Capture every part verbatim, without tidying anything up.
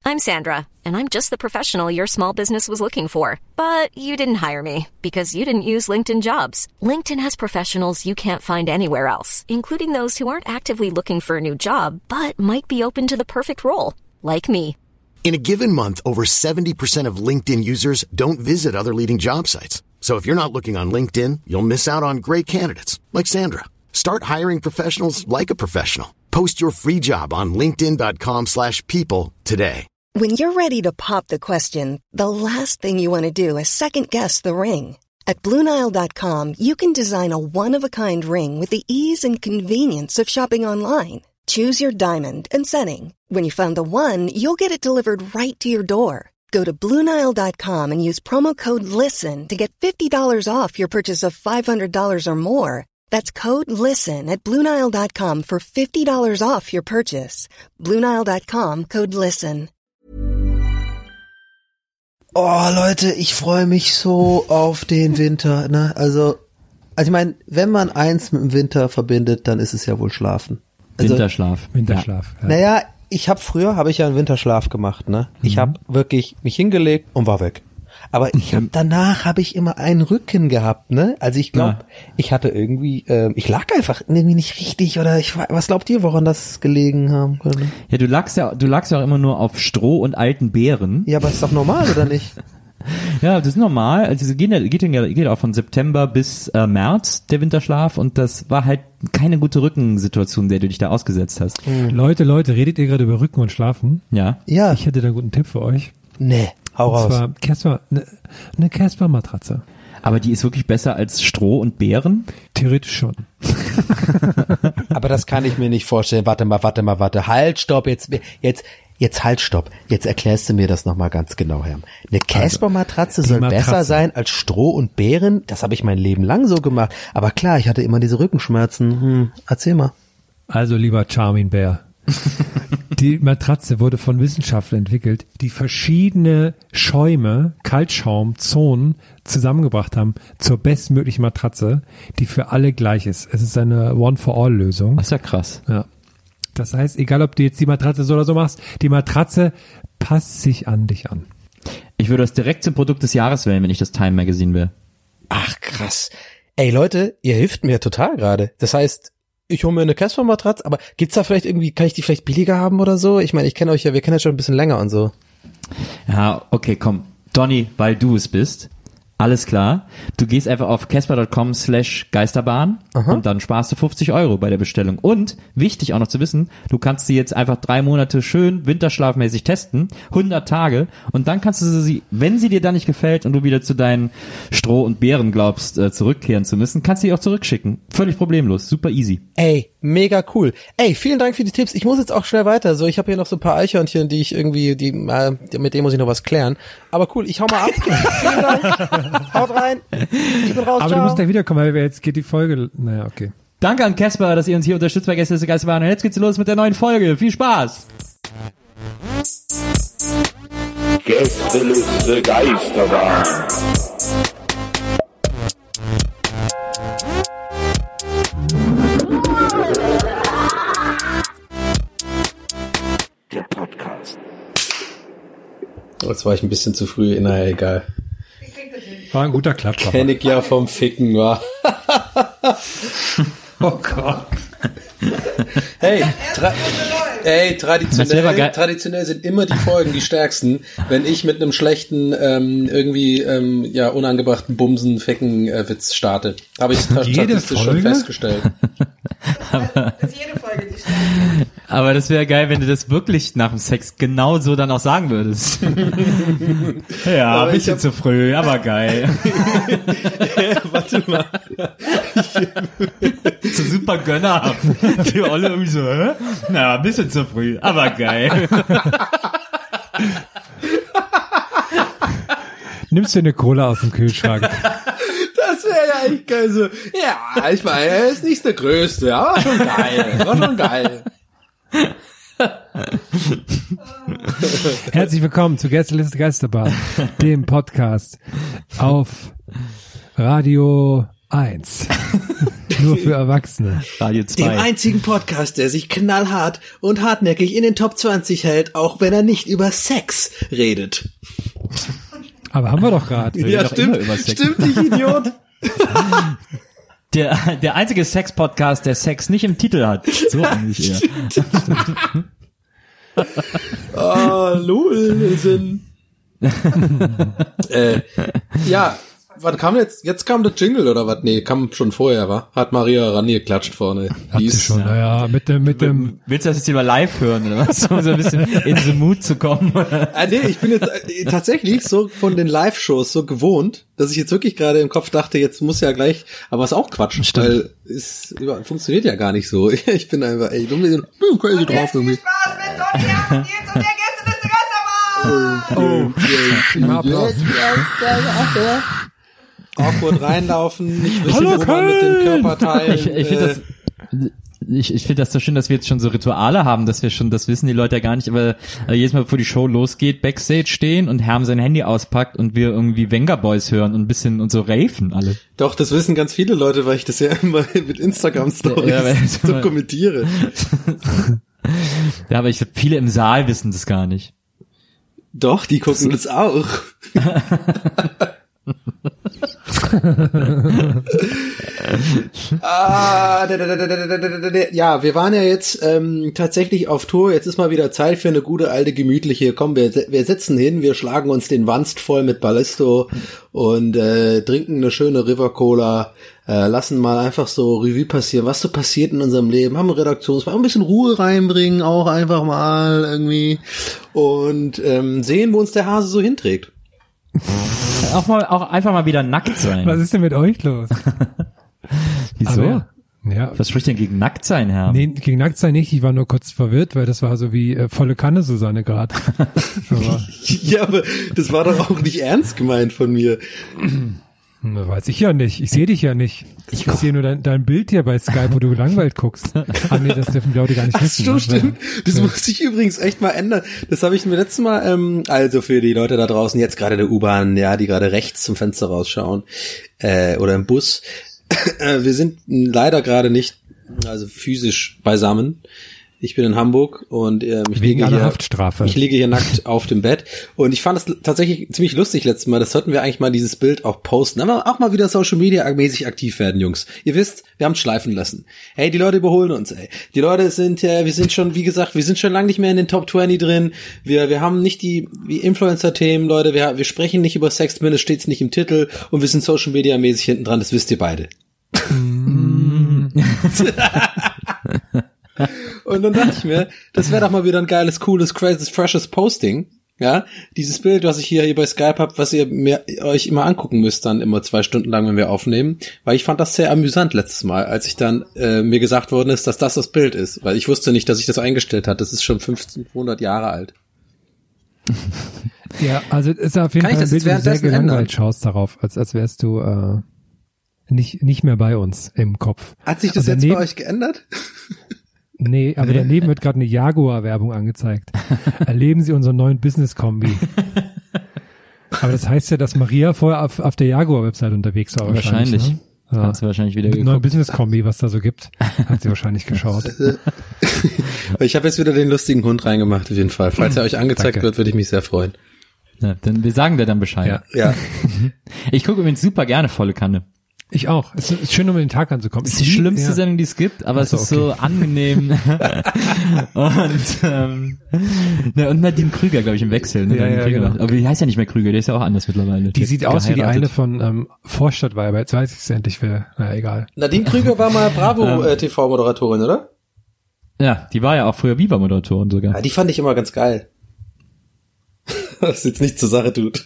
I'm Sandra, and I'm just the professional your small business was looking for. But you didn't hire me because you didn't use LinkedIn Jobs. LinkedIn has professionals you can't find anywhere else, including those who aren't actively looking for a new job, but might be open to the perfect role, like me. In a given month, over seventy percent of LinkedIn users don't visit other leading job sites. So if you're not looking on LinkedIn, you'll miss out on great candidates like Sandra. Start hiring professionals like a professional. Post your free job on linkedin.com slash people today. When you're ready to pop the question, the last thing you want to do is second-guess the ring. At Blue Nile dot com, you can design a one-of-a-kind ring with the ease and convenience of shopping online. Choose your diamond and setting. When you find the one, you'll get it delivered right to your door. Go to Blue Nile dot com and use promo code LISTEN to get fifty dollars off your purchase of five hundred dollars or more. That's code LISTEN at Blue Nile dot com for fifty dollars off your purchase. Blue Nile dot com, code LISTEN. Oh, Leute, ich freue mich so auf den Winter, ne? Also, also ich meine, wenn man eins mit dem Winter verbindet, dann ist es ja wohl Schlafen. Also, Winterschlaf. Winterschlaf. Ja. Ja. Naja, ich habe früher, habe ich ja einen Winterschlaf gemacht, ne? Ich Mhm. habe wirklich mich hingelegt und war weg. Aber ich habe danach habe ich immer einen Rücken gehabt, ne? Also ich glaube, Ja. ich hatte irgendwie, äh, ich lag einfach irgendwie nicht richtig oder ich was glaubt ihr, woran das gelegen haben könnte? Ja, du lagst ja, du lagst ja auch immer nur auf Stroh und alten Beeren. Ja, aber ist doch normal, oder nicht? Ja, das ist normal. Also es geht ja, geht ja, geht auch von September bis äh, März, der Winterschlaf, und das war halt keine gute Rückensituation, der du dich da ausgesetzt hast. Leute, Leute, redet ihr gerade über Rücken und Schlafen? Ja. Ja. Ich hätte da einen guten Tipp für euch. Nee, hau Und raus. zwar Casper, eine ne Casper-Matratze. Aber die ist wirklich besser als Stroh und Beeren? Theoretisch schon. Aber das kann ich mir nicht vorstellen. Warte mal, warte mal, warte. Halt, stopp, jetzt, jetzt, jetzt halt, stopp. Jetzt erklärst du mir das nochmal ganz genau, Herr. Eine Casper-Matratze Also, soll Matratze. besser sein als Stroh und Beeren? Das habe ich mein Leben lang so gemacht. Aber klar, ich hatte immer diese Rückenschmerzen. Hm, erzähl mal. Also, lieber Charming Bear. Die Matratze wurde von Wissenschaftlern entwickelt, die verschiedene Schäume, Kaltschaumzonen zusammengebracht haben zur bestmöglichen Matratze, die für alle gleich ist. Es ist eine One-for-All-Lösung. Das ist ja krass. Ja. Das heißt, egal ob du jetzt die Matratze so oder so machst, die Matratze passt sich an dich an. Ich würde das direkt zum Produkt des Jahres wählen, wenn ich das Time Magazine wäre. Ach, krass. Ey, Leute, ihr hilft mir total gerade. Das heißt, ich hole mir eine Casper-Matratze, aber gibt's da vielleicht irgendwie, kann ich die vielleicht billiger haben oder so? Ich meine, ich kenne euch ja, wir kennen ja schon ein bisschen länger und so. Ja, okay, komm. Donny, weil du es bist. Alles klar. Du gehst einfach auf casper.com slash Geisterbahn und dann sparst du fünfzig Euro bei der Bestellung. Und wichtig auch noch zu wissen, du kannst sie jetzt einfach drei Monate schön winterschlafmäßig testen, hundert Tage, und dann kannst du sie, wenn sie dir dann nicht gefällt und du wieder zu deinen Stroh und Beeren glaubst, äh, zurückkehren zu müssen, kannst du sie auch zurückschicken. Völlig problemlos. Super easy. Ey, mega cool. Ey, vielen Dank für die Tipps. Ich muss jetzt auch schnell weiter. So, ich habe hier noch so ein paar Eichhörnchen, die ich irgendwie, die, äh, mit denen muss ich noch was klären. Aber cool, ich hau mal ab. Vielen Dank. Haut rein. Ich bin raus. Aber ciao. du musst gleich wiederkommen, weil jetzt geht die Folge, naja, okay. Danke an Casper, dass ihr uns hier unterstützt bei Gäste des Geisterbahn. Und jetzt geht's los mit der neuen Folge. Viel Spaß! Gästeliste Geisterbahn. Der Podcast. Jetzt war ich ein bisschen zu früh. Naja, egal. War ein guter Klatsch. Kenn ich ja vom Ficken, wa? Oh Gott. Hey, tra ey, Das wäre traditionell, geil. traditionell sind immer die Folgen die stärksten, wenn ich mit einem schlechten, ähm, irgendwie, ähm, ja, unangebrachten Bumsen-Ficken-Witz starte. Habe ich Jede statistisch schon Folge? festgestellt. Aber, aber das wäre geil, wenn du das wirklich nach dem Sex genau so dann auch sagen würdest. Ja, Aber ein ich bisschen hab- zu früh, aber geil. Warte mal. So super gönnerhaft. Die Olle irgendwie so, hä? Na, ein bisschen zu früh, aber geil. Nimmst du eine Cola aus dem Kühlschrank? Das wäre ja eigentlich geil so. Ja, ich meine, er ist nicht der Größte, aber schon geil. War schon geil. Herzlich willkommen zu Gästeliste Geisterbahn, dem Podcast auf Radio eins. Nur für Erwachsene. Radio zwei. Dem einzigen Podcast, der sich knallhart und hartnäckig in den Top zwanzig hält, auch wenn er nicht über Sex redet. Aber haben wir doch gerade. Ja, doch stimmt, immer über Sex. stimmt, ich Idiot. Der, der einzige Sex-Podcast, der Sex nicht im Titel hat. So eigentlich eher. Ah, lol, Sinn. äh, ja, wann kam jetzt? Jetzt kam der Jingle oder was? Nee, kam schon vorher, wa? Hat Maria rangeklatscht vorne. Hat sie schon, naja, mit dem, mit dem. Willst du das jetzt lieber live hören, oder was? Um so ein bisschen in the mood zu kommen, oder? Ah, nee, ich bin jetzt äh, tatsächlich so von den Live-Shows so gewohnt, dass ich jetzt wirklich gerade im Kopf dachte, jetzt muss ja gleich, aber ist auch Quatsch, Stimmt. weil es über- funktioniert ja gar nicht so. Ich bin einfach, ey, dumm, bin crazy drauf irgendwie. Spaß mit Sonja und jetzt und der Gästeliste Geisterbahn. Oh, immer Applaus. Awkward reinlaufen, nicht wissen, Hallo, wo man mit den Köln! Körperteilen. Ich, ich finde das, ich, ich finde das so schön, dass wir jetzt schon so Rituale haben, dass wir schon, das wissen die Leute ja gar nicht, aber äh, jedes Mal, bevor die Show losgeht, Backstage stehen und Herm sein Handy auspackt und wir irgendwie Venga Boys hören und ein bisschen und so raven alle. Doch, das wissen ganz viele Leute, weil ich das ja immer mit Instagram-Stories Ja, weil es so immer- kommentiere. Ja, aber ich glaube, viele im Saal wissen das gar nicht. Doch, die gucken das auch. ah, da, da, da, da, da, da, da, da. Ja, wir waren ja jetzt ähm, tatsächlich auf Tour. Jetzt ist mal wieder Zeit für eine gute alte gemütliche. Komm, wir, wir setzen hin, wir schlagen uns den Wanst voll mit Ballisto und äh, trinken eine schöne River Cola. Äh, lassen mal einfach so Revue passieren, was so passiert in unserem Leben. Haben Redaktionsmal ein bisschen Ruhe reinbringen, auch einfach mal irgendwie und ähm, sehen, wo uns der Hase so hinträgt. Auch mal, auch einfach mal wieder nackt sein. Was ist denn mit euch los? Wieso? Aber, ja. Was spricht denn gegen nackt sein, Herr? Nee, gegen Nacktsein nicht. Ich war nur kurz verwirrt, weil das war so wie äh, volle Kanne Susanne gerade. Aber Ja, aber das war doch auch nicht ernst gemeint von mir. hm, weiß ich ja nicht. Ich sehe dich ja nicht. Ich sehe nur dein, dein Bild hier bei Skype, wo du gelangweilt guckst. Ah nee, das dürfen die Leute gar nicht Ach wissen. so, ne? stimmt. Das muss ich übrigens echt mal ändern. Das habe ich mir letztes Mal, ähm, also für die Leute da draußen, jetzt gerade in der U-Bahn, ja, die gerade rechts zum Fenster rausschauen, äh, oder im Bus. Äh, wir sind leider gerade nicht, also physisch beisammen. Ich bin in Hamburg und ähm, ich Wegen liege einer hier, Haftstrafe. ich liege hier nackt auf dem Bett und ich fand es tatsächlich ziemlich lustig letztes Mal. Das sollten wir eigentlich mal dieses Bild auch posten, aber auch mal wieder Social Media mäßig aktiv werden, Jungs. Ihr wisst, wir haben es schleifen lassen. Hey, die Leute überholen uns, ey. Die Leute sind, äh, wir sind schon, wie gesagt, wir sind schon lange nicht mehr in den Top zwanzig drin. Wir, wir haben nicht die wie Influencer-Themen, Leute. Wir, wir sprechen nicht über Sex, zumindest steht's nicht im Titel und wir sind Social Media mäßig hinten dran. Das wisst ihr beide. Und dann dachte ich mir, das wäre doch mal wieder ein geiles, cooles, crazy, freshes Posting. Ja, dieses Bild, was ich hier, hier bei Skype hab, was ihr mir, euch immer angucken müsst, dann immer zwei Stunden lang, wenn wir aufnehmen. Weil ich fand das sehr amüsant letztes Mal, als ich dann äh, mir gesagt worden ist, dass das das Bild ist. Weil ich wusste nicht, dass ich das eingestellt hat. Das ist schon fünfzehnhundert Jahre alt. Ja, also es ist auf jeden Kann ich Fall das ein jetzt Bild, wo du sehr währenddessen gelangweilt ändern? schaust darauf, als, als wärst du äh, nicht, nicht mehr bei uns im Kopf. Hat sich das Und jetzt daneben- bei euch geändert? Nee, aber daneben wird gerade eine Jaguar-Werbung angezeigt. Erleben Sie unseren neuen Business-Kombi. Aber das heißt ja, dass Maria vorher auf, auf der Jaguar-Website unterwegs war wahrscheinlich. Wahrscheinlich. Ne? Ja. Hat sie wahrscheinlich wieder Mit dem neuen geguckt. Business-Kombi, was da so gibt, hat sie wahrscheinlich geschaut. Ich habe jetzt wieder den lustigen Hund reingemacht, auf jeden Fall. Falls er euch angezeigt Danke. wird, würde ich mich sehr freuen. Ja, dann, wir sagen dir dann Bescheid. Ja. Ja. Ich gucke übrigens super gerne volle Kanne. Ich auch. Es ist schön, um in den Tag anzukommen. Das ist Ich die lieb- schlimmste ja. Sendung, die es gibt, aber Ach es so, ist so angenehm. und ähm, ne, und Nadine Krüger, glaube ich, im Wechsel. Ne? Ja, Nadine ja, Krüger. genau. Aber die heißt ja nicht mehr Krüger, der ist ja auch anders mittlerweile. Die sieht hat aus wie die geheiratet. eine von ähm, Vorstadtweiber. Jetzt weiß ich es endlich, wer. Na egal. Nadine Krüger war mal Bravo-T V-Moderatorin, oder? Ja, die war ja auch früher Viva-Moderatorin sogar. Ja, die fand ich immer ganz geil. Was jetzt nicht zur Sache tut.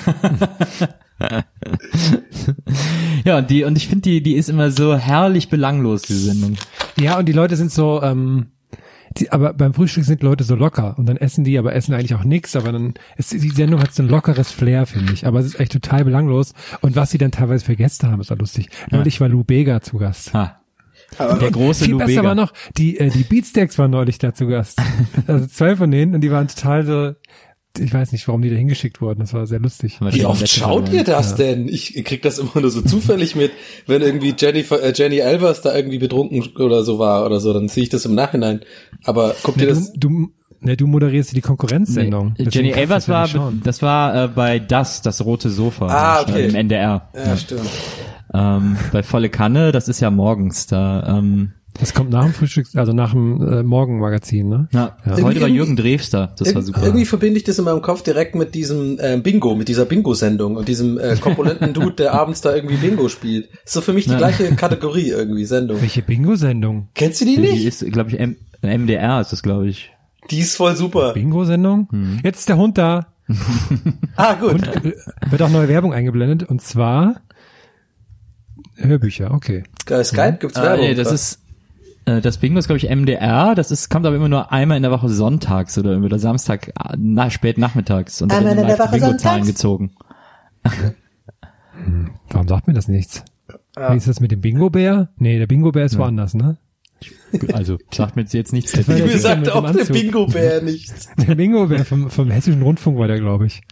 Ja, und die, und ich finde, die, die ist immer so herrlich belanglos, die Sendung. Ja, und die Leute sind so, ähm, die, aber beim Frühstück sind Leute so locker und dann essen die, aber essen eigentlich auch nichts, aber dann ist die Sendung hat so ein lockeres Flair, finde ich, aber es ist echt total belanglos und was sie dann teilweise für Gäste haben, ist auch lustig. Neulich war Lou Bega zu Gast. Ha. Der große Viel Lou besser Bega. war noch, die, äh, die Beatsteaks waren neulich da zu Gast. Also zwei von denen und die waren total so, ich weiß nicht, warum die da hingeschickt wurden. Das war sehr lustig. Wie oft schaut ihr das ja. denn? Ich krieg das immer nur so zufällig mit, wenn irgendwie Jennifer, äh, Jenny Elvers da irgendwie betrunken oder so war oder so, dann sehe ich das im Nachhinein. Aber guckt ne, ihr das? Du, du, ne, du moderierst die Konkurrenzsendung. Nee, Jenny Elvers war, das war äh, bei Das, das rote Sofa. Ah, okay. Äh, im N D R. Ja, ja. stimmt. Ähm, bei Volle Kanne, das ist ja morgens da. Ähm, Das kommt nach dem Frühstück, also nach dem äh, Morgenmagazin, ne? Ja, ja. Heute war Jürgen Drews-da, das war super. Irgendwie verbinde ich das in meinem Kopf direkt mit diesem äh, Bingo, mit dieser Bingo-Sendung und diesem äh, korpulenten Dude, der abends da irgendwie Bingo spielt. Ist so für mich die ja. gleiche Kategorie irgendwie, Sendung. Welche Bingo-Sendung? Kennst du die nicht? Die ist, glaube ich, M- M D R ist das, glaube ich. Die ist voll super. Bingo-Sendung? Hm. Jetzt ist der Hund da. Ah, gut. Und äh, wird auch neue Werbung eingeblendet und zwar Hörbücher, okay. Geil, Skype gibt's ah, Werbung. Nee, das ist das Bingo ist, glaube ich, M D R. Das ist, kommt aber immer nur einmal in der Woche sonntags oder, oder Samstag, na, spät nachmittags. Und da werden live die Bingo-Zahlen gezogen. Hm, warum sagt mir das nichts? Ah. Wie ist das mit dem Bingo-Bär? Nee, der Bingo-Bär ist ja. woanders, ne? Also, sagt mir jetzt nichts. Mir sagt auch der Bingo-Bär nichts. Der Bingo-Bär vom, vom Hessischen Rundfunk war der, glaube ich.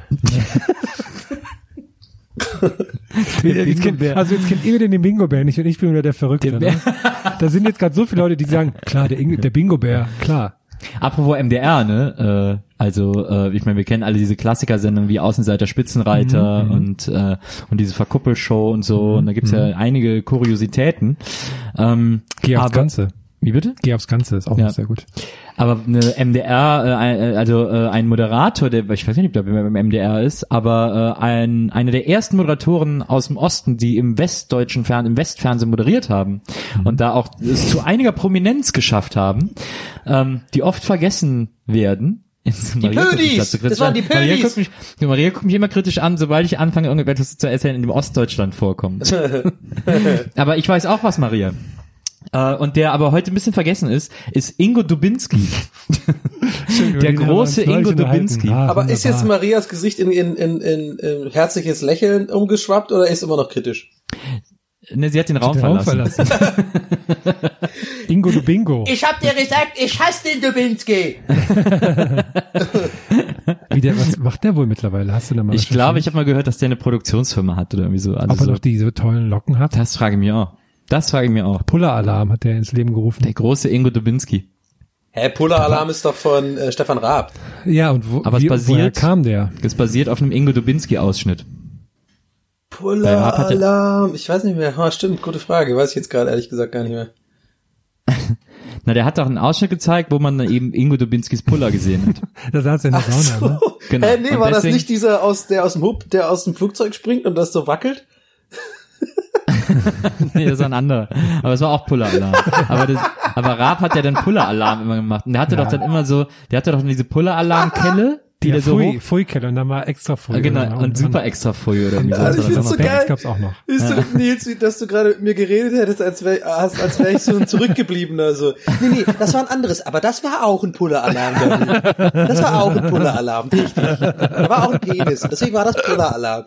jetzt kennt, also jetzt kennt ihr den Bingo-Bär nicht und ich bin wieder der Verrückte. Ne? Da sind jetzt gerade so viele Leute, die sagen, klar, der, der Bingo-Bär, klar. Apropos M D R, ne? Äh, also äh, ich meine, wir kennen alle diese Klassikersendungen wie Außenseiter, Spitzenreiter mhm, und äh, und diese Verkuppelshow und so. Mhm, und da gibt's mhm. ja einige Kuriositäten. Ähm, Geh aufs aber, Ganze. Wie bitte? Geh aufs Ganze, ist auch ja. sehr gut. Aber eine M D R, äh, also äh, ein Moderator, der, ich weiß nicht, ob der beim M D R ist, aber äh, ein einer der ersten Moderatoren aus dem Osten, die im westdeutschen Fernsehen, im Westfernsehen moderiert haben mhm. und da auch es zu einiger Prominenz geschafft haben, ähm, die oft vergessen werden. Jetzt, die Pödis! Das waren die Pödis! Maria guckt, mich, Maria guckt mich immer kritisch an, sobald ich anfange, irgendetwas zu erzählen, in dem Ostdeutschland vorkommt. Aber ich weiß auch was, Maria. Uh, und der aber heute ein bisschen vergessen ist, ist Ingo Dubinski. Der große Ingo Dubinski. Ah, aber ist jetzt Marias Gesicht in, in, in, in, in herzliches Lächeln umgeschwappt oder ist immer noch kritisch? Ne, sie hat den Raum den verlassen. Raum verlassen. Ingo Dubingo. Ich hab dir gesagt, ich hasse den Dubinski. Wie der, was macht der wohl mittlerweile? Hast du da mal Ich glaube, ich habe mal gehört, dass der eine Produktionsfirma hat oder irgendwie so. Also Ob er so, noch diese tollen Locken hat? Das frage ich mich auch. Das frage ich mir auch. Puller-Alarm hat der ins Leben gerufen. Der große Ingo Dubinski. Hä, Puller-Alarm ist doch von äh, Stefan Raab. Ja, und wo, Aber wie, es basiert, woher kam der? Es basiert auf einem Ingo Dubinski-Ausschnitt. Puller-Alarm, ich weiß nicht mehr. Oh, stimmt, gute Frage. Weiß ich jetzt gerade ehrlich gesagt gar nicht mehr. Na, der hat doch einen Ausschnitt gezeigt, wo man dann eben Ingo Dubinskis Puller gesehen hat. Da saß er in der Sauna, so. ne? Genau. Hä, nee, und war deswegen, das nicht dieser, aus, der aus dem Hub, der aus dem Flugzeug springt und das so wackelt? Nee, das war ein anderer. Aber es war auch Puller-Alarm. Aber, das, aber Raab hat ja dann Puller-Alarm immer gemacht. Und der hatte ja. doch dann immer so, der hatte doch diese Puller-Alarm-Kelle, die ja, der so Fui, Fui-Kelle und dann mal extra Fui. Genau, und, und super extra Fui oder wie so. Also ich find's so geil. Gab's auch noch. Ist ja. du, Nils, dass du gerade mit mir geredet hättest, als wäre als wär ich so ein Zurückgebliebener. So. Nee, nee, das war ein anderes, aber das war auch ein Puller-Alarm. Das war auch ein Puller-Alarm, richtig. Da war auch ein Penis, deswegen war das Puller-Alarm.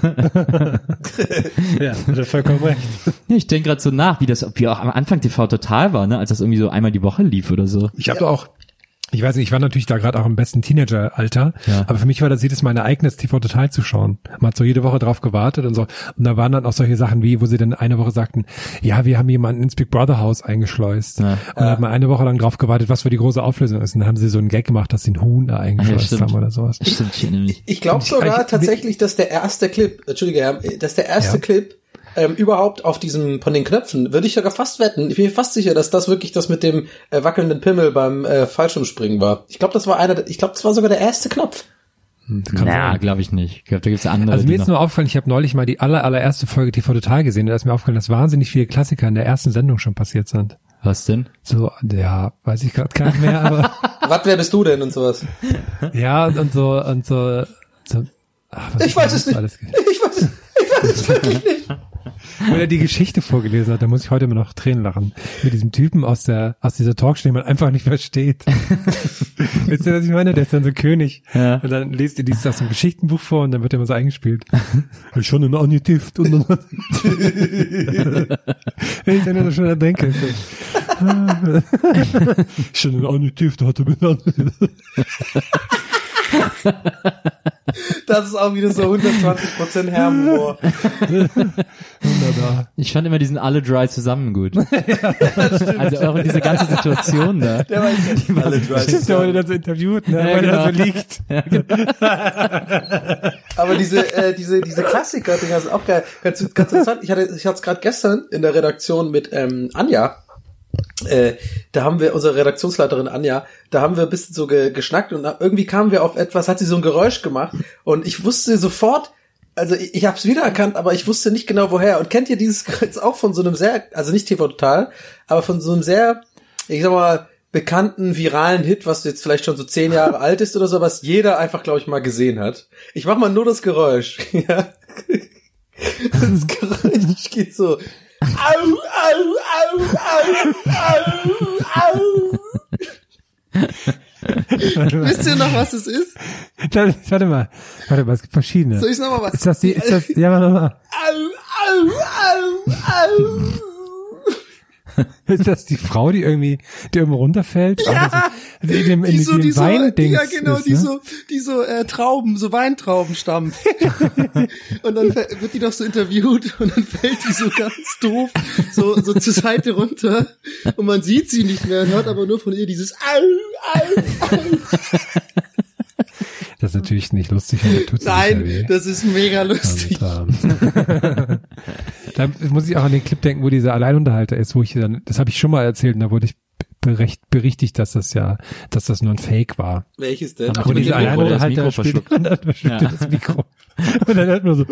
Ja, hat er vollkommen recht. Ich denke gerade so nach, wie das, wie auch am Anfang T V Total war, ne, als das irgendwie so einmal die Woche lief oder so. Ich habe ja. auch Ich weiß nicht, ich war natürlich da gerade auch im besten Teenageralter, ja. aber für mich war das jedes Mal ein Ereignis, T V Total zu schauen. Man hat so jede Woche drauf gewartet und so. Und da waren dann auch solche Sachen wie, wo sie dann eine Woche sagten, ja, wir haben jemanden ins Big Brother Haus eingeschleust. Ja. Und dann ja. hat man eine Woche lang drauf gewartet, was für die große Auflösung ist. Und dann haben sie so einen Gag gemacht, dass sie einen Huhn da eingeschleust ja, haben oder sowas. Stimmt, ich ich glaube sogar ich, tatsächlich, dass der erste Clip, Entschuldige, dass der erste ja. Clip Ähm, überhaupt auf diesem, von den Knöpfen, würde ich sogar fast wetten. Ich bin mir fast sicher, dass das wirklich das mit dem äh, wackelnden Pimmel beim äh, Fallschirmspringen war. Ich glaube, das war einer, ich glaube, das war sogar der erste Knopf. Hm, Na, glaube ich nicht. Ich glaube, da gibt's andere. Also mir ist nur aufgefallen, ich habe neulich mal die aller, allererste Folge T V Total gesehen, und da ist mir aufgefallen, dass wahnsinnig viele Klassiker in der ersten Sendung schon passiert sind. Was denn? So, ja, weiß ich gerade gar nicht mehr, aber. Was, wer bist du denn und sowas? Ja, und, und so, und so, so ach, was ich weiß es nicht. Alles ich weiß es, ich weiß es wirklich nicht. Wo er die Geschichte vorgelesen hat, da muss ich heute immer noch Tränen lachen. Mit diesem Typen aus der, aus dieser Talkshow, den man einfach nicht versteht. Wisst ihr, was ich meine? Der ist dann so König. Ja. Und dann liest ihr dieses aus dem Geschichtenbuch vor und dann wird er immer so eingespielt. Schon ein Anitift und dann, wenn ich dann nur so schnell denke. So. Schon ein Anitift, da hat er mit Das ist auch wieder so hundertzwanzig Prozent Herrenhumor. Wunderbar. Ich fand immer diesen alle dry zusammen gut. Ja, also auch diese ganze Situation da. Der war echt alle dry. Stimmt, der wurde dann so interviewt, ne? Ja, weil genau. er so liegt. Ja, genau. Aber diese, äh, diese, diese Klassiker-Dinger sind auch geil. Ganz, ganz interessant. Ich hatte, ich hatte es gerade gestern in der Redaktion mit ähm, Anja. Äh, da haben wir, unsere Redaktionsleiterin Anja, da haben wir ein bisschen so ge, geschnackt und irgendwie kamen wir auf etwas, hat sie so ein Geräusch gemacht und ich wusste sofort, also ich, ich habe es wiedererkannt, aber ich wusste nicht genau woher. Und kennt ihr dieses Geräusch auch von so einem sehr, also nicht T V Total, aber von so einem sehr, ich sag mal, bekannten viralen Hit, was jetzt vielleicht schon so zehn Jahre alt ist oder so, was jeder einfach, glaube ich, mal gesehen hat. Ich mach mal nur das Geräusch. Ja. Das Geräusch geht so. Au, au, au, au, au, au. Wisst ihr noch, was es ist? Das, warte mal, warte mal, es gibt verschiedene. Soll ich noch mal was? Ist das die, ist das, ja, warte mal. Au, au, au, au. Ist das die Frau, die irgendwie, die irgendwo runterfällt? Ja, also, in dem, in die so, dem die so, Weindings ja genau, ist, die ne? so, die so äh, Trauben, so Weintrauben stampft. Und dann fä- wird die doch so interviewt und dann fällt die so ganz doof so so zur Seite runter und man sieht sie nicht mehr, hört aber nur von ihr dieses Au, Au, Au. Das ist natürlich nicht lustig, aber tut's Nein, nicht weh. das ist mega lustig. Und, ähm, da muss ich auch an den Clip denken, wo dieser Alleinunterhalter ist, wo ich dann, das habe ich schon mal erzählt und da wurde ich berecht, berichtigt, dass das ja, dass das nur ein Fake war. Welches denn? Ach, Wo mit dieser dem Mikro, das Alleinunterhalter Mikro spielt, verschluckt. verschluckt Ja. das Mikro. Und dann hört man so,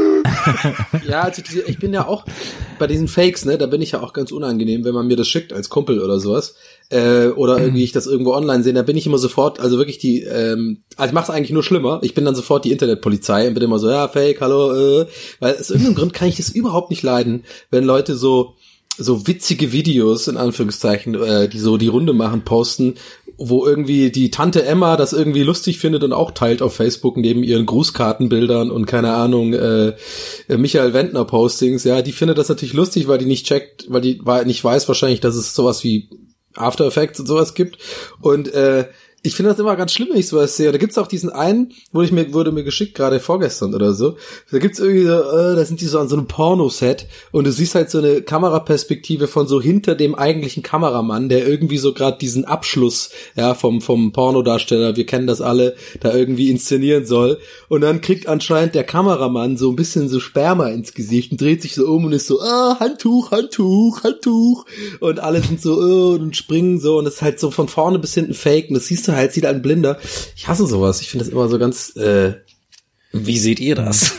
Ja, also diese, ich bin ja auch bei diesen Fakes, ne, da bin ich ja auch ganz unangenehm, wenn man mir das schickt als Kumpel oder sowas, äh, oder irgendwie ich das irgendwo online sehe, da bin ich immer sofort, also wirklich die, ähm, also ich mache es eigentlich nur schlimmer, ich bin dann sofort die Internetpolizei und bin immer so, ja, Fake, hallo, äh, weil aus irgendeinem Grund kann ich das überhaupt nicht leiden, wenn Leute so so witzige Videos, in Anführungszeichen, äh, die so die Runde machen, posten, wo irgendwie die Tante Emma das irgendwie lustig findet und auch teilt auf Facebook neben ihren Grußkartenbildern und keine Ahnung, äh, Michael Wendner Postings, ja, die findet das natürlich lustig, weil die nicht checkt, weil die nicht weiß wahrscheinlich, dass es sowas wie After Effects und sowas gibt und äh, ich finde das immer ganz schlimm, wenn ich sowas sehe. Da gibt's auch diesen einen, wurde ich mir, wurde mir geschickt, gerade vorgestern oder so. Da gibt's irgendwie so, äh, da sind die so an so einem Pornoset und du siehst halt so eine Kameraperspektive von so hinter dem eigentlichen Kameramann, der irgendwie so gerade diesen Abschluss, ja, vom, vom Pornodarsteller, wir kennen das alle, da irgendwie inszenieren soll. Und dann kriegt anscheinend der Kameramann so ein bisschen so Sperma ins Gesicht und dreht sich so um und ist so, ah, Handtuch, Handtuch, Handtuch. Und alle sind so, oh, und springen so und das ist halt so von vorne bis hinten fake und das siehst du halt, sieht ein Blinder. Ich hasse sowas. Ich finde das immer so ganz, äh, wie seht ihr das?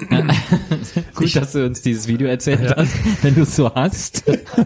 Gut, dass du uns dieses Video erzählt hast, wenn du es so hast.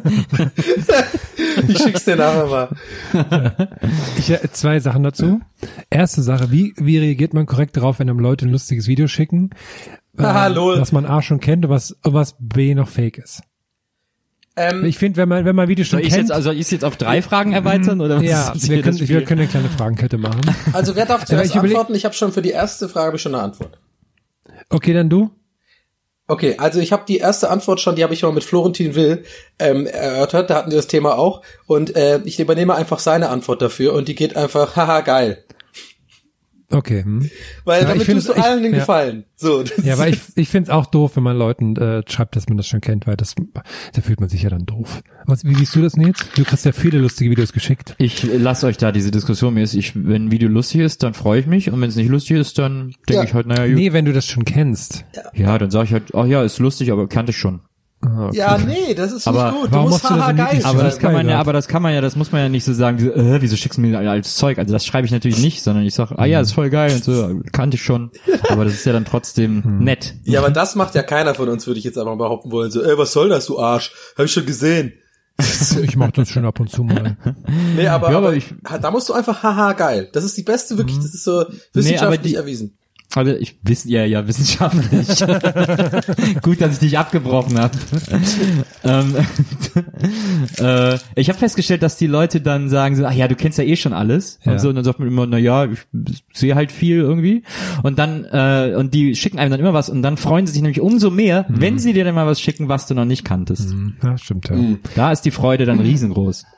Ich schick's dir nachher mal. ich, äh, zwei Sachen dazu. Erste Sache, wie, wie reagiert man korrekt darauf, wenn einem Leute ein lustiges Video schicken? Haha, äh, lol. Was man A schon kennt und was, was B noch fake ist. Ähm, Ich finde, wenn man, wenn man Video schon Soll ich kennt. jetzt, also ich jetzt auf drei Fragen erweitern oder was ja, ist wir hier können, das wir Spiel? können eine kleine Fragenkette machen. also wer darf zuerst ich überleg- antworten? Ich habe schon für die erste Frage habe ich schon eine Antwort. Okay, dann du? Okay, also ich habe die erste Antwort schon, die habe ich mal mit Florentin Will ähm, erörtert, da hatten wir das Thema auch und äh, ich übernehme einfach seine Antwort dafür und die geht einfach, haha, geil. Okay. Hm. Weil Ja, damit ich find- tust du ich- allen den ja. Gefallen. So, das Ja, weil ist- ich, ich finde es auch doof, wenn man Leuten äh, schreibt, dass man das schon kennt, weil das, da fühlt man sich ja dann doof. Was, wie siehst du das, Nils? Du kriegst ja viele lustige Videos geschickt. Ich lasse euch da diese Diskussion mir ist, ich, wenn ein Video lustig ist, dann freue ich mich und wenn es nicht lustig ist, dann denke Ja. ich halt, naja, gut. Nee, wenn du das schon kennst. Ja, dann sage ich halt, ach ja, ist lustig, aber kannte ich schon. Ah, okay. ja, nee, das ist Aber nicht gut. Du warum musst musst du das haha denn geil nicht- Aber schreiben. das kann man ja, geil aber das kann man ja, das muss man ja nicht so sagen, diese, äh, wieso schickst du mir als Zeug? Also das schreibe ich natürlich nicht, sondern ich sage, ah ja, ist voll geil und so, kannte ich schon. Aber das ist ja dann trotzdem nett. Ja, aber das macht ja keiner von uns, würde ich jetzt einfach behaupten wollen. So, ey, was soll das, du Arsch? Hab ich schon gesehen. Ich mach das schon ab und zu mal. Nee, aber, Ja, aber aber ich- da musst du einfach haha geil. Das ist die beste, wirklich, das ist so wissenschaftlich die- erwiesen. Also ich wissen ja ja wissenschaftlich. Gut, dass ich dich abgebrochen habe. ähm, äh, ich habe festgestellt, dass die Leute dann sagen so, ach ja, du kennst ja eh schon alles Ja. und so und dann sagt man immer, na ja, ich sehe halt viel irgendwie und dann äh, und die schicken einem dann immer was und dann freuen sie sich nämlich umso mehr, wenn sie dir dann mal was schicken, was du noch nicht kanntest. Ja, stimmt, ja. Mhm. Da ist die Freude dann riesengroß.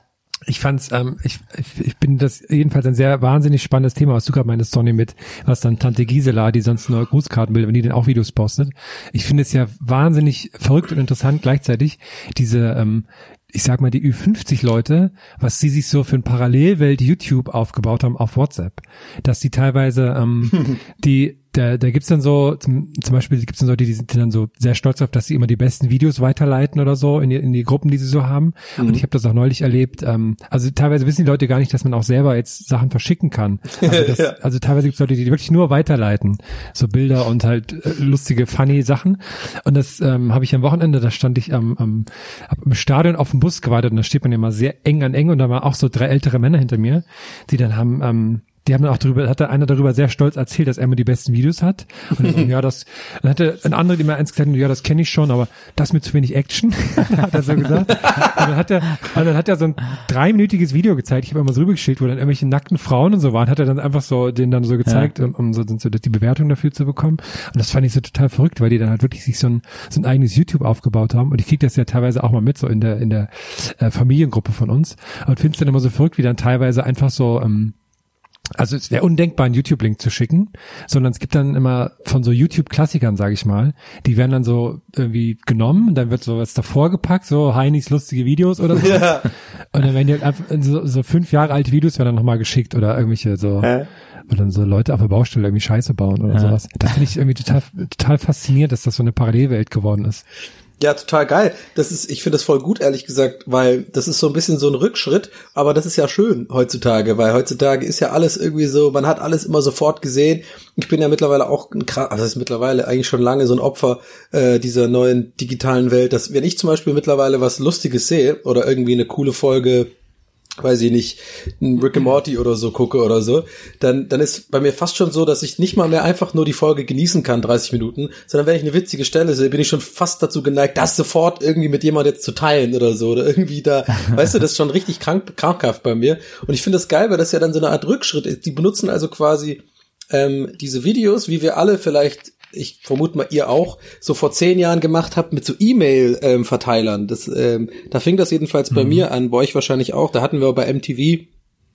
Ich fand's, ähm, ich, ich, ich bin das jedenfalls ein sehr wahnsinnig spannendes Thema, was du gerade meinst, Sonny, mit was dann Tante Gisela, die sonst nur Grußkarten will, wenn die dann auch Videos postet. Ich finde es ja wahnsinnig verrückt und interessant gleichzeitig, diese, ähm, ich sag mal, die Ü fünfzig Leute, was sie sich so für ein Parallelwelt YouTube aufgebaut haben auf WhatsApp. Dass die teilweise, ähm, die, da, da gibt's dann so, zum, zum Beispiel gibt's dann so, die, die sind dann so sehr stolz auf, dass sie immer die besten Videos weiterleiten oder so in die, in die Gruppen, die sie so haben. Mhm. Und ich habe das auch neulich erlebt. Ähm, also teilweise wissen die Leute gar nicht, dass man auch selber jetzt Sachen verschicken kann. Also, das, ja. also teilweise gibt's Leute, die wirklich nur weiterleiten. So Bilder und halt äh, lustige, funny Sachen. Und das ähm, habe ich am Wochenende, da stand ich am, am, am Stadion auf dem Bus gewartet und da steht man ja mal sehr eng an eng und da waren auch so drei ältere Männer hinter mir, die dann haben, ähm, die haben dann auch darüber, hat da einer darüber sehr stolz erzählt, dass er immer die besten Videos hat. Und dann, ja, das, dann hatte ein anderer immer eins gesagt, ja, das kenne ich schon, aber das mit zu wenig Action, hat er so gesagt. Und dann hat er, und dann hat er so ein dreiminütiges Video gezeigt, ich habe immer so rübergeschickt, wo dann irgendwelche nackten Frauen und so waren, hat er dann einfach so, den dann so gezeigt, ja. um, um so, so die Bewertung dafür zu bekommen. Und das fand ich so total verrückt, weil die dann halt wirklich sich so ein, so ein eigenes YouTube aufgebaut haben. Und ich krieg das ja teilweise auch mal mit, so in der, in der äh, Familiengruppe von uns. Und find's dann immer so verrückt, wie dann teilweise einfach so, ähm, also es wäre undenkbar, einen YouTube-Link zu schicken, sondern es gibt dann immer von so YouTube-Klassikern, sage ich mal, die werden dann so irgendwie genommen, dann wird so was davor gepackt, so Heinis lustige Videos oder so. Ja. Und dann werden die halt einfach so, so fünf Jahre alte Videos werden dann nochmal geschickt oder irgendwelche so, Hä? Und dann so Leute auf der Baustelle irgendwie Scheiße bauen oder ja. sowas. Das finde ich irgendwie total, total faszinierend, dass das so eine Parallelwelt geworden ist. Ja, total geil. Das ist, ich finde das voll gut, ehrlich gesagt, weil das ist so ein bisschen so ein Rückschritt, aber das ist ja schön heutzutage, weil heutzutage ist ja alles irgendwie so, man hat alles immer sofort gesehen. Ich bin ja mittlerweile auch ein krass, also das ist mittlerweile eigentlich schon lange so ein Opfer äh, dieser neuen digitalen Welt, dass wenn ich zum Beispiel mittlerweile was Lustiges sehe oder irgendwie eine coole Folge, weiß ich nicht, ein Rick and Morty oder so gucke oder so, dann dann ist bei mir fast schon so, dass ich nicht mal mehr einfach nur die Folge genießen kann, dreißig Minuten, sondern wenn ich eine witzige Stelle sehe, bin ich schon fast dazu geneigt, das sofort irgendwie mit jemandem jetzt zu teilen oder so, oder irgendwie da, weißt du, das ist schon richtig krank, krankhaft bei mir. Und ich finde das geil, weil das ja dann so eine Art Rückschritt ist. Die benutzen also quasi ähm, diese Videos, wie wir alle vielleicht, ich vermute mal, ihr auch, so vor zehn Jahren gemacht habt mit so E-Mail-Verteilern. Das, ähm, da fing das jedenfalls bei mhm. mir an, bei euch wahrscheinlich auch. Da hatten wir bei M T V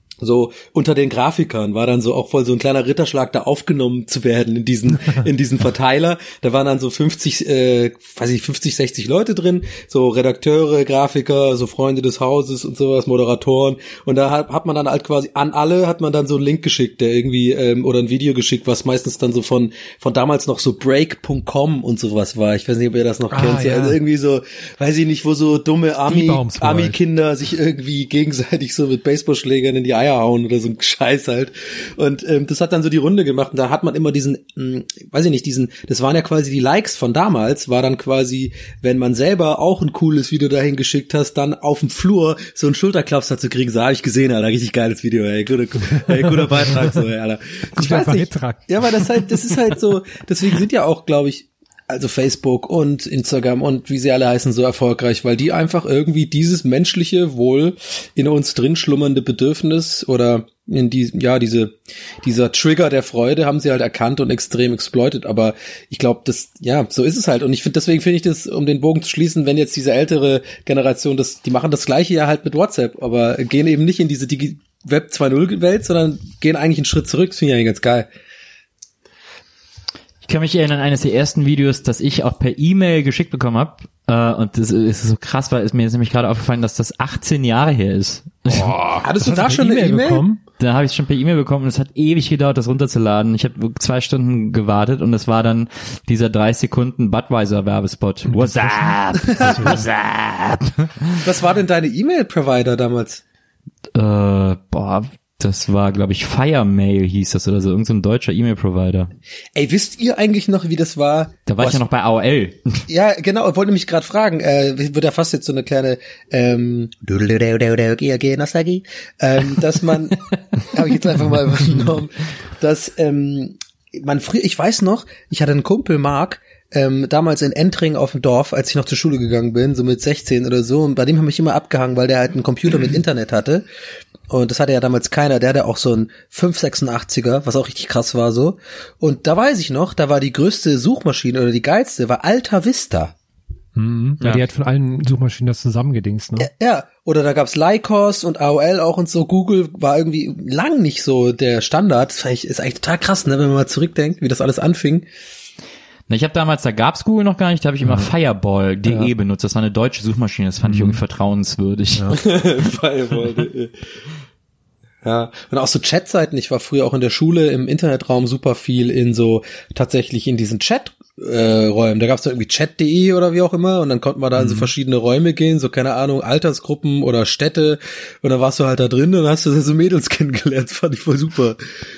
so unter den Grafikern war dann so auch voll so ein kleiner Ritterschlag, da aufgenommen zu werden in diesen in diesen Verteiler. Da waren dann so fünfzig, äh, weiß ich, fünfzig, sechzig Leute drin, so Redakteure, Grafiker, so Freunde des Hauses und sowas, Moderatoren. Und da hat, hat man dann halt quasi an alle hat man dann so einen Link geschickt, der irgendwie ähm, oder ein Video geschickt, was meistens dann so von von damals noch so break punkt com und sowas war. Ich weiß nicht, ob ihr das noch ah, kennt. Ja. Also irgendwie so, weiß ich nicht, wo so dumme Ami Ami-Kinder sich irgendwie gegenseitig so mit Baseballschlägern in die Eier hauen oder so ein Scheiß halt. Und ähm, das hat dann so die Runde gemacht. Und da hat man immer diesen, mh, weiß ich nicht, diesen, das waren ja quasi die Likes von damals, war dann quasi, wenn man selber auch ein cooles Video dahin geschickt hast, dann auf dem Flur so einen Schulterklaps dazu kriegen. So, habe ich gesehen, Alter, richtig geiles Video, ey, guter, ey, guter Beitrag, so, ey, Alter. Ich weiß nicht. Ja, aber das halt, das ist halt so, deswegen sind ja auch, glaube ich, also Facebook und Instagram und wie sie alle heißen, so erfolgreich, weil die einfach irgendwie dieses menschliche, wohl in uns drin schlummernde Bedürfnis oder in die, ja, diese, dieser Trigger der Freude haben sie halt erkannt und extrem exploitet, aber ich glaube, das, ja, so ist es halt und ich finde, deswegen finde ich das, um den Bogen zu schließen, wenn jetzt diese ältere Generation, das, die machen das Gleiche ja halt mit WhatsApp, aber gehen eben nicht in diese Digi- Web zwei Punkt null Welt, sondern gehen eigentlich einen Schritt zurück, das finde ich eigentlich ganz geil. Ich kann mich erinnern, eines der ersten Videos, das ich auch per E-Mail geschickt bekommen habe, äh, und das ist so krass, weil es mir ist nämlich gerade aufgefallen, dass das achtzehn Jahre her ist. Boah, hattest du da schon eine E-Mail bekommen? Da habe ich schon per E-Mail bekommen und es hat ewig gedauert, das runterzuladen. Ich habe zwei Stunden gewartet und es war dann dieser dreißig Sekunden Budweiser-Werbespot. What's up? What's up? Was war denn deine E-Mail-Provider damals? Äh, boah, das war, glaube ich, Firemail hieß das oder so, irgend so ein deutscher E-Mail-Provider. Ey, wisst ihr eigentlich noch, wie das war? Da war Was? ich ja noch bei A O L. Ja, genau, ich wollte mich gerade fragen, äh, wird ja fast jetzt so eine kleine, ähm, ähm dass man, habe ich jetzt einfach mal übernommen, dass ähm, man früher, ich weiß noch, ich hatte einen Kumpel, Marc, Ähm, damals in Entring auf dem Dorf, als ich noch zur Schule gegangen bin, so mit sechzehn oder so, und bei dem habe ich immer abgehangen, weil der halt einen Computer mit Internet hatte und das hatte ja damals keiner, der hatte auch so ein fünf sechsundachtziger, was auch richtig krass war so, und da weiß ich noch, da war die größte Suchmaschine oder die geilste, war Alta Vista. Mhm. Ja. Ja. Die hat von allen Suchmaschinen das zusammengedingst, ne? Ja, ja, oder da gab's Lycos und A O L auch und so. Google war irgendwie lang nicht so der Standard. Das ist eigentlich total krass, ne, wenn man mal zurückdenkt, wie das alles anfing. Na, ich habe damals, da gab's Google noch gar nicht, da habe ich immer Fireball punkt de Ja. benutzt. Das war eine deutsche Suchmaschine, das fand ich irgendwie vertrauenswürdig. Ja. Fireball. Ja, und auch so Chatseiten. Ich war früher auch in der Schule im Internetraum super viel in so, tatsächlich in diesen Chat äh, Räumen. Da gab's da irgendwie chat punkt de oder wie auch immer und dann konnten wir da in so verschiedene Räume gehen, so keine Ahnung, Altersgruppen oder Städte und dann warst du halt da drin und dann hast du so Mädels kennengelernt. Das fand ich voll super.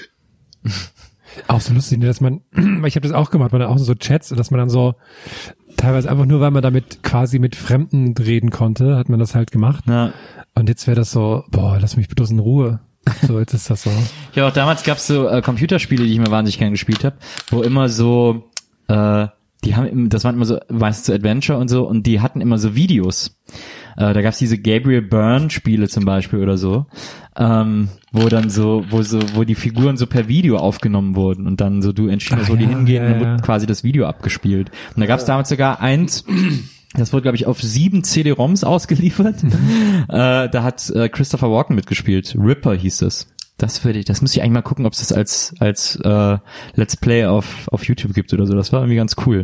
Auch so lustig, ne, dass man, ich habe das auch gemacht, man hat auch so Chats, dass man dann so teilweise einfach nur, weil man damit quasi mit Fremden reden konnte, hat man das halt gemacht. Ja. Und jetzt wäre das so, boah, lass mich bitte in Ruhe. So, jetzt ist das so. Ja, auch damals gab's so äh, Computerspiele, die ich mir wahnsinnig gerne gespielt habe, wo immer so, äh, die haben, im- das waren immer so, meistens so Adventure und so, und die hatten immer so Videos. Äh, da gab's diese Gabriel Byrne Spiele zum Beispiel oder so, ähm, wo dann so, wo so, wo die Figuren so per Video aufgenommen wurden und dann so du entschieden hast, Ach wo die ja, hingehen, ja, und dann ja. wurde quasi das Video abgespielt. Und da gab's damals sogar eins, das wurde, glaube ich, auf sieben C D-ROMs ausgeliefert. äh, da hat äh, Christopher Walken mitgespielt. Ripper hieß es. Das würde ich, das müsste ich eigentlich mal gucken, ob es das als als äh, Let's Play auf auf YouTube gibt oder so. Das war irgendwie ganz cool.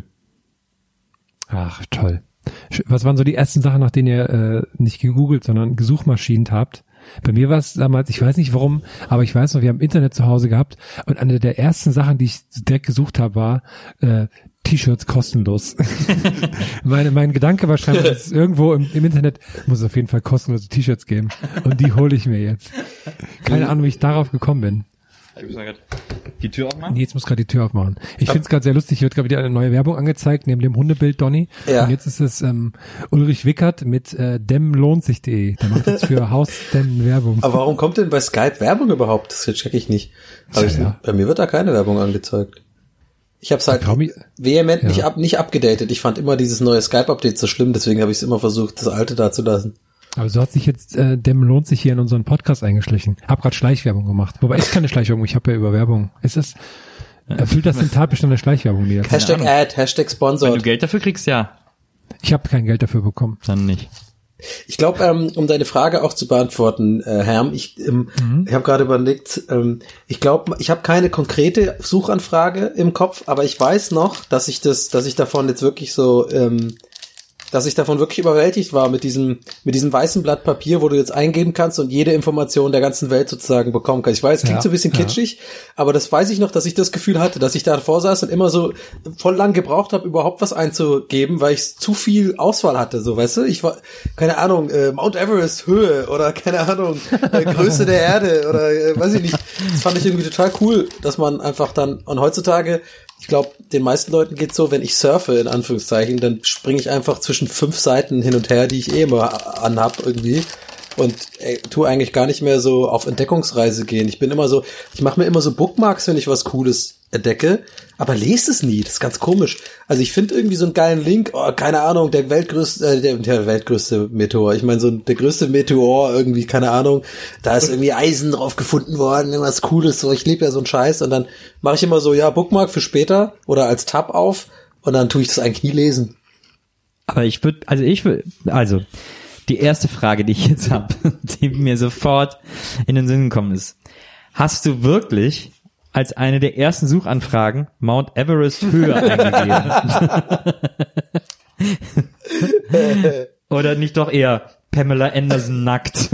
Ach, toll. Sch- Was waren so die ersten Sachen, nach denen ihr äh, nicht gegoogelt, sondern gesuchmaschinen habt? Bei mir war es damals, ich weiß nicht warum, aber ich weiß noch, wir haben Internet zu Hause gehabt und eine der ersten Sachen, die ich direkt gesucht habe, war äh, T-Shirts kostenlos. Meine, mein Gedanke war scheinbar, dass es irgendwo im, im Internet muss es auf jeden Fall kostenlose T-Shirts geben und die hole ich mir jetzt. Keine Ahnung, wie ich darauf gekommen bin. Die Tür aufmachen? Nee, jetzt muss gerade die Tür aufmachen. Ich finde es gerade sehr lustig, hier wird gerade wieder eine neue Werbung angezeigt, neben dem Hundebild Donny. Ja. Und jetzt ist es ähm, Ulrich Wickert mit äh, demlohnt sich punkt de. Der macht jetzt für Hausdem Werbung. Aber warum kommt denn bei Skype Werbung überhaupt? Das check ich nicht. Hab ich, Ja. Bei mir wird da keine Werbung angezeigt. Ich habe es halt Ich glaub, ich- vehement ja. nicht ab, nicht abgedatet. Ich fand immer dieses neue Skype-Update so schlimm, deswegen habe ich es immer versucht, das alte da zu lassen. Aber so hat sich jetzt äh, Dem lohnt sich hier in unseren Podcast eingeschlichen. Hab gerade Schleichwerbung gemacht. Wobei ist keine Schleichwerbung, ich habe ja über Werbung. Ist das, erfüllt das den Tatbestand der Schleichwerbung? Die jetzt? Hashtag Ahnung. Ad, Hashtag Wenn du Sponsored. Geld dafür kriegst, ja. Ich habe kein Geld dafür bekommen. Dann nicht. Ich glaube, ähm, um deine Frage auch zu beantworten, äh, Herm, ich, ähm, ich habe gerade überlegt, ähm, ich glaube, ich habe keine konkrete Suchanfrage im Kopf, aber ich weiß noch, dass ich das, dass ich davon jetzt wirklich so, ähm, dass ich davon wirklich überwältigt war mit diesem, mit diesem weißen Blatt Papier, wo du jetzt eingeben kannst und jede Information der ganzen Welt sozusagen bekommen kannst. Ich weiß, es klingt Ja, so ein bisschen ja. kitschig, aber das weiß ich noch, dass ich das Gefühl hatte, dass ich da davor saß und immer so voll lang gebraucht habe, überhaupt was einzugeben, weil ich zu viel Auswahl hatte, so, weißt du? Ich war, keine Ahnung, äh, Mount Everest Höhe oder keine Ahnung, äh, Größe der Erde oder äh, weiß ich nicht. Das fand ich irgendwie total cool, dass man einfach dann, und heutzutage, ich glaube, den meisten Leuten geht's so, wenn ich surfe, in Anführungszeichen, dann springe ich einfach zwischen fünf Seiten hin und her, die ich eh immer anhab irgendwie und ey, tu eigentlich gar nicht mehr so auf Entdeckungsreise gehen. Ich bin immer so, ich mache mir immer so Bookmarks, wenn ich was Cooles entdecke, aber lese es nie. Das ist ganz komisch. Also ich finde irgendwie so einen geilen Link, oh, keine Ahnung, der weltgrößte, äh, der, der weltgrößte Meteor. Ich meine so der größte Meteor irgendwie, keine Ahnung. Da ist irgendwie Eisen drauf gefunden worden, irgendwas Cooles. So, ich liebe ja so einen Scheiß und dann mache ich immer so, ja Bookmark für später oder als Tab auf und dann tue ich das eigentlich nie lesen. Aber ich würde, also ich würde, also die erste Frage, die ich jetzt habe, die mir sofort in den Sinn gekommen ist: Hast du wirklich als eine der ersten Suchanfragen Mount Everest Höhe eingegeben? Oder nicht doch eher Pamela Anderson nackt?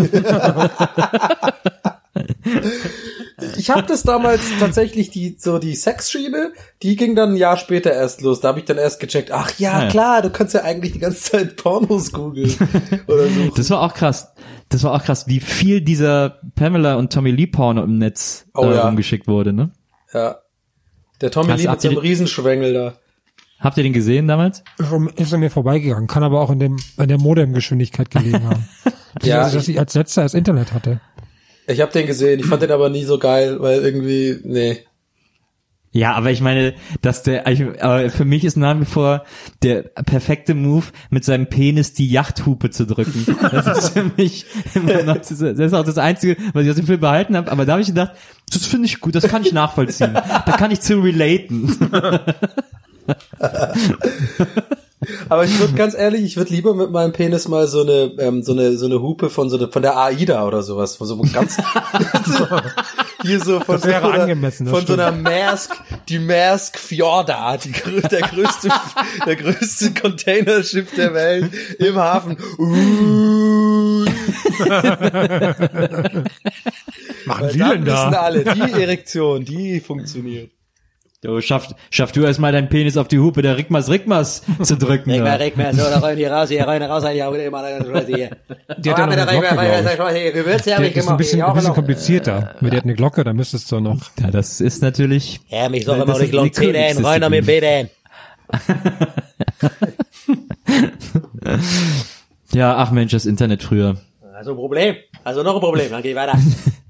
Ich habe das damals tatsächlich, die so die Sexschiene, die ging dann ein Jahr später erst los. Da habe ich dann erst gecheckt, ach ja, Ah, ja. klar, du kannst ja eigentlich die ganze Zeit Pornos googeln oder so. Das war auch krass. Das war auch krass, wie viel dieser Pamela und Tommy Lee Porno im Netz Oh, äh, ja. umgeschickt wurde, ne? Ja. Der Tommy Hast- Lee mit habt so ihr einem die- Riesenschwengel da. Habt ihr den gesehen damals? Ist an mir vorbeigegangen, kann aber auch in dem an der Modemgeschwindigkeit gelegen haben. Ja, also, dass ich als letzter das Internet hatte. Ich habe den gesehen, ich fand den aber nie so geil, weil irgendwie, nee. Ja, aber ich meine, dass der, ich, aber für mich ist nach wie vor der perfekte Move, mit seinem Penis die Yachthupe zu drücken. Das ist für mich immer noch, das ist auch das Einzige, was ich aus dem Film behalten habe. Aber da habe ich gedacht, das finde ich gut, das kann ich nachvollziehen. Da kann ich zu relaten. Aber ich würde ganz ehrlich, ich würde lieber mit meinem Penis mal so eine, ähm, so eine, so eine Hupe von so eine, von der AIDA oder sowas, von so einem ganz, hier so von, Das wäre so, einer, angemessen, das von so stimmt. einer Maersk, die Maersk Fjorda, die, grö- der größte, der größte Containerschiff der Welt im Hafen. Uh. Machen Weil die dann denn wissen da? alle, die Erektion, die funktioniert. Du, schaff, schaff du erstmal deinen Penis auf die Hupe der Rickmas Rickmas zu drücken. Reg mal, Ja. reg mal, so, da rein, hier raus, hier rein, raus, hier, wieder immer, hier. Die hat ja noch eine Glocke, glaube ich. Gewürze Der habe ich ist ein gemacht. bisschen, ich ein auch bisschen noch. komplizierter. Mit der hat eine Glocke, dann müsstest du noch. Ja, das ist natürlich... Ja, mich soll Das immer ist durch Long die Zähne, Königsdisziplin. rein damit Beten. Ja, ach Mensch, das Internet früher. Also ein Problem. Also noch ein Problem, dann geh ich weiter.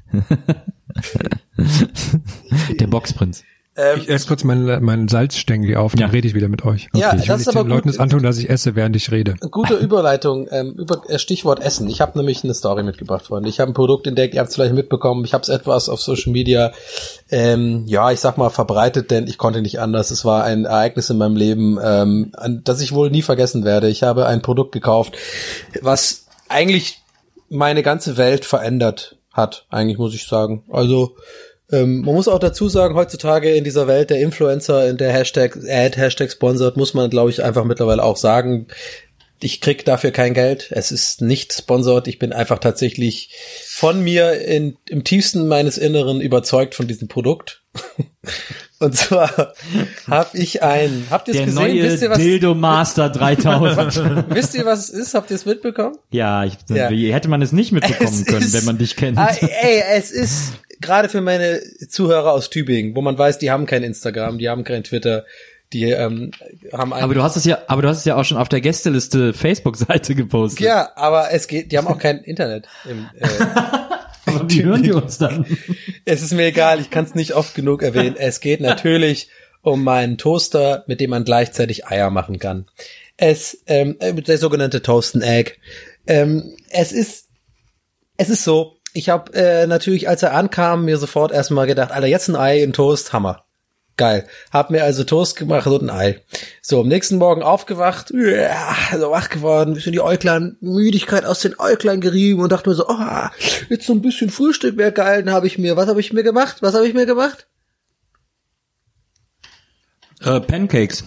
Der Boxprinz. Ähm, Ich esse kurz meinen meinen Salzstängel auf, dann Ja. rede ich wieder mit euch. Ja, ich will das nicht ist aber den Leuten gut. das antun, dass ich esse, während ich rede. Gute Überleitung, ähm, über äh, Stichwort Essen. Ich habe nämlich eine Story mitgebracht, Freunde. Ich habe ein Produkt entdeckt, ihr habt es vielleicht mitbekommen. Ich habe es etwas auf Social Media, ähm, ja, ich sag mal, verbreitet, denn ich konnte nicht anders. Es war ein Ereignis in meinem Leben, ähm, an, das ich wohl nie vergessen werde. Ich habe ein Produkt gekauft, was eigentlich meine ganze Welt verändert hat, eigentlich muss ich sagen. Also Ähm, man muss auch dazu sagen, heutzutage in dieser Welt der Influencer, in der Hashtag Ad, Hashtag Sponsored, muss man, glaube ich, einfach mittlerweile auch sagen, ich krieg dafür kein Geld. Es ist nicht sponsored. Ich bin einfach tatsächlich von mir in, im tiefsten meines Inneren überzeugt von diesem Produkt. Und zwar habe ich ein, habt ihr es Der gesehen? neue Wisst ihr, was, Dildo Master dreitausend. wisst ihr, was es ist? Habt ihr es mitbekommen? Ja, ich, Ja. wie hätte man es nicht mitbekommen Es können, ist- wenn man dich kennt. Ah, ey, es ist gerade für meine Zuhörer aus Tübingen, wo man weiß, die haben kein Instagram, die haben kein Twitter, die ähm, haben ein Aber du hast es ja, aber du hast es ja auch schon auf der Gästeliste Facebook-Seite gepostet. ja, aber es geht, die haben auch kein Internet. Im, äh, aber wie hören die uns dann? es ist mir egal, ich kann es nicht oft genug erwähnen. Es geht natürlich um meinen Toaster, mit dem man gleichzeitig Eier machen kann. Es, ähm, der sogenannte Toast and Egg. Ähm, es ist, es ist so. Ich habe äh, natürlich, als er ankam, mir sofort erstmal gedacht, Alter, jetzt ein Ei, ein Toast, Hammer. Geil. Hab mir also Toast gemacht und ein Ei. So, am nächsten Morgen aufgewacht, ja, so wach geworden, ein bisschen die Äuglein, Müdigkeit aus den Äuglein gerieben und dachte mir so, oh, jetzt so ein bisschen Frühstück wäre geil. Dann habe ich mir, was habe ich mir gemacht? Was habe ich mir gemacht? Äh, Pancakes.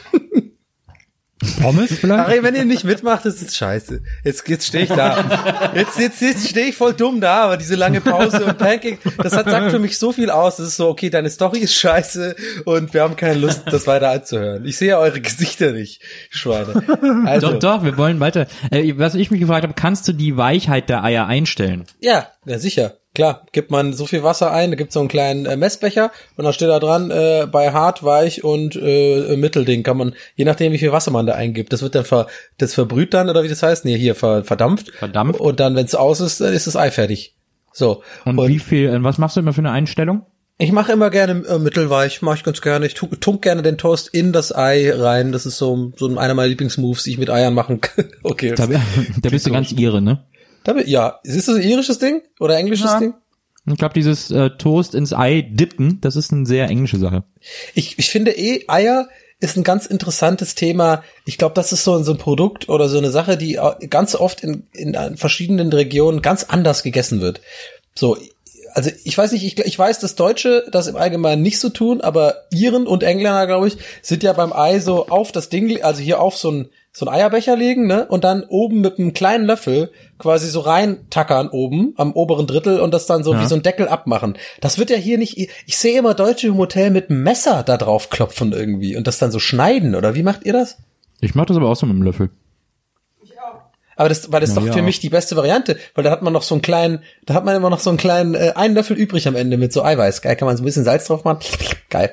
Pommes vielleicht? Ach, ey, wenn ihr nicht mitmacht, ist es scheiße. Jetzt, jetzt stehe ich da. Jetzt, jetzt, jetzt stehe ich voll dumm da, aber diese lange Pause und Pancake, das hat, sagt für mich so viel aus. Das ist so, okay, deine Story ist scheiße und wir haben keine Lust, das weiter anzuhören. Ich sehe ja eure Gesichter nicht, Schweine. Also, Doch, doch, wir wollen weiter. Äh, was ich mich gefragt habe, kannst du die Weichheit der Eier einstellen? ja, ja, sicher. Klar, gibt man so viel Wasser ein, da gibt's so einen kleinen äh, Messbecher und da steht da dran, äh, bei hart, weich und äh, Mittelding kann man, je nachdem wie viel Wasser man da eingibt, das wird dann ver, das verbrüht dann, oder wie das heißt, nee, hier, ver, verdampft. Verdampft. Und dann, wenn es aus ist, dann ist das Ei fertig. So. Und, wie viel, äh, was machst du immer für eine Einstellung? Ich mache immer gerne äh, mittelweich, mache ich ganz gerne. Ich tu, tunk gerne den Toast in das Ei rein. Das ist so, so einer meiner Lieblingsmoves, die ich mit Eiern machen kann. Okay. Da, da bist du ganz irre, ne? Da, ja, ist das ein irisches Ding oder englisches Ja. Ding? Ich glaube, dieses äh, Toast ins Ei dippen, das ist eine sehr englische Sache. Ich, ich finde eh, Eier ist ein ganz interessantes Thema. Ich glaube, das ist so, so ein Produkt oder so eine Sache, die ganz oft in, in verschiedenen Regionen ganz anders gegessen wird. So, also ich weiß nicht, ich, ich weiß, dass Deutsche das im Allgemeinen nicht so tun, aber Iren und Engländer, glaube ich, sind ja beim Ei so auf das Ding, also hier auf so ein so ein Eierbecher legen, ne, und dann oben mit einem kleinen Löffel quasi so rein tackern oben am oberen Drittel und das dann so Ja. wie so ein Deckel abmachen. Das wird ja hier nicht, ich sehe immer Deutsche im Hotel mit einem Messer da drauf klopfen irgendwie und das dann so schneiden, oder wie macht ihr das? Ich mache das aber auch so mit dem Löffel. Aber das, weil das Na doch ja. für mich die beste Variante, weil da hat man noch so einen kleinen, da hat man immer noch so einen kleinen, äh, einen Löffel übrig am Ende mit so Eiweiß. Geil, kann man so ein bisschen Salz drauf machen. Geil.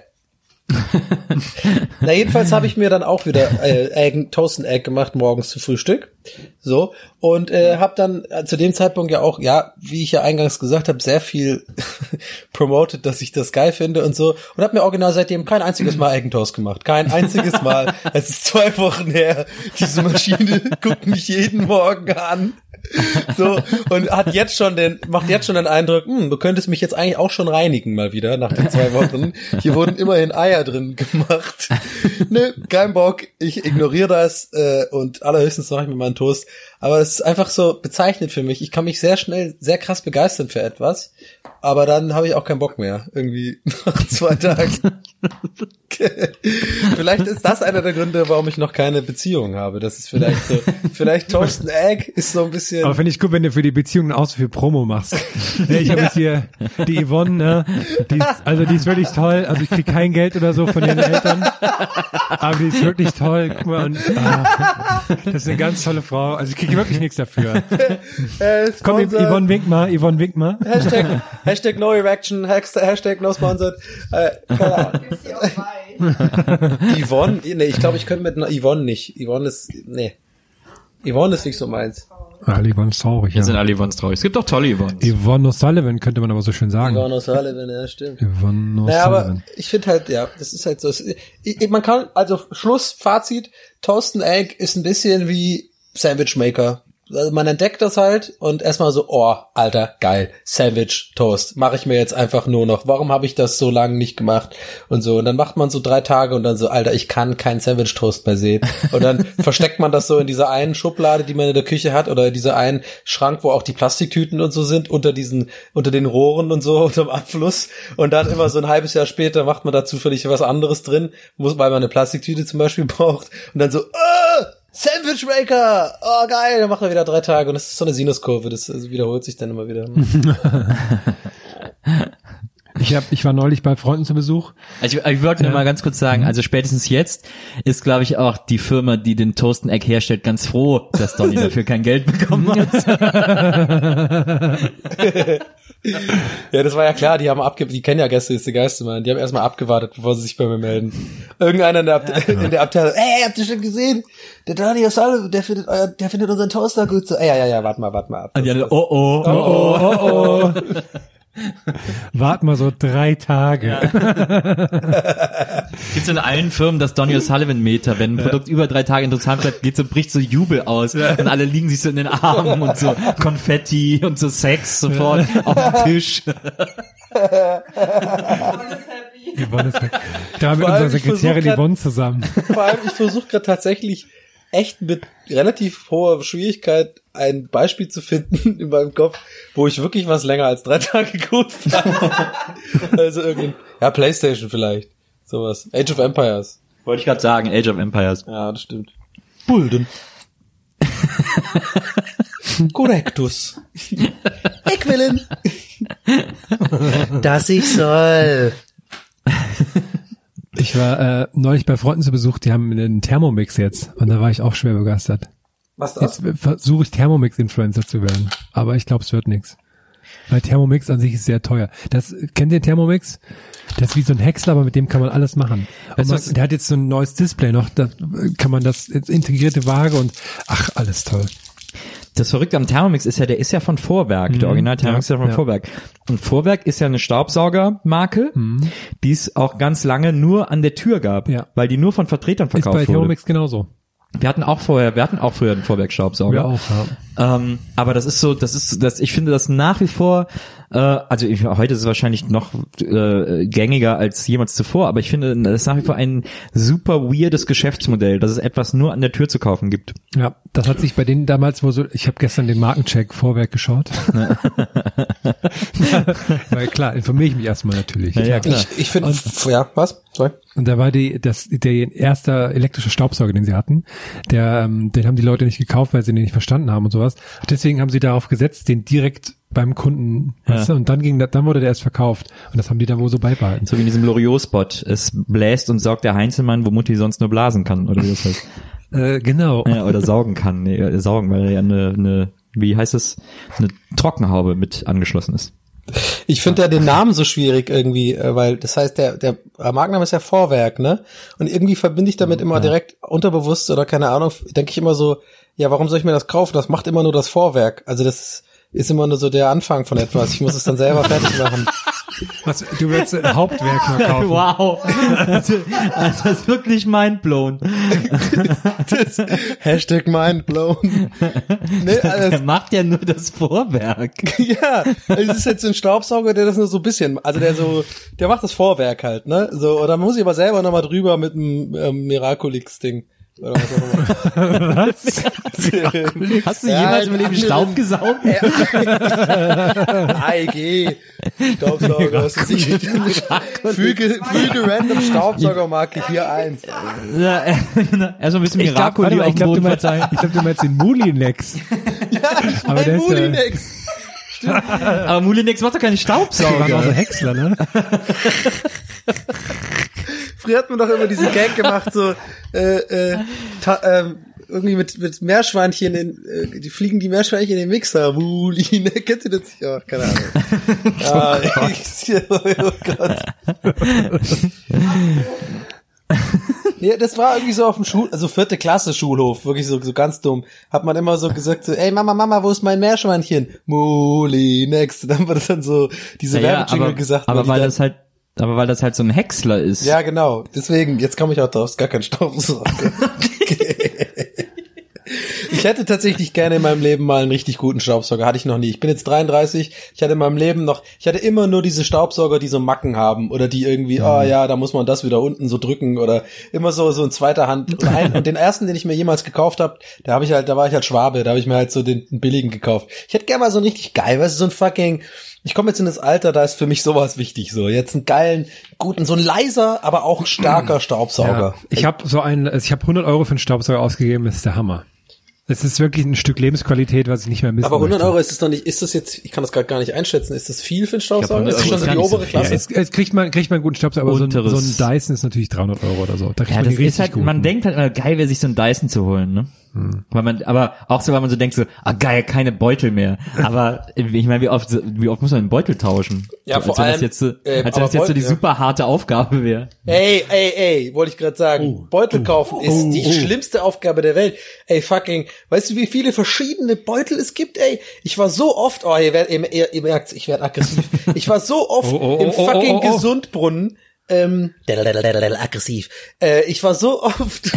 Na, jedenfalls habe ich mir dann auch wieder äh, Egg, Toast and Egg gemacht morgens zum Frühstück. So. Und äh, habe dann äh, zu dem Zeitpunkt ja auch, ja, wie ich ja eingangs gesagt habe, sehr viel promoted, dass ich das geil finde und so. Und habe mir original seitdem kein einziges Mal Egg and Toast gemacht. Kein einziges Mal. Es ist zwei Wochen her. Diese Maschine guckt mich jeden Morgen an. So, und hat jetzt schon den, macht jetzt schon den Eindruck, hm, du könntest mich jetzt eigentlich auch schon reinigen mal wieder nach den zwei Wochen. Hier wurden immerhin Eier drin Erfahrungen gemacht. Nö, kein Bock, ich ignoriere das äh, und allerhöchstens mache ich mir mal einen Toast. Aber es ist einfach so bezeichnet für mich. Ich kann mich sehr schnell, sehr krass begeistern für etwas, aber dann habe ich auch keinen Bock mehr. Irgendwie nach zwei Tagen. Vielleicht ist das einer der Gründe, warum ich noch keine Beziehung habe. Das ist vielleicht so, vielleicht Toast and Egg ist so ein bisschen... Aber finde ich gut, wenn du für die Beziehungen auch so viel Promo machst. Ja, ich habe jetzt hier die Yvonne, ne? Die ist, also die ist wirklich toll. Also ich krieg kein Geld oder so von ihren Eltern. Aber die ist wirklich toll. Guck mal, und, ah, das ist eine ganz tolle Frau. Also ich kriege wirklich nichts dafür. Äh, Komm, Yvonne, wink mal, Yvonne, wink mal. Hashtag, Hashtag no erection, Hashtag no sponsored. Äh, keine Ahnung. Yvonne, nee, ich glaube, ich könnte mit einer Yvonne nicht. Yvonne ist, nee. Yvonne ist nicht so meins. Ah, Yvonne ist traurig, Hier ja. sind alle Yvonnes traurig. Es gibt auch tolle Yvonnes. Yvonne O'Sullivan könnte man aber so schön sagen. Yvonne O'Sullivan, ja, stimmt. Yvonne O'Sullivan. Naja, aber ich finde halt, ja, das ist halt so. Ich, ich, man kann, also Schluss, Fazit, Toast and Egg ist ein bisschen wie Sandwich Maker. Also man entdeckt das halt und erstmal so, oh, Alter, geil, Sandwich Toast, mache ich mir jetzt einfach nur noch. Warum habe ich das so lange nicht gemacht und so? Und dann macht man so drei Tage und dann so, Alter, ich kann keinen Sandwich Toast mehr sehen. Und dann versteckt man das so in dieser einen Schublade, die man in der Küche hat, oder in dieser einen Schrank, wo auch die Plastiktüten und so sind, unter diesen, unter den Rohren und so, unterm Abfluss. Und dann immer so ein halbes Jahr später macht man da zufällig was anderes drin, muss, weil man eine Plastiktüte zum Beispiel braucht. Und dann so, äh, Sandwich Maker! Oh, geil! Dann macht er wieder drei Tage und das ist so eine Sinuskurve, das also wiederholt sich dann immer wieder. Ich hab, ich war neulich bei Freunden zu Besuch. Also ich, ich wollte nur Ja. mal ganz kurz sagen, also spätestens jetzt ist, glaube ich, auch die Firma, die den Toast and Egg herstellt, ganz froh, dass Donny dafür kein Geld bekommen hat. Ja, das war ja klar, die haben abge, die kennen ja Gäste ist der Geistermann, die haben erstmal abgewartet, bevor sie sich bei mir melden. Irgendeiner in der, Abte- in der Abteilung, ey, habt ihr schon gesehen? Der Donny O'Sullivan, der findet euer, der findet unseren Toaster gut so. Ey, ja, ja, ja, warte mal, warte mal ab. Und die alle, oh oh, oh oh. Oh, oh. Wart mal so drei Tage. Gibt's in allen Firmen das Donny O'Sullivan Meter, wenn ein Produkt über drei Tage interessant bleibt, geht so, bricht so Jubel aus und alle liegen sich so in den Armen und so Konfetti und so Sex sofort auf dem Tisch. Yvonne ist weg. Da mit Vor allem, unserer ich versuch Sekretärin grad- Yvonne zusammen. Vor allem, ich versuche gerade tatsächlich echt mit relativ hoher Schwierigkeit ein Beispiel zu finden in meinem Kopf, wo ich wirklich was länger als drei Tage gut fand. Also irgendein, ja, PlayStation vielleicht. Sowas. Age of Empires. Wollte ich gerade sagen, Age of Empires. Ja, das stimmt. Bulden. Correctus. Ich willen. Dass ich soll. Ich war äh, neulich bei Freunden zu Besuch, die haben einen Thermomix jetzt und da war ich auch schwer begeistert. Was das? Jetzt versuche ich Thermomix-Influencer zu werden, aber ich glaube, es wird nichts. Weil Thermomix an sich ist sehr teuer. Das, kennt ihr Thermomix? Das ist wie so ein Häcksler, aber mit dem kann man alles machen. Und man, der hat jetzt so ein neues Display noch, da kann man das, integrierte Waage und ach, alles toll. Das Verrückte am Thermomix ist ja, der ist ja von Vorwerk. Mhm. Der Original Thermomix Ja, ist ja von ja. Vorwerk. Und Vorwerk ist ja eine Staubsaugermarke, Mhm. die es auch ganz lange nur an der Tür gab, Ja. weil die nur von Vertretern Ist verkauft bei wurde. Thermomix genauso. Wir hatten auch vorher, wir hatten auch früher einen Vorwerk-Staubsauger. Wir auch, ja. Ähm, aber das ist so, das ist, das, ich finde das nach wie vor, äh, also ich, heute ist es wahrscheinlich noch äh, gängiger als jemals zuvor, aber ich finde, das ist nach wie vor ein super weirdes Geschäftsmodell, dass es etwas nur an der Tür zu kaufen gibt. Ja, das hat sich bei denen damals, wo so, ich habe gestern den Markencheck Vorwerk geschaut. Weil klar, informiere ich mich erstmal natürlich. Ja, ja, klar. Ich, ich finde, ja, was? Sorry. Und da war die, das, der erste elektrische Staubsauger, den sie hatten, der, ähm, den haben die Leute nicht gekauft, weil sie den nicht verstanden haben und sowas. Deswegen haben sie darauf gesetzt, den direkt beim Kunden, Ja. weißt du, und dann ging, dann wurde der erst verkauft. Und das haben die dann wohl so beibehalten. So wie in diesem Loriot-Spot. Es bläst und saugt der Heinzelmann, wo Mutti sonst nur blasen kann, oder wie das heißt. Äh, genau. Ja, oder saugen kann. Nee, äh, saugen, weil er ja eine, eine, wie heißt es, eine Trockenhaube mit angeschlossen ist. Ich finde ja den Namen so schwierig irgendwie, äh, weil das heißt, der der Markenname ist ja Vorwerk, ne? Und irgendwie verbinde ich damit immer direkt unterbewusst oder keine Ahnung, denke ich immer so, ja, warum soll ich mir das kaufen? Das macht immer nur das Vorwerk. Also das ist immer nur so der Anfang von etwas. Ich muss es dann selber fertig machen. Was, du willst ein Hauptwerk nur kaufen. Wow. Also, also das ist wirklich mindblown. Das, Hashtag mindblown. Nee, Der alles, macht ja nur das Vorwerk. ja, es ist jetzt so ein Staubsauger, der das nur so ein bisschen, also der so, der macht das Vorwerk halt, ne? So, oder muss ich aber selber nochmal drüber mit dem ähm, Miraculix-Ding. Oder was auch immer. Was? Hast du Ja, jemals im Leben andere- Staub gesaugt? I G Staubsauger, was ist ich? Füge, füge random Staubsaugermarke hier eins. Ja, äh, erstmal ein bisschen Ich glaube, Miracoli auf ich dem glaube, du Boden meinst, verteilen. ich glaub, du meinst den Mulinex. Ja, ich Aber der mein ist ja- Mulinex. Aber Mulinex macht doch keine Das war auch so Staubsauger. Häcksler, ne? Früher hat man doch immer diesen Gag gemacht, so äh, äh, ta, ähm, irgendwie mit mit Meerschweinchen in, äh, die fliegen die Meerschweinchen in den Mixer. Muline, kennst du das? Ja, keine Ahnung. ah, ich, oh Gott. Ja, das war irgendwie so auf dem Schul, also vierte Klasse Schulhof, wirklich so so ganz dumm. Hat man immer so gesagt, so, ey Mama, Mama, wo ist mein Meerschweinchen? Mulinex. Dann haben wir das dann so diese Ja, Werbejingle aber, gesagt. aber die weil dann, das halt, aber weil das halt so ein Häcksler ist. ja, genau. Deswegen, jetzt komme ich auch drauf, ist gar kein Staubsauger. Ich hätte tatsächlich gerne in meinem Leben mal einen richtig guten Staubsauger. Hatte ich noch nie. Ich bin jetzt dreiunddreißig. Ich hatte in meinem Leben noch, ich hatte immer nur diese Staubsauger, die so Macken haben oder die irgendwie, ah Mhm. oh, ja, da muss man das wieder unten so drücken oder immer so so in zweiter Hand. Und, ein, und den ersten, den ich mir jemals gekauft habe, da habe ich halt, da war ich halt Schwabe, da habe ich mir halt so den, den billigen gekauft. Ich hätte gerne mal so einen richtig geil, weißt du, so ein fucking, ich komme jetzt in das Alter, da ist für mich sowas wichtig, so jetzt einen geilen, guten, so ein leiser, aber auch starker Staubsauger. Ja, ich habe so einen, also ich habe hundert Euro für einen Staubsauger ausgegeben, das ist der Hammer. Es ist wirklich ein Stück Lebensqualität, was ich nicht mehr missen Aber hundert möchte. Euro ist es doch nicht, ist das jetzt, ich kann das gerade gar nicht einschätzen, ist das viel für einen Staubsauger? hundert Ist das Euro schon so ist die gar nicht so obere viel. Ja, Klasse? jetzt, jetzt kriegt man, kriegt man einen guten Staubsauger, aber so ein, so Unteres. ein Dyson ist natürlich dreihundert Euro oder so. Da kriegt Ja, man das die richtig ist halt, guten. man denkt halt, immer, geil wäre sich so einen Dyson zu holen, ne? Hm. Weil man, aber auch so, weil man so denkt so, ah geil, keine Beutel mehr. Aber ich meine, wie oft, wie oft muss man einen Beutel tauschen? Ja, so, vor als wenn allem, das jetzt so, äh, als wenn aber das jetzt so die Beutel, ja. super harte Aufgabe wäre. Ey, ey, ey, wollte ich gerade sagen, Beutel kaufen ist die schlimmste Aufgabe der Welt. Ey, fucking, weißt du, wie viele verschiedene Beutel es gibt, ey? Ich war so oft, oh, ihr, werdet, ihr, ihr, ihr merkt's, ich werde aggressiv. Ich war so oft Oh, oh, im oh, fucking oh, oh, oh. Gesundbrunnen, ähm, aggressiv. Äh, ich war so oft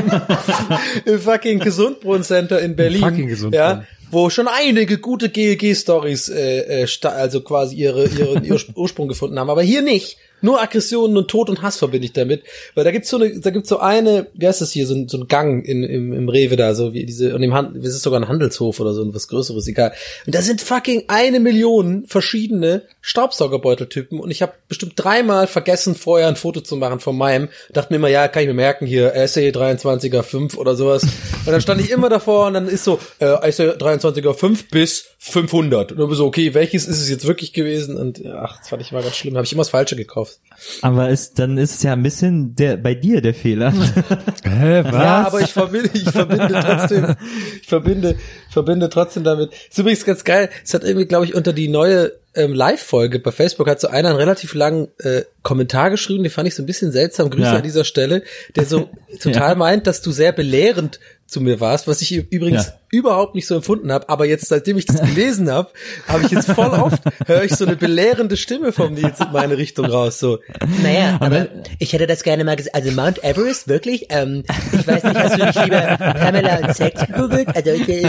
im, im fucking Gesundbrunnen-Center in Berlin. Fucking Gesundbrunnen. Ja, wo schon einige gute G L G-Stories, äh, äh, sta- also quasi ihre, ihren Ur- Ursprung gefunden haben. Aber hier nicht. Nur Aggressionen und Tod und Hass verbinde ich damit. Weil da gibt's so eine, da gibt's so eine, wie heißt das hier, so ein, so ein Gang in, im, im Rewe da, so wie diese, und im Hand, das ist sogar ein Handelshof oder so, was Größeres, egal. Und da sind fucking eine Million verschiedene Staubsaugerbeuteltypen und ich habe bestimmt dreimal vergessen, vorher ein Foto zu machen von meinem. Dachte mir immer, ja, kann ich mir merken, hier, S A dreiundzwanziger fünf oder sowas. Und dann stand ich immer davor und dann ist so, äh, S A dreiundzwanziger fünf bis fünfhundert. Und dann so, okay, welches ist es jetzt wirklich gewesen? Und ach, das fand ich mal ganz schlimm. Habe ich immer das Falsche gekauft. Aber ist, dann ist es ja ein bisschen der, bei dir der Fehler. Hä, was? Ja, aber ich verbinde, ich verbinde trotzdem, ich verbinde, verbinde trotzdem damit. Ist übrigens ganz geil. Es hat irgendwie, glaube ich, unter die neue ähm, Live-Folge bei Facebook hat so einer einen relativ langen äh, Kommentar geschrieben, den fand ich so ein bisschen seltsam. Grüße Ja. an dieser Stelle, der so total Ja. meint, dass du sehr belehrend zu mir warst, was ich übrigens Ja. überhaupt nicht so empfunden habe. Aber jetzt, seitdem ich das gelesen habe, habe ich jetzt voll oft, höre ich so eine belehrende Stimme vom Nils in meine Richtung raus. So, naja, aber ich hätte das gerne mal gesagt. Also Mount Everest, wirklich? Ähm, ich weiß nicht, hast du nicht lieber Pamela und Sex gegoogelt? Also,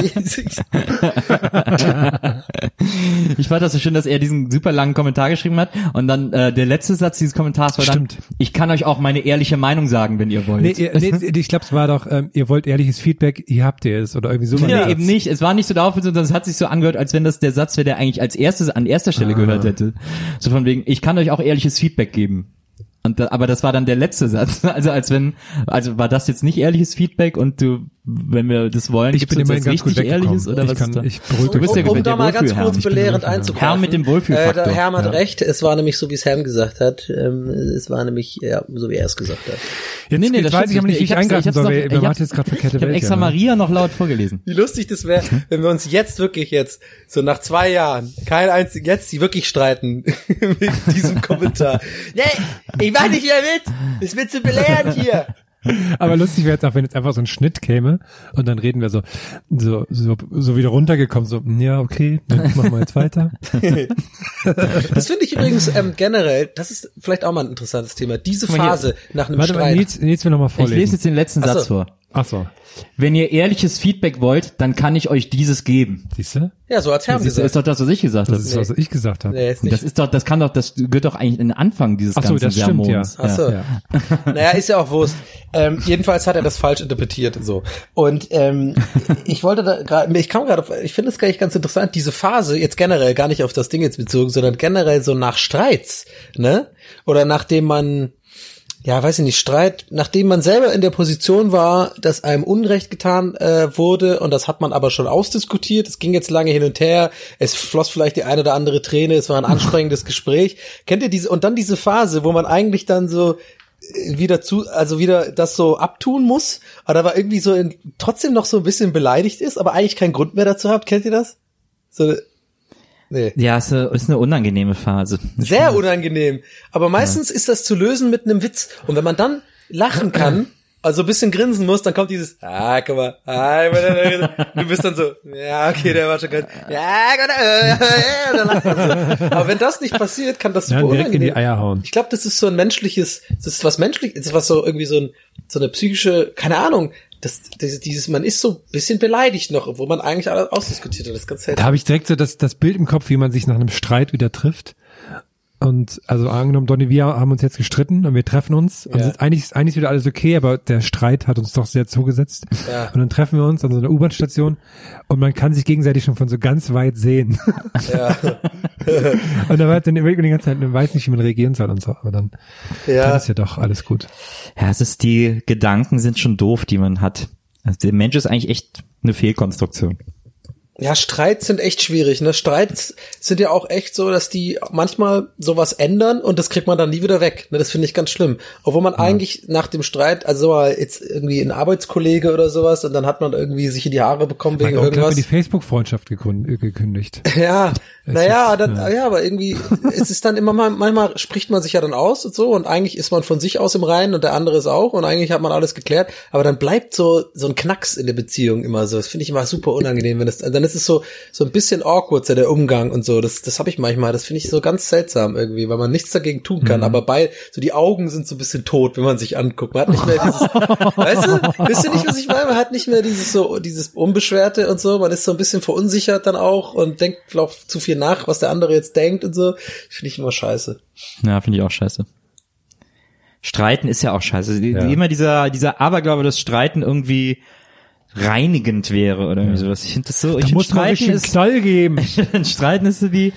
Ich fand das so schön, dass er diesen super langen Kommentar geschrieben hat und dann äh, der letzte Satz dieses Kommentars war dann, Stimmt. ich kann euch auch meine ehrliche Meinung sagen, wenn ihr wollt. Nee, ihr, nee, ich glaube, es war doch, ähm, ihr wollt ehrliches Feedback, hier habt ihr es oder irgendwie so. Nee, eben nicht. Es war nicht so darauf, sondern es hat sich so angehört, als wenn das der Satz wäre, der eigentlich als erstes an erster Stelle Ah. gehört hätte. So von wegen, ich kann euch auch ehrliches Feedback geben. Und da, aber das war dann der letzte Satz. Also als wenn, also war das jetzt nicht ehrliches Feedback und du, wenn wir das wollen, Ich gibt's bin uns immerhin jetzt ganz gut richtig ehrliches weggekommen. oder Ich was kann, ist da? ich beruhige Du bist mich. ja um der da mal ganz Wohlfühlherr. kurz Ich bin belehrend Wohlfühlherr. einzugreifen. Herr mit dem Wohlfühlfaktor. Äh, der Herr hat Ja. recht, es war nämlich so, wie es Ham gesagt hat. Ähm, es war nämlich, ja, so wie er es gesagt hat. Jetzt, Nee, nee, jetzt das weiß stimmt ich aber nicht, wie ich hab's- eingreifen hab's soll, noch- weil ich wir hab's- machen jetzt gerade verkehrte Ich habe Welt. extra ja, ne? Maria noch laut vorgelesen. Wie lustig das wäre, wenn wir uns jetzt wirklich jetzt, so nach zwei Jahren, kein einzig, jetzt die wirklich streiten mit diesem Kommentar. Nee, ich mach nicht mehr mit, es wird zu belehrend hier. Aber lustig wäre jetzt auch, wenn jetzt einfach so ein Schnitt käme und dann reden wir so, so, so, so wieder runtergekommen, so, ja, okay, dann machen wir jetzt weiter. Das finde ich übrigens ähm, generell, das ist vielleicht auch mal ein interessantes Thema, diese Phase nach einem Warte mal, Streit. Nils, Nils will noch mal vorlesen. Ich lese jetzt den letzten Ach so. Satz vor. Ach so, Wenn ihr ehrliches Feedback wollt, dann kann ich euch dieses geben. siehst du? Ja, so hat's Herm Das ist, gesagt. ist doch das, was ich gesagt Das habe. ist, was ich gesagt habe. Nee, ist nicht. Das ist doch, das kann doch, das gehört doch eigentlich in den Anfang dieses Ach so, ganzen das stimmt, ja. Sermons. Ach so. Ja. Naja, ist ja auch Wurst. Ähm, jedenfalls hat er das falsch interpretiert, so. Und ähm, ich wollte da gerade, ich kam gerade, auf- ich finde es gar nicht ganz interessant, diese Phase jetzt generell gar nicht auf das Ding jetzt bezogen, sondern generell so nach Streits, ne? Oder nachdem man, ja, weiß ich nicht, Streit, nachdem man selber in der Position war, dass einem Unrecht getan äh, wurde und das hat man aber schon ausdiskutiert, es ging jetzt lange hin und her, es floss vielleicht die eine oder andere Träne, es war ein anstrengendes Gespräch. Kennt ihr diese, und dann diese Phase, wo man eigentlich dann so äh, wieder zu, also wieder das so abtun muss, aber aber irgendwie so in, trotzdem noch so ein bisschen beleidigt ist, aber eigentlich keinen Grund mehr dazu habt, kennt ihr das? So, nee. Ja, ist eine, ist eine unangenehme Phase. Sehr unangenehm. Aber meistens ist das zu lösen mit einem Witz. Und wenn man dann lachen kann, also ein bisschen grinsen muss, dann kommt dieses, ah, guck mal, ah, du bist dann so, ja, okay, der war schon ganz, ja, Gott, äh, äh, dann lacht man so. Aber wenn das nicht passiert, kann das Ja, super direkt in die unangenehm. Eier hauen. Ich glaube, das ist so ein menschliches, das ist was menschliches, das ist was so irgendwie so ein, so eine psychische, keine Ahnung, das, das, dieses, man ist so ein bisschen beleidigt noch, obwohl man eigentlich alles ausdiskutiert hat, das ist ganz Da seltsam. habe ich direkt so das, das Bild im Kopf, wie man sich nach einem Streit wieder trifft. Und also angenommen, Donny, wir haben uns jetzt gestritten und wir treffen uns. Und Ja. sind, eigentlich, eigentlich ist wieder alles okay, aber der Streit hat uns doch sehr zugesetzt. Ja. Und dann treffen wir uns an so einer U-Bahn-Station und man kann sich gegenseitig schon von so ganz weit sehen. Ja. Und dann, dann überlegt man die ganze Zeit, man weiß nicht, wie man reagieren soll und so. Aber dann, Ja. dann ist ja doch alles gut. Ja, es ist, die Gedanken sind schon doof, die man hat. Also der Mensch ist eigentlich echt eine Fehlkonstruktion. Ja, Streits sind echt schwierig, ne? Streits sind ja auch echt so, dass die manchmal sowas ändern und das kriegt man dann nie wieder weg, ne? Das finde ich ganz schlimm. Obwohl man eigentlich nach dem Streit, also mal jetzt irgendwie ein Arbeitskollege oder sowas und dann hat man irgendwie sich in die Haare bekommen wegen Mein Onkel hat mir irgendwas. die Facebook-Freundschaft gekün- äh, gekündigt. Ja, naja, jetzt, dann, ja. ja. aber irgendwie, es ist dann immer mal, manchmal spricht man sich ja dann aus und so und eigentlich ist man von sich aus im Reinen und der andere ist auch und eigentlich hat man alles geklärt, aber dann bleibt so, so ein Knacks in der Beziehung immer so. Das finde ich immer super unangenehm, wenn das, dann ist es so, so ein bisschen awkward, so der Umgang und so. Das, das habe ich manchmal, das finde ich so ganz seltsam irgendwie, weil man nichts dagegen tun kann, aber bei, so die Augen sind so ein bisschen tot, wenn man sich anguckt. Man hat nicht mehr dieses, weißt du, wisst ihr nicht, was ich meine? Man hat nicht mehr dieses so, dieses Unbeschwerte und so, man ist so ein bisschen verunsichert dann auch und denkt vielleicht zu viel nach, was der andere jetzt denkt und so. Finde ich immer scheiße. Ja, finde ich auch scheiße. Streiten ist ja auch scheiße. Die, Ja. die, immer dieser, dieser Aberglaube, dass Streiten irgendwie reinigend wäre oder irgendwie sowas. Ich finde das so, ich Da finde muss man Streiten richtig einen ist, Knall geben. Streiten ist so die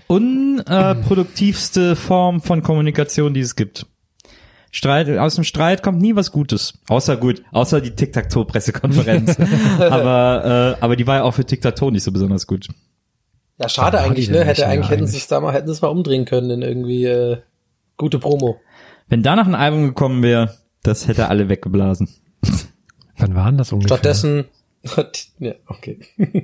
unproduktivste Form von Kommunikation, die es gibt. Streit, aus dem Streit kommt nie was Gutes. Außer gut, außer die Tic-Tac-Toe-Pressekonferenz. aber, äh, aber die war ja auch für Tic-Tac-Toe nicht so besonders gut. Ja, schade Ja, eigentlich, die ne? denn Hätte nicht, eigentlich, ja, hätten sie eigentlich. es da mal, hätten sie es mal umdrehen können in irgendwie äh, gute Promo. Wenn da noch ein Album gekommen wäre, das hätte alle weggeblasen. Wann war denn das ungefähr? Stattdessen, ja, okay.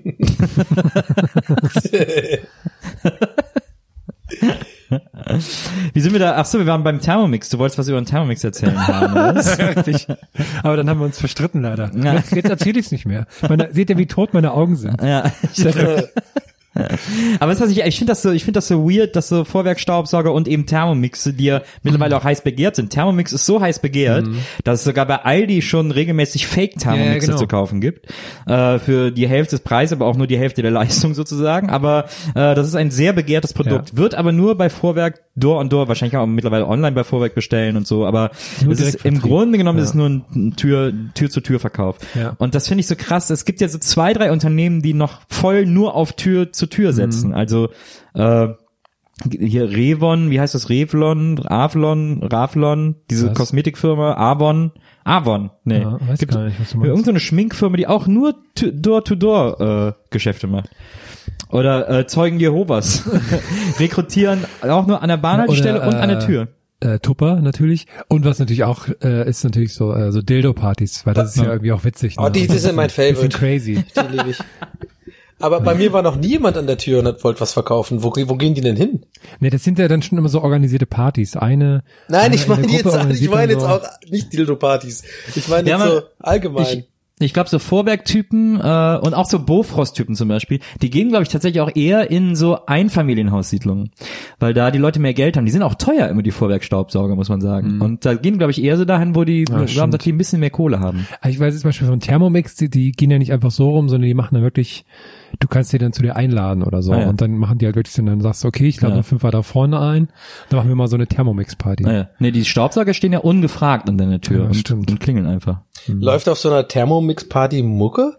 Wie sind wir da? Ach so, wir waren beim Thermomix. Du wolltest was über den Thermomix erzählen haben, oder? Richtig. Aber dann haben wir uns verstritten leider. Ja. Jetzt, jetzt erzähle ich es nicht mehr. Meine, seht ihr, wie tot meine Augen sind? Ja. Aber das heißt, ich, ich finde das so, ich finde das so weird, dass so Vorwerkstaubsauger und eben Thermomixe, die ja mittlerweile auch heiß begehrt sind. Thermomix ist so heiß begehrt, mhm. dass es sogar bei Aldi schon regelmäßig Fake-Thermomixe ja, ja, genau. zu kaufen gibt. Äh, für die Hälfte des Preises, aber auch nur die Hälfte der Leistung sozusagen. Aber äh, das ist ein sehr begehrtes Produkt. Ja. Wird aber nur bei Vorwerk Door on Door, wahrscheinlich auch mittlerweile online bei Vorwerk bestellen und so. Aber Nur es ist im Direktvertrieb. Grunde genommen Ja. ist es nur ein Tür, Tür-zu-Tür-Verkauf. Ja. Und das finde ich so krass. Es gibt ja so zwei, drei Unternehmen, die noch voll nur auf Tür zu Tür setzen. Mhm. Also äh, hier Revon, wie heißt das? Revlon, Ravlon, Ravlon, diese Was? Kosmetikfirma, Avon, Avon, nee. Ja, weiß Gibt gar nicht, was du meinst. irgend so eine Schminkfirma, die auch nur t- Door-to-Door äh, Geschäfte macht. Oder äh, Zeugen Jehovas. Rekrutieren auch nur an der Bahnhaltestelle Oder, und an der äh, Tür. Äh, Tupper natürlich. Und was natürlich auch äh, ist natürlich so äh, so Dildo-Partys, weil das ist ja irgendwie auch witzig. Oh, die- das sind mein Bisschen Favorite. crazy. Die liebe ich. Aber bei mir war noch nie jemand an der Tür und hat wollte was verkaufen. Wo, wo gehen die denn hin? Ne, das sind ja dann schon immer so organisierte Partys. Eine. Nein, eine ich meine in der jetzt, Gruppe ich organisiert meine dann jetzt so- auch nicht Dildo-Partys. Ich meine Ja, jetzt man- so allgemein. Ich, ich glaube, so Vorwerk-Typen äh, und auch so Bofrost-Typen zum Beispiel, die gehen, glaube ich, tatsächlich auch eher in so Einfamilienhaussiedlungen, weil da die Leute mehr Geld haben. Die sind auch teuer immer, die Vorwerkstaubsauger, muss man sagen. Mhm. Und da gehen, glaube ich, eher so dahin, wo die, Ja, wo stimmt. dass die ein bisschen mehr Kohle haben. Ah, Ich weiß jetzt zum Beispiel von Thermomix, die, die gehen ja nicht einfach so rum, sondern die machen dann wirklich, du kannst die dann zu dir einladen oder so. Ah, ja. Und dann machen die halt wirklich so, dann sagst du, okay, ich lade Ja. noch fünf weiter vorne ein, dann machen wir mal so eine Thermomix-Party. Naja. Nee, die Staubsauger stehen ja ungefragt an deiner Tür Ja, und, stimmt. und klingeln einfach. Läuft auf so einer Thermomix-Party Mucke?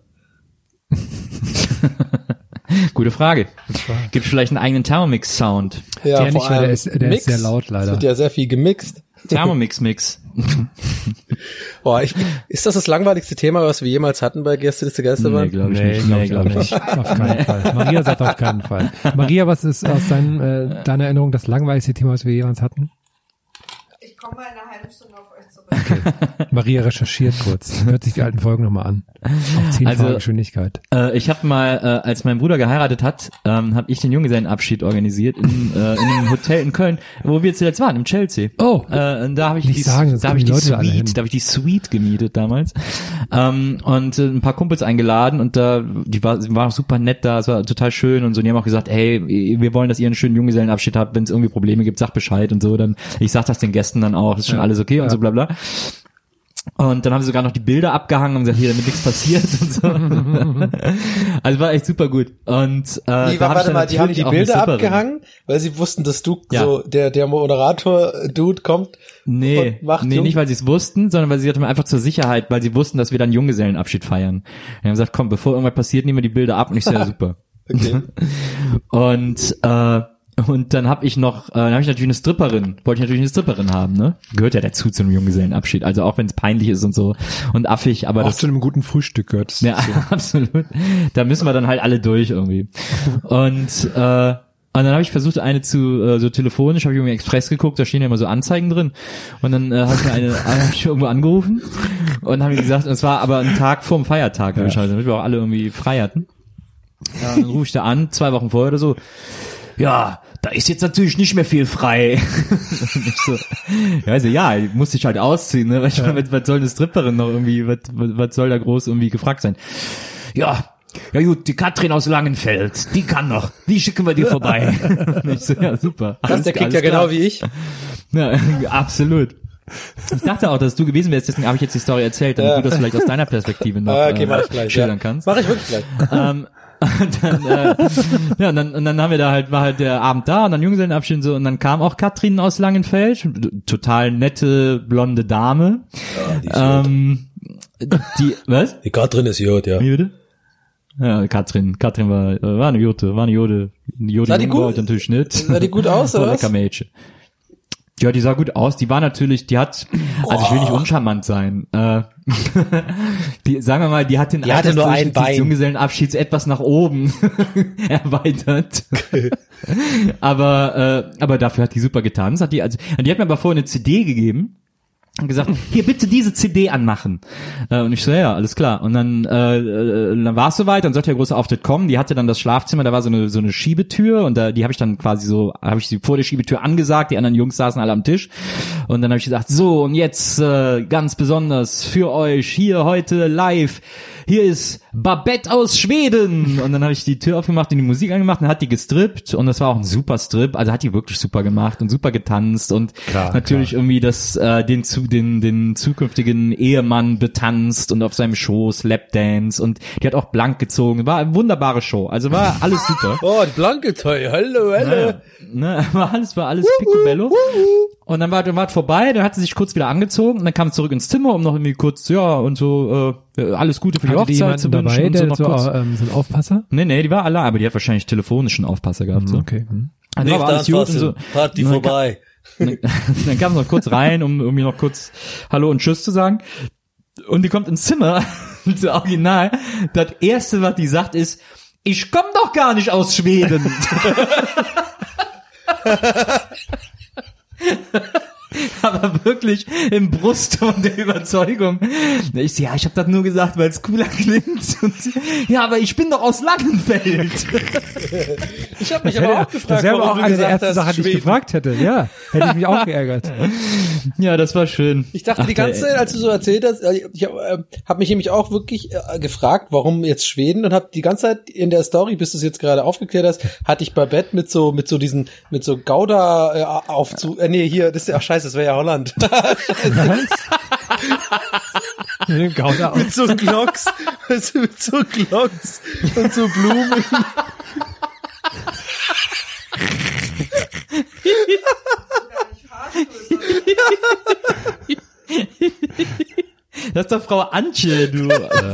Gute Frage. Gibt vielleicht einen eigenen Thermomix-Sound. Ja, Der nicht, weil der ist- der ist sehr laut, leider. Es wird ja sehr viel gemixt. Thermomix-Mix. Boah, ich, ist das das langweiligste Thema, was wir jemals hatten bei Gästeliste Geisterbahn? Nee, glaube ich Nee, nicht. glaub Nee, ich glaube auch ich nicht. nicht. Auf keinen Fall. Maria sagt auf keinen Fall. Maria, was ist aus deinem, äh, deiner Erinnerung das langweiligste Thema, was wir jemals hatten? Ich komme mal in einer halben Stunde auf euch zurück. Maria recherchiert kurz. Hört sich die alten Folgen nochmal an. Auf zehnfache Also- Geschwindigkeit. Äh, ich habe mal, äh, als mein Bruder geheiratet hat, ähm, habe ich den Junggesellenabschied organisiert in, äh, in einem Hotel in Köln, wo wir zuletzt waren, im Chelsea. Oh. Äh, und da habe ich Nicht die, sagen, sonst da habe ich kommen die die Leute alle hin. Suite, da habe ich die Suite gemietet damals ähm, und äh, ein paar Kumpels eingeladen und da die war, die war auch super nett da, es war total schön und so. Und die haben auch gesagt, hey, wir wollen, dass ihr einen schönen Junggesellenabschied habt, wenn es irgendwie Probleme gibt, sag Bescheid und so. Dann ich sag das den Gästen dann auch, ist schon alles okay und so bla bla. Und dann haben sie sogar noch die Bilder abgehangen und gesagt, hier, damit nichts passiert und so. Also war echt super gut. Und äh, Die, da hab ich warte dann mal, die haben natürlich die auch eine Bilder Stripperin. abgehangen, weil sie wussten, dass du Ja. so, der, der Moderator-Dude kommt. Nee, Und macht nee, Jung- nicht weil sie es wussten, sondern weil sie hatten einfach zur Sicherheit, weil sie wussten, dass wir dann Junggesellenabschied feiern. Die haben gesagt, komm, bevor irgendwas passiert, nehmen wir die Bilder ab und ich so, ja, super. Okay. Und äh, und dann habe ich noch, äh, dann habe ich natürlich eine Stripperin, wollte ich natürlich eine Stripperin haben, ne? Gehört ja dazu zu einem Junggesellenabschied, also auch wenn es peinlich ist und so und affig, aber Auch das zu einem guten Frühstück gehört es. ja, absolut. Da müssen wir dann halt alle durch irgendwie. Und äh, und dann habe ich versucht, eine zu, äh, so telefonisch, habe ich irgendwie Express geguckt, da stehen ja immer so Anzeigen drin. Und dann äh, habe ich mir eine, eine hab ich irgendwo angerufen und habe gesagt, es war aber ein Tag vorm Feiertag, ja. damit wir auch alle irgendwie frei hatten. Ja, dann rufe ich da an, zwei Wochen vorher oder so. Ja, da ist jetzt natürlich nicht mehr viel frei. Und ich so, ja, also, ja, ich muss dich halt ausziehen, ne? Was, ja. was, was soll eine Stripperin noch irgendwie, was, was, was soll da groß irgendwie gefragt sein? Ja, ja gut, die Katrin aus Langenfeld, die kann noch, die schicken wir dir vorbei. Und ich so, ja, super. Das, der klingt alles ja klar. genau wie ich. Ja, absolut. Ich dachte auch, dass du gewesen wärst, deswegen habe ich jetzt die Story erzählt, damit Ja. du das vielleicht aus deiner Perspektive noch Ah, okay, äh, mach ich gleich. schildern Ja. kannst. Mach ich wirklich gleich. ähm, und dann, äh, ja, und dann, und dann haben wir da halt, war halt der Abend da und dann Junggesellenabschied und so und dann kam auch Katrin aus Langenfeld, total nette, blonde Dame. Ja, die ist ähm, die, was? Die Katrin ist gut, ja. Wie bitte? Ja, Katrin, Katrin war, äh, war eine Jute, war eine Jode, eine Jode Sah die gut- natürlich nicht. Sah die gut aus, oder War was? lecker Mädchen. Ja, die sah gut aus. Die war natürlich, die hat, also ich will nicht uncharmant sein. Äh, die, sagen wir mal, die hat den Die hatte nur ein Altersdurchschnitt des Bein. Junggesellenabschieds etwas nach oben erweitert. aber, äh, aber dafür hat die super getanzt. Hat die, also, die hat mir aber vorher eine C D gegeben. Und gesagt, hier bitte diese C D anmachen. Äh, und ich so, ja, alles klar. Und dann, äh, äh, dann war es soweit, dann sollte der große Auftritt kommen. Die hatte dann das Schlafzimmer, da war so eine so eine Schiebetür und da die habe ich dann quasi so, habe ich sie vor der Schiebetür angesagt, die anderen Jungs saßen alle am Tisch. Und dann habe ich gesagt, so und jetzt äh, ganz besonders für euch hier heute live. Hier ist Babette aus Schweden. Und dann habe ich die Tür aufgemacht und die Musik angemacht und hat die gestrippt und das war auch ein super Strip. Also hat die wirklich super gemacht und super getanzt und Klar, natürlich klar. irgendwie das äh, den zu den den zukünftigen Ehemann betanzt und auf seinem Schoß Lapdance und die hat auch blank gezogen. War eine wunderbare Show. Also war alles super. Oh, die blanke Teil. Hallo, hallo. Ja, ne, war alles war alles picobello. Und dann war dann war es vorbei, dann hat sie sich kurz wieder angezogen und dann kam sie zurück ins Zimmer, um noch irgendwie kurz ja und so äh, alles Gute für die Hatte die Hochzeit zu jemanden wünschen dabei, und so der noch so, kurz. ähm, so ein Aufpasser? Nee, nee, die war allein, aber die hat wahrscheinlich telefonischen Aufpasser gehabt. So. Okay. Hm. Also war aber alles gut und so. Party Und dann vorbei. Dann, dann kam sie noch kurz rein, um irgendwie noch kurz Hallo und Tschüss zu sagen. Und die kommt ins Zimmer, so original. Das erste, was die sagt, ist, ich komm doch gar nicht aus Schweden. aber wirklich im Brustton der Überzeugung. Ich so, ja, ich habe das nur gesagt, weil es cooler klingt. Und, ja, aber ich bin doch aus Langenfeld. Ich habe mich Das aber hätte- auch gefragt, das wäre aber warum auch du eine der gesagt ersten hast, Sachen, die ich Schweden. gefragt hätte. Ja, hätte ich mich auch geärgert. Ja, das war schön. Ich dachte Ach, die ganze der- Zeit, als du so erzählt hast, äh, ich habe äh, hab mich nämlich auch wirklich äh, gefragt, warum jetzt Schweden, und habe die ganze Zeit in der Story, bis du es jetzt gerade aufgeklärt hast, hatte ich Babette mit so mit so diesen mit so Gouda äh, auf zu äh, nee, hier, das ist ja ach scheiße, das wäre ja Holland. Gouda mit so Glocks, also mit so Glocks und so Blumen. Das ist doch Frau Antje, du.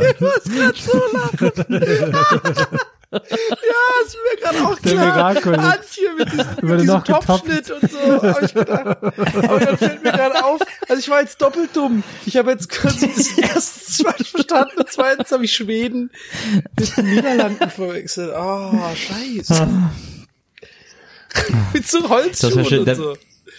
Ja, ist mir gerade auch Der klar. Miraculix. Antje mit diesem, mit Wurde diesem noch getopft. Topfschnitt und so. Hab ich gedacht. Aber dann fällt mir gerade auf, also ich war jetzt doppelt dumm. Ich habe jetzt kurz das erste falsch verstanden und zweitens habe ich Schweden mit den Niederlanden verwechselt. Oh, scheiße. Mit so Das Holzschuhen war schön. und Da- so.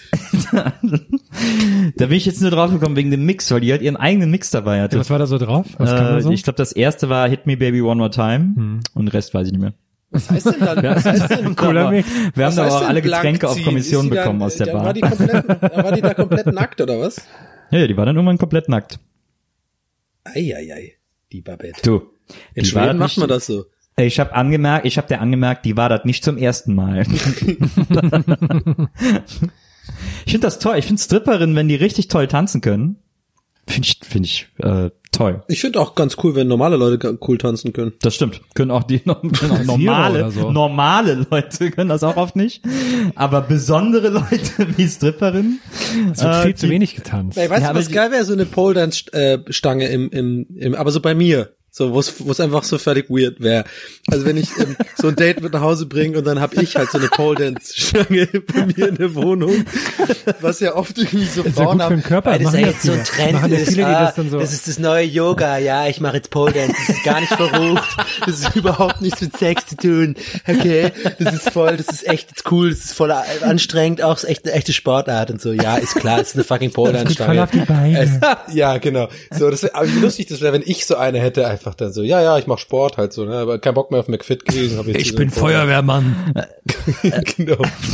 Da bin ich jetzt nur drauf gekommen wegen dem Mix, weil die halt ihren eigenen Mix dabei hatte. Was war da so drauf? Was kam da Äh, so? Ich glaube, das erste war Hit Me Baby One More Time und den Rest weiß ich nicht mehr. Was heißt denn dann? Was heißt denn? Cooler Aber Mix. Wir haben Was da heißt auch denn alle blank Getränke auf ziehen? Kommission Ist die bekommen dann, aus der dann Bar. War die, komplett, war die da komplett nackt oder was? Ja, ja, die war dann irgendwann komplett nackt. Eieiei, die Babette. Du. In die war Schweden macht nicht- man das so. Ich habe angemerkt, ich habe dir angemerkt, die war das nicht zum ersten Mal. Ich finde das toll. Ich finde Stripperinnen, wenn die richtig toll tanzen können, finde ich, finde ich äh, toll. Ich finde auch ganz cool, wenn normale Leute cool tanzen können. Das stimmt. Können auch die können auch normale, oder so. normale Leute können das auch oft nicht. Aber besondere Leute wie Stripperinnen. Es wird äh, viel zu die- wenig getanzt. Ey, weißt Ja, du, aber was die- geil wäre? So eine Pole-Dance-Stange im, im, im, aber so bei mir. So, wo es einfach so völlig weird wäre. Also wenn ich ähm, so ein Date mit nach Hause bringe und dann hab ich halt so eine Pole-Dance-Stange bei mir in der Wohnung, was ja oft irgendwie so ist ja Frauen gut für den Körper. weil das machen ja ja jetzt so ein viele. Trend Machen ja ist, viele, die ah, das dann so. das ist das neue Yoga, ja, ich mache jetzt Pole-Dance, das ist gar nicht verrucht, das ist überhaupt nichts mit Sex zu tun, okay, das ist voll, das ist echt jetzt cool, das ist voll anstrengend, auch ist echt eine echte Sportart und so, ja, ist klar, es ist eine fucking Pole-Dance-Stange. voll auf die Beine. Es, ja, genau. So, das wär, aber wie lustig das wäre, wenn ich so eine hätte, einfach dann so, ja, ja, ich mach Sport halt so, ne, aber kein Bock mehr auf McFit gewesen. Hab jetzt Ich so bin eine Pole- Feuerwehrmann. Genau.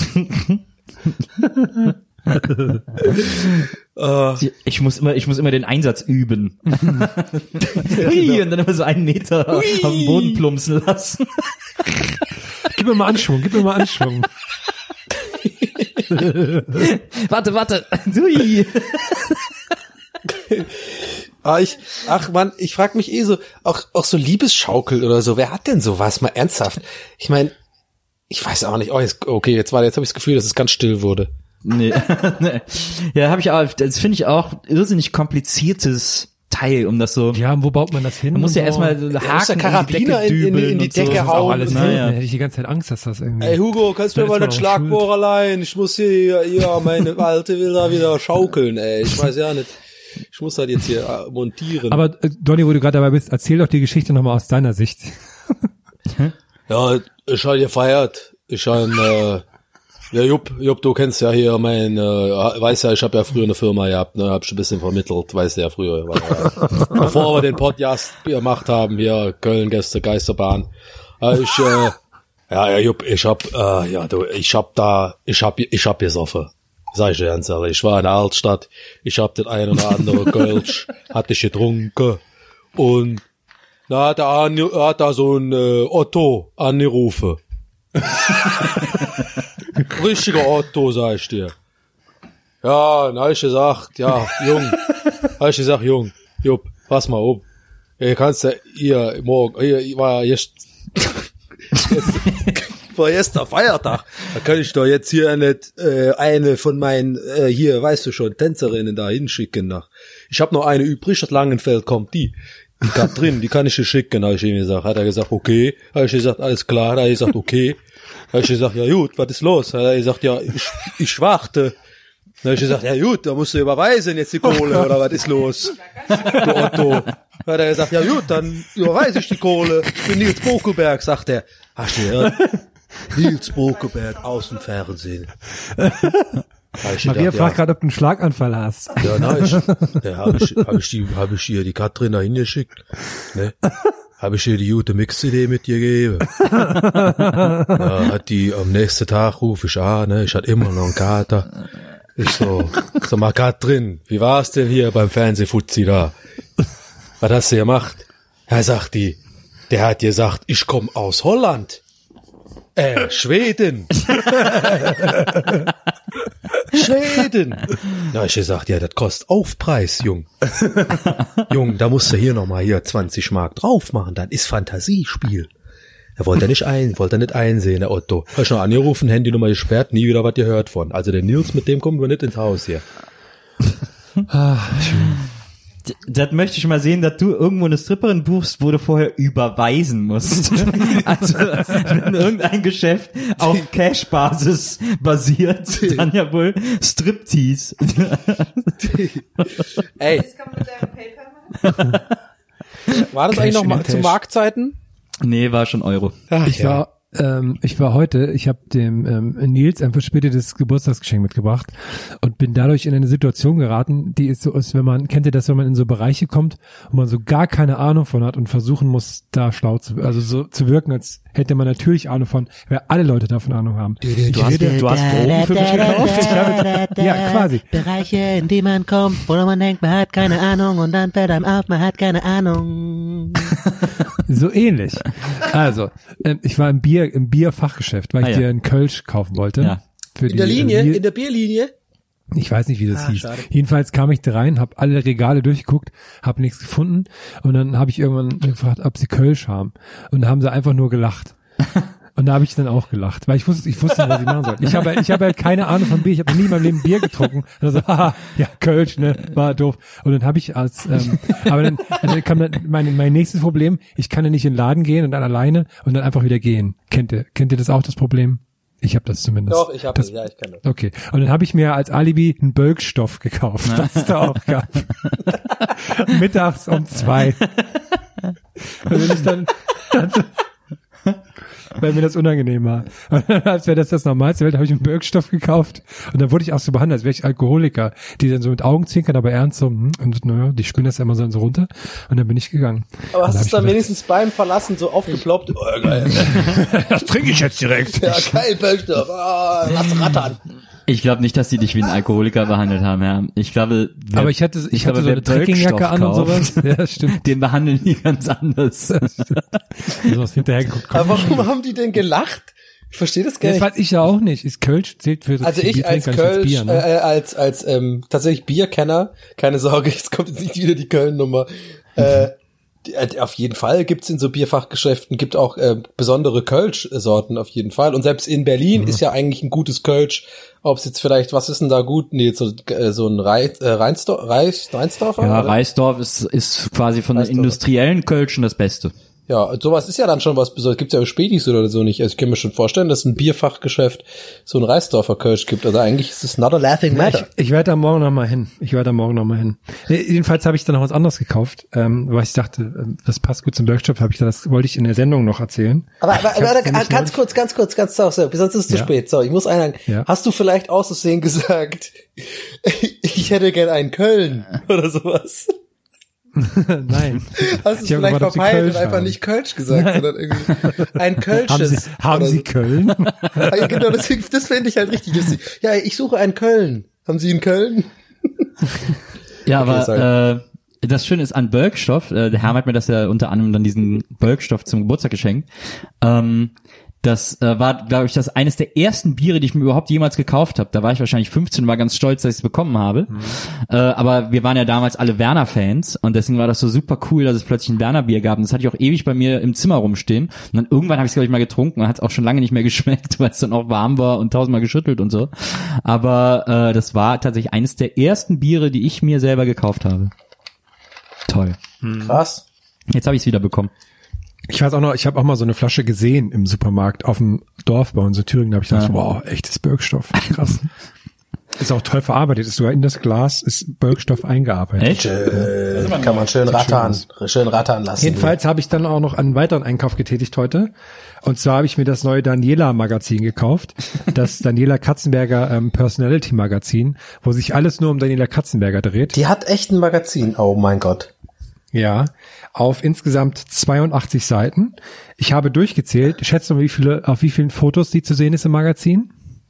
uh, Ich muss immer, ich muss immer den Einsatz üben. Hui, und dann immer so einen Meter auf den Boden plumpsen lassen. Gib mir mal Anschwung, gib mir mal Anschwung. Warte, warte. Hui. ah, ich, ach man, ich frag mich eh so, auch, auch so Liebesschaukel oder so, wer hat denn sowas mal ernsthaft? Ich meine, ich weiß auch nicht, oh, jetzt, okay, jetzt war, jetzt habe ich das Gefühl, dass es ganz still wurde. Nee. Nee. Ja, habe ich auch, das finde ich auch irrsinnig kompliziertes Teil, um das so. Ja, und wo baut man das hin? Man muss ja und erstmal so? so muss der Haken Karabiner in- in- in dübeln die und so. Decke Das ist auch hauen. alles, Das naja. hinten, hätte ich die ganze Zeit Angst, dass das irgendwie... Ey Hugo, kannst du mir Dann mal ist man den auch Schlagbohrer leihen? Ich muss hier, ja, meine Alte will da wieder schaukeln, ey. Ich weiß ja nicht. Ich muss halt jetzt hier äh, montieren. Aber äh, Donny, wo du gerade dabei bist, erzähl doch die Geschichte nochmal aus deiner Sicht. ja, ich habe gefeiert. Ich habe, äh, ja, Jupp, Jupp, du kennst ja hier mein, äh, weißt ja, ich habe ja früher eine Firma gehabt, ne, hab schon ein bisschen vermittelt, weißt du ja früher. War, ja, bevor wir den Podcast gemacht haben, hier Köln, Gäste, Geisterbahn. Äh, ich, äh, ja, ja, Jupp, ich hab, äh, ja, du, ich hab da, ich hab, ich hab gesoffen. Sag ich dir ganz ehrlich, ich war in der Altstadt, ich hab den ein oder anderen Kölsch, hatte ich getrunken und da hat er, an, hat da so ein äh, Otto angerufen. Richtiger Otto, sag ich dir. Ja, dann hab ich gesagt, ja, Jung, hab ich gesagt, Jung, Jupp, pass mal um. Ihr kannst ja, ihr, morgen, ihr, ich war ja jetzt, war jetzt der Feiertag, da kann ich doch jetzt hier nicht äh, eine von meinen, äh, hier, weißt du schon, Tänzerinnen da hinschicken nach. Ich hab noch eine übrig, das Langenfeld kommt, die. Die kann drin, die kann ich dir schicken, habe ich ihm gesagt. Hat er gesagt, okay. Habe ich gesagt, alles klar. Hat er gesagt, okay. Habe ich gesagt, ja gut, was ist los? Hat er gesagt, ja, ich, ich warte. Dann habe ich gesagt, ja gut, da musst du überweisen jetzt die Kohle, oder was ist los? Du Otto. Hat er gesagt, ja gut, dann überweise ich die Kohle. Ich bin Nils Bokelberg, sagt er. Hast du gehört? Nils Bokelberg aus dem Fernsehen. ich Maria gedacht, fragt ja. gerade, ob du einen Schlaganfall hast. Ja, nein, ich, ja, habe ich, hab ich, die, hab ich ihr die Katrin da hingeschickt, ne? Habe ich ihr die gute Mix-C D mit dir gegeben. Ja, hat die am nächsten Tag ruf ich an, ne? Ich hatte immer noch einen Kater. Ich so, sag mal, Katrin, wie war's denn hier beim Fernsehfuzzi da? Was hast du gemacht? Er sagt die, der hat gesagt, ich komme aus Holland. Äh, Schweden. Schweden. Na, ich gesagt, ja, das kostet Aufpreis, Jung. Jung, da musst du hier nochmal hier zwanzig Mark drauf machen, das ist Fantasiespiel. Er wollte nicht ein, wollte nicht einsehen, der Otto. Hab ich noch angerufen, Handynummer gesperrt, nie wieder was gehört von. Also der Nils, mit dem kommen wir nicht ins Haus hier. Das möchte ich mal sehen, dass du irgendwo eine Stripperin buchst, wo du vorher überweisen musst. Also, wenn irgendein Geschäft auf Cash-Basis basiert, dann ja wohl Striptease. Ey, Jetzt kommt mit deinem PayPal. war das Cash eigentlich noch in mal den zu Cash. Marktzeiten? Nee, war schon Euro. Ach, Ich war, ähm, ich war heute, ich habe dem ähm, Nils ein verspätetes Geburtstagsgeschenk mitgebracht und bin dadurch in eine Situation geraten, die ist so, als wenn man, kennt ihr das, wenn man in so Bereiche kommt, wo man so gar keine Ahnung von hat und versuchen muss, da schlau zu, also so zu wirken, als hätte man natürlich Ahnung von, weil alle Leute davon Ahnung haben. Du hast, du hast Drogen für mich gekauft? Ich habe, ja, quasi. Bereiche, in die man kommt, wo man denkt, man hat keine Ahnung und dann fällt einem auf, man hat keine Ahnung. So ähnlich. Also, ähm, ich war im Bier, im Bierfachgeschäft, weil ich Ah, ja. dir einen Kölsch kaufen wollte. Ja. Für In der die, Linie, äh, Bier- in der Bierlinie? Ich weiß nicht, wie das Ah, hieß. schade. Jedenfalls kam ich da rein, habe alle Regale durchgeguckt, habe nichts gefunden und dann habe ich irgendwann gefragt, ob sie Kölsch haben. Und da haben sie einfach nur gelacht. Und da habe ich dann auch gelacht, weil ich wusste, ich wusste nicht, was ich machen soll. Ich habe, ich habe halt keine Ahnung von Bier. Ich habe noch nie in meinem Leben Bier getrunken. Und so, haha, ja, Kölsch, ne, war doof. Und dann habe ich als, ähm, aber dann, dann kam dann mein, mein nächstes Problem. Ich kann ja nicht in den Laden gehen und dann alleine und dann einfach wieder gehen. Kennt ihr, kennt ihr das auch, das Problem? Ich habe das zumindest. Doch, ich habe das. das, ja, ich kenne das. Okay. Und dann habe ich mir als Alibi einen Bölkstoff gekauft, was es da auch gab. Mittags um zwei. Und wenn ich dann, also, weil mir das unangenehm war. Und dann, als wäre das das Normalste der Welt, habe ich einen Bölkstoff gekauft. Und dann wurde ich auch so behandelt, als wäre ich Alkoholiker, die dann so mit Augenzwinkern, aber ernst so, hm, und naja, die spinnen das ja immer so, so runter. Und dann bin ich gegangen. Aber Und hast du hab es ich dann gedacht, wenigstens beim Verlassen so aufgeploppt? Oh, geil. das trinke ich jetzt direkt. Ja, geil, Böllstoff. Ah, lass rattern. Ich glaube nicht, dass die dich wie ein Alkoholiker behandelt haben, ja. Ich glaube, wer, Aber ich hatte, ich, glaube, hatte so wer eine Trekkingjacke an und Bölkstoff sowas. Ja, stimmt. den behandeln die ganz anders. So was hinterher geguckt. Aber warum haben die denn gelacht? Ich verstehe das gar Das nicht. weiß ich ja auch nicht. Ist Kölsch zählt für so Also viel ich als Biertrinker, nicht Kölsch, Bier, ne? äh, als als ähm, tatsächlich Bierkenner, keine Sorge, jetzt kommt jetzt nicht wieder die Köln-Nummer. Äh, die, äh, auf jeden Fall gibt's in so Bierfachgeschäften, gibt auch äh, besondere Kölsch-Sorten auf jeden Fall. Und selbst in Berlin Mhm. ist ja eigentlich ein gutes Kölsch. Ob es jetzt vielleicht, was ist denn da gut? Nee, so, äh, so ein Rei, äh, Reinsdorf, Reis, Reinsdorfer? Ja, oder? Reisdorf ist, ist quasi von den Reisdorf. industriellen Kölschen das Beste. Ja, sowas ist ja dann schon was Besonderes. Gibt's ja im Spätis oder so nicht. Also ich kann mir schon vorstellen, dass ein Bierfachgeschäft so ein Reisdorfer Kölsch gibt. Also eigentlich ist es not a laughing Ja, ich, matter. ich werde da morgen noch mal hin. Ich werde da morgen noch mal hin. Nee, jedenfalls habe ich dann noch was anderes gekauft, ähm, weil ich dachte, ähm, das passt gut zum Workshop. Habe ich da, das wollte ich in der Sendung noch erzählen. Aber, aber, Ich hab's aber nämlich ganz neulich- kurz, ganz kurz, ganz kurz, sonst ist es zu Ja. spät. So, ich muss einhaken. Ja. Hast du vielleicht aus Versehen gesagt, ich hätte gern einen Köln oder sowas? Nein. Hast du es Ich hab vielleicht gefragt, ob sie verpeilt und Kölsch einfach haben. nicht Kölsch gesagt, sondern irgendwie ein Kölsches. Haben Sie, haben oder Sie so. Köln? Ja, genau, das, das fände ich halt richtig lustig. Ja, ich suche einen Köln. Haben Sie einen Köln? Ja, Okay, sorry. aber äh, das Schöne ist an Bölkstoff, äh, der Herr hat mir das ja unter anderem dann diesen Bölkstoff zum Geburtstag geschenkt. Ähm, das äh, war, glaube ich, das eines der ersten Biere, die ich mir überhaupt jemals gekauft habe. Da war ich wahrscheinlich fünfzehn und war ganz stolz, dass ich es bekommen habe. Mhm. Äh, aber wir waren ja damals alle Werner-Fans und deswegen war das so super cool, dass es plötzlich ein Werner-Bier gab. Und das hatte ich auch ewig bei mir im Zimmer rumstehen. Und dann irgendwann habe ich es, glaube ich, mal getrunken und hat es auch schon lange nicht mehr geschmeckt, weil es dann auch warm war und tausendmal geschüttelt und so. Aber äh, das war tatsächlich eines der ersten Biere, die ich mir selber gekauft habe. Toll. Krass. Jetzt habe ich es wieder bekommen. Ich weiß auch noch, ich habe auch mal so eine Flasche gesehen im Supermarkt auf dem Dorf bei uns in Thüringen. Da habe ich gedacht, Ja. wow, echtes Birkstoff. Krass. Ist auch toll verarbeitet, ist sogar in das Glas, ist Birkstoff eingearbeitet. Echt? Äh, kann man schön rattern, schön rattern lassen. Jedenfalls habe ich dann auch noch einen weiteren Einkauf getätigt heute. Und zwar habe ich mir das neue Daniela-Magazin gekauft. Das Daniela Katzenberger ähm, Personality-Magazin, wo sich alles nur um Daniela Katzenberger dreht. Die hat echt ein Magazin, oh mein Gott. Ja, auf insgesamt zweiundachtzig Seiten. Ich habe durchgezählt. Schätzt du mal, wie viele, auf wie vielen Fotos die zu sehen ist im Magazin?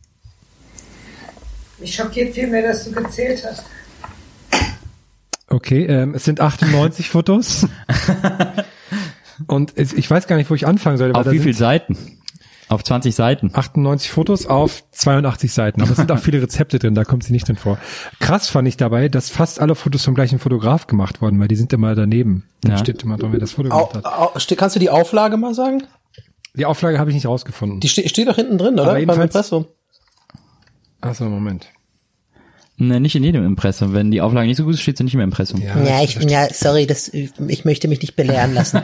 Mich schockiert vielmehr, dass du gezählt hast. Okay, ähm, es sind achtundneunzig Fotos. Und es, ich weiß gar nicht, wo ich anfangen soll. Auf wie viele Seiten? Auf zwanzig Seiten. achtundneunzig Fotos auf zweiundachtzig Seiten. Aber es sind auch viele Rezepte drin, da kommt sie nicht drin vor. Krass fand ich dabei, dass fast alle Fotos vom gleichen Fotograf gemacht wurden, weil die sind immer daneben. Da Ja. steht immer drin, wer das Foto Au, gemacht hat. au, ste- kannst du die Auflage mal sagen? Die Auflage habe ich nicht rausgefunden. Die ste- steht doch hinten drin, oder? Aber Beim jedenfalls- Impressum. Achso, Moment. Ne, nicht in jedem Impressum. Wenn die Auflage nicht so gut ist, steht sie nicht mehr im Impressum. Ja, ich, ja, sorry, das, ich möchte mich nicht belehren lassen.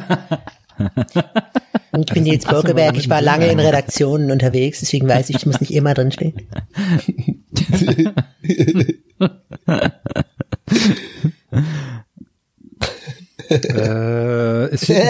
Ich bin Nils Burkeberg, ich war lange in Redaktionen unterwegs, deswegen weiß ich, ich muss nicht immer drinstehen. äh, es steht,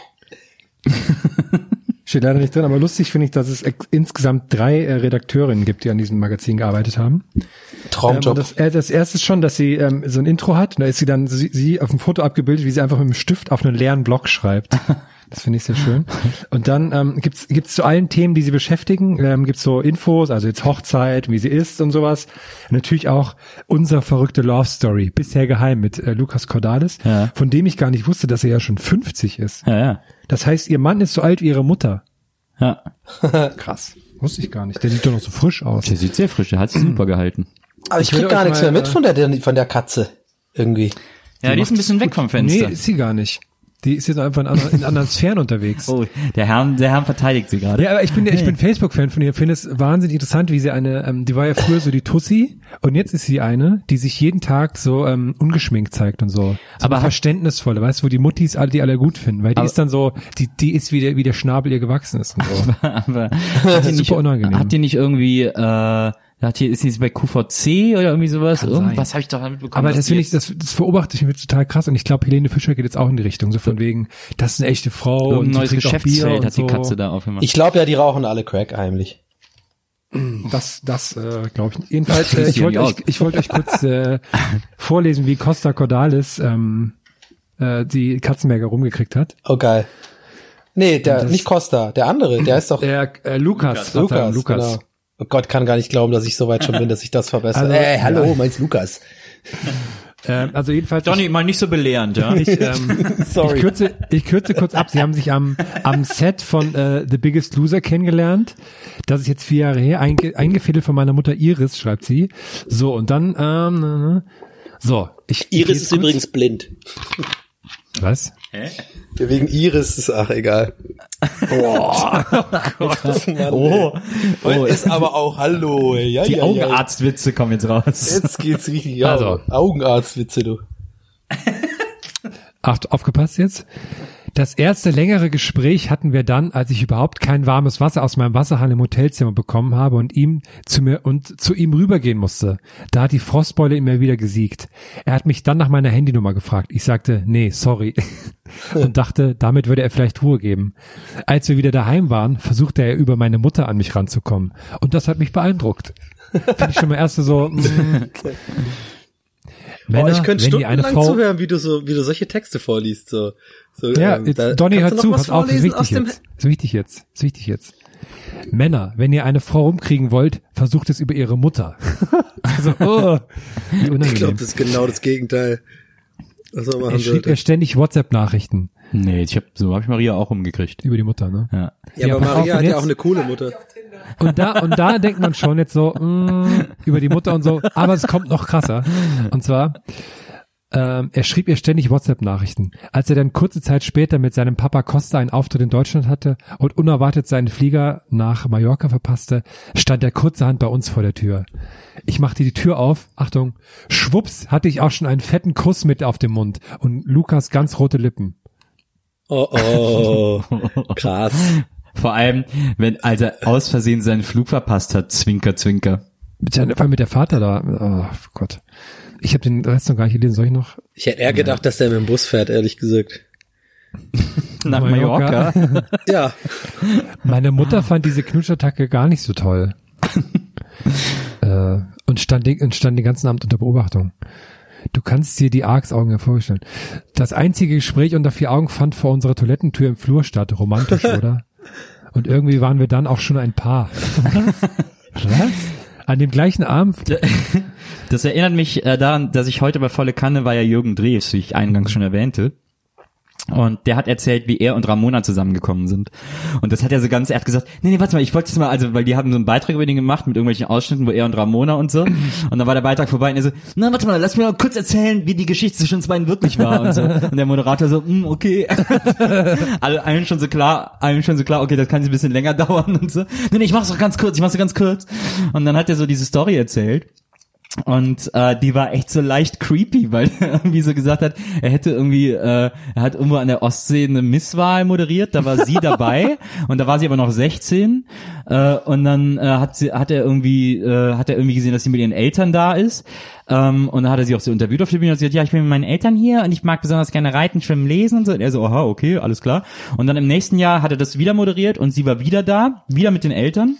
steht leider nicht drin, aber lustig finde ich, dass es ex- insgesamt drei äh, Redakteurinnen gibt, die an diesem Magazin gearbeitet haben. Traumjob. Ähm, das, äh, das erste ist schon, dass sie ähm, so ein Intro hat und da ist sie dann sie, sie auf dem Foto abgebildet, wie sie einfach mit dem Stift auf einen leeren Block schreibt. Das finde ich sehr schön. Und dann ähm, gibt's gibt's zu allen Themen, die sie beschäftigen, ähm, gibt's so Infos, also jetzt Hochzeit, wie sie ist und sowas. Und natürlich auch unsere verrückte Love Story, bisher geheim mit äh, Lukas Cordalis, Ja. von dem ich gar nicht wusste, dass er ja schon fünfzig ist. Ja, ja. Das heißt, ihr Mann ist so alt wie ihre Mutter. Ja. Krass. Wusste ich gar nicht. Der sieht doch noch so frisch aus. Der sieht sehr frisch, der hat sich super gehalten. Aber ich Ich würde krieg gar euch nichts mal, mehr mit äh, von der, von der Katze. Irgendwie. Ja, die ist ein bisschen weg vom Fenster. Nee, ist sie gar nicht. Die ist jetzt einfach in anderen, in anderen Sphären unterwegs. Oh, der Herr, der Herr verteidigt sie gerade. Ja, aber ich bin, ich bin Facebook-Fan von ihr. Ich finde es wahnsinnig interessant, wie sie eine, ähm, die war ja früher so die Tussi und jetzt ist sie eine, die sich jeden Tag so ähm, ungeschminkt zeigt und so. so Aber eine verständnisvolle, weißt du, wo die Muttis alle, die alle gut finden, weil die Aber- ist dann so, die, die ist wie der, wie der Schnabel ihr gewachsen ist und so. Aber hat die nicht, Super unangenehm. hat die nicht irgendwie, äh, hat die, ist die bei Q V C oder irgendwie sowas? Kann Irgendwas sein. habe ich doch mitbekommen. Aber dass das die finde ich, jetzt das, das beobachte ich mir total krass und ich glaube, Helene Fischer geht jetzt auch in die Richtung, so von wegen, das ist eine echte Frau irgendein und sie neues trinkt auch Bier Geschäftsfeld und hat die so. Katze da aufgemacht. Ich glaube ja, die rauchen alle Crack heimlich. Das, das äh, glaube ich nicht. Jedenfalls, äh, Kriegst ich du ja wollte nicht euch, aus. ich wollte euch kurz äh, vorlesen, wie Costa Cordalis ähm, äh, die Katzenberger rumgekriegt hat. Oh, geil. Nee, der, Das- nicht Costa, der andere, der ist doch Der äh, Lukas, Verzeihung, Lukas. Lukas. Genau. Oh Gott, kann gar nicht glauben, dass ich so weit schon bin, dass ich das verbessere. Also, äh, hallo, ja. meinst Lukas? Ähm, also jedenfalls. Donny, mal nicht so belehrend, ja? Ich, ähm, Sorry. ich kürze, ich kürze kurz ab. Sie haben sich am, am Set von äh, The Biggest Loser kennengelernt. Das ist jetzt vier Jahre her. Einge, eingefädelt von meiner Mutter Iris, schreibt sie. So, und dann, ähm, so. Ich, ich Iris gehe ist kurz- übrigens blind. Was? Wegen Iris ist, ach, egal. Boah. Oh, Mann, Oh, ey. oh, ist aber auch, hallo, ey. Ja, die ja, ja. Augenarztwitze kommen jetzt raus. Jetzt geht's richtig, ja. Also. Augenarztwitze, du. Acht, aufgepasst jetzt. Das erste längere Gespräch hatten wir dann, als ich überhaupt kein warmes Wasser aus meinem Wasserhahn im Hotelzimmer bekommen habe und ihm zu mir und zu ihm rübergehen musste. Da hat die Frostbeule in mir wieder gesiegt. Er hat mich dann nach meiner Handynummer gefragt. Ich sagte, nee, sorry. Und dachte, damit würde er vielleicht Ruhe geben. Als wir wieder daheim waren, versuchte er über meine Mutter an mich ranzukommen. Und das hat mich beeindruckt. Finde ich schon mal erst so, mh, Männer, oh, ich könnte wenn die eine stundenlang Frau, zuhören, wie du so, wie du solche Texte vorliest, so. so Ja, ähm, jetzt, da- Donny, kannst hör du noch zu, was pass auf, das ist vorlesen aus wichtig dem- jetzt. Das ist wichtig jetzt. Das ist wichtig jetzt. Männer, wenn ihr eine Frau rumkriegen wollt, versucht es über ihre Mutter. Also, oh, wie Ich glaube, unangenehm. das ist genau das Gegenteil, was man machen Er schrieb sollte. mir ständig WhatsApp-Nachrichten Nee, ich hab, so habe ich Maria auch umgekriegt. über die Mutter, ne? Ja. Ja, Ja, aber pass auf, Maria und hat ja jetzt- auch eine coole Mutter. Und da, und da denkt man schon jetzt so, mh, über die Mutter und so, aber es kommt noch krasser. Und zwar, ähm, er schrieb ihr ständig WhatsApp-Nachrichten. Als er dann kurze Zeit später mit seinem Papa Costa einen Auftritt in Deutschland hatte und unerwartet seinen Flieger nach Mallorca verpasste, stand er kurzerhand bei uns vor der Tür. Ich machte die Tür auf, Achtung, schwupps, hatte ich auch schon einen fetten Kuss mit auf dem Mund und Lukas ganz rote Lippen. Oh, oh, krass. Vor allem, wenn, als er aus Versehen seinen Flug verpasst hat, Zwinker, Zwinker. Mit der, vor allem mit der Vater da. Oh Gott. Ich habe den Rest noch gar nicht gelesen. Soll ich noch? Ich hätte eher gedacht, dass der mit dem Bus fährt, ehrlich gesagt. Nach Mallorca. Mallorca. Ja. Meine Mutter fand diese Knutscherattacke gar nicht so toll. äh, und stand, den, und stand den ganzen Abend unter Beobachtung. Du kannst dir die Argsaugen ja vorstellen. Das einzige Gespräch unter vier Augen fand vor unserer Toilettentür im Flur statt. Romantisch, oder? Und irgendwie waren wir dann auch schon ein Paar. Was? An dem gleichen Abend? Das erinnert mich äh, daran, dass ich heute bei Volle Kanne war ja Jürgen Drews, wie ich eingangs schon erwähnte. Und der hat erzählt, wie er und Ramona zusammengekommen sind. Und das hat er so ganz, er hat gesagt, nee, nee, warte mal, ich wollte das mal, also, weil die haben so einen Beitrag über den gemacht mit irgendwelchen Ausschnitten, wo er und Ramona und so. Und dann war der Beitrag vorbei und er so, na, warte mal, lass mir mal kurz erzählen, wie die Geschichte zwischen uns beiden wirklich war und so. Und der Moderator so, mm, okay. Alle, allen schon so klar, allen schon so klar, okay, das kann jetzt ein bisschen länger dauern und so. Nee, nee, ich mach's doch ganz kurz, ich mach's doch ganz kurz. Und dann hat er so diese Story erzählt. Und äh, die war echt so leicht creepy, weil er irgendwie so gesagt hat, er hätte irgendwie, äh, er hat irgendwo an der Ostsee eine Misswahl moderiert, da war sie dabei und da war sie aber noch sechzehn äh, und dann äh, hat sie, hat er irgendwie, äh, hat er irgendwie gesehen, dass sie mit ihren Eltern da ist ähm, und dann hat er sie auch so interviewt auf der Bühne und sie hat, ja, ich bin mit meinen Eltern hier und ich mag besonders gerne reiten, schwimmen, lesen und so. Und er so, aha, okay, alles klar. Und dann im nächsten Jahr hat er das wieder moderiert und sie war wieder da, wieder mit den Eltern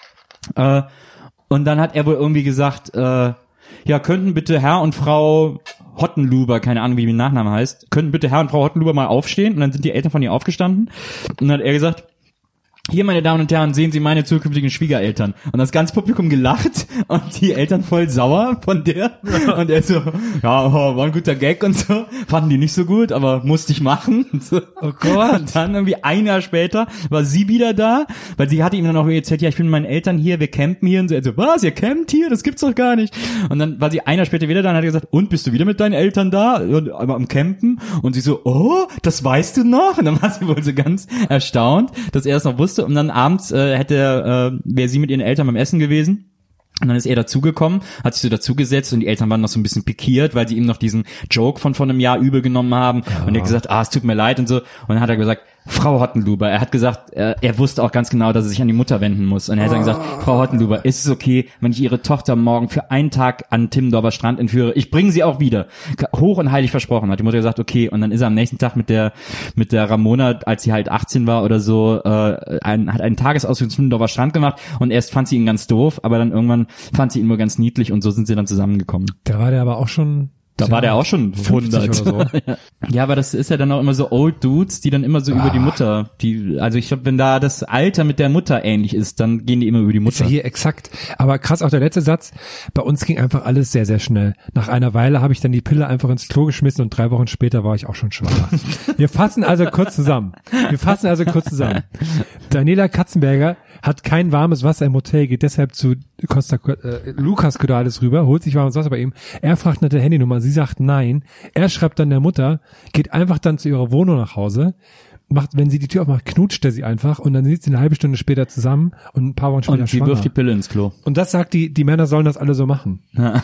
äh, und dann hat er wohl irgendwie gesagt, äh, ja, könnten bitte Herr und Frau Hottenluber, keine Ahnung, wie ihr Nachname heißt, könnten bitte Herr und Frau Hottenluber mal aufstehen? Und dann sind die Eltern von ihr aufgestanden. Und dann hat er gesagt, hier, meine Damen und Herren, sehen Sie meine zukünftigen Schwiegereltern. Und das ganze Publikum gelacht und die Eltern voll sauer von der. Und er so, ja, war ein guter Gag und so. Fanden die nicht so gut, aber musste ich machen. Und so. Oh Gott. Und dann irgendwie ein Jahr später war sie wieder da, weil sie hatte ihm dann auch erzählt, ja, ich bin mit meinen Eltern hier, wir campen hier. Und so, er so, was, ihr campt hier? Das gibt's doch gar nicht. Und dann war sie ein Jahr später wieder da und hat gesagt, und, bist du wieder mit deinen Eltern da? Und, aber am Campen? Und sie so, oh, das weißt du noch? Und dann war sie wohl so ganz erstaunt, dass er es noch wusste. Und dann abends äh, hätte äh, wäre sie mit ihren Eltern beim Essen gewesen. Und dann ist er dazugekommen, hat sich so dazugesetzt und die Eltern waren noch so ein bisschen pikiert, weil sie ihm noch diesen Joke von vor einem Jahr übel genommen haben. Ja. Und er hat gesagt, ah, es tut mir leid und so. Und dann hat er gesagt, Frau Hottenluber. Er hat gesagt, er, er wusste auch ganz genau, dass er sich an die Mutter wenden muss. Und er hat dann gesagt, Frau Hottenluber, ist es okay, wenn ich Ihre Tochter morgen für einen Tag an Timmendorfer Strand entführe? Ich bringe sie auch wieder. Hoch und heilig versprochen. Hat die Mutter gesagt, okay. Und dann ist er am nächsten Tag mit der mit der Ramona, als sie halt achtzehn war oder so, äh, ein, hat einen Tagesausflug zum Timmendorfer Strand gemacht. Und erst fand sie ihn ganz doof, aber dann irgendwann fand sie ihn nur ganz niedlich und so sind sie dann zusammengekommen. Da war der aber auch schon... Da war der auch schon hundert. Oder so. Ja, aber das ist ja dann auch immer so Old Dudes, die dann immer so ah. über die Mutter, die, also ich glaube, wenn da das Alter mit der Mutter ähnlich ist, dann gehen die immer über die Mutter. Ist ja hier exakt. Aber krass, auch der letzte Satz, bei uns ging einfach alles sehr, sehr schnell. Nach einer Weile habe ich dann die Pille einfach ins Klo geschmissen und drei Wochen später war ich auch schon schwanger. Wir fassen also kurz zusammen. Wir fassen also kurz zusammen. Daniela Katzenberger hat kein warmes Wasser im Hotel, geht deshalb zu Costa, äh, Lukas Cordalis rüber, holt sich warmes Wasser bei ihm. Er fragt nach der Handynummer, sie sagt nein. Er schreibt dann der Mutter, geht einfach dann zu ihrer Wohnung nach Hause, macht, wenn sie die Tür aufmacht, knutscht er sie einfach und dann sitzt sie eine halbe Stunde später zusammen und ein paar Wochen später und sie schwanger. wirft die Pille ins Klo. Und das sagt die, die Männer sollen das alle so machen.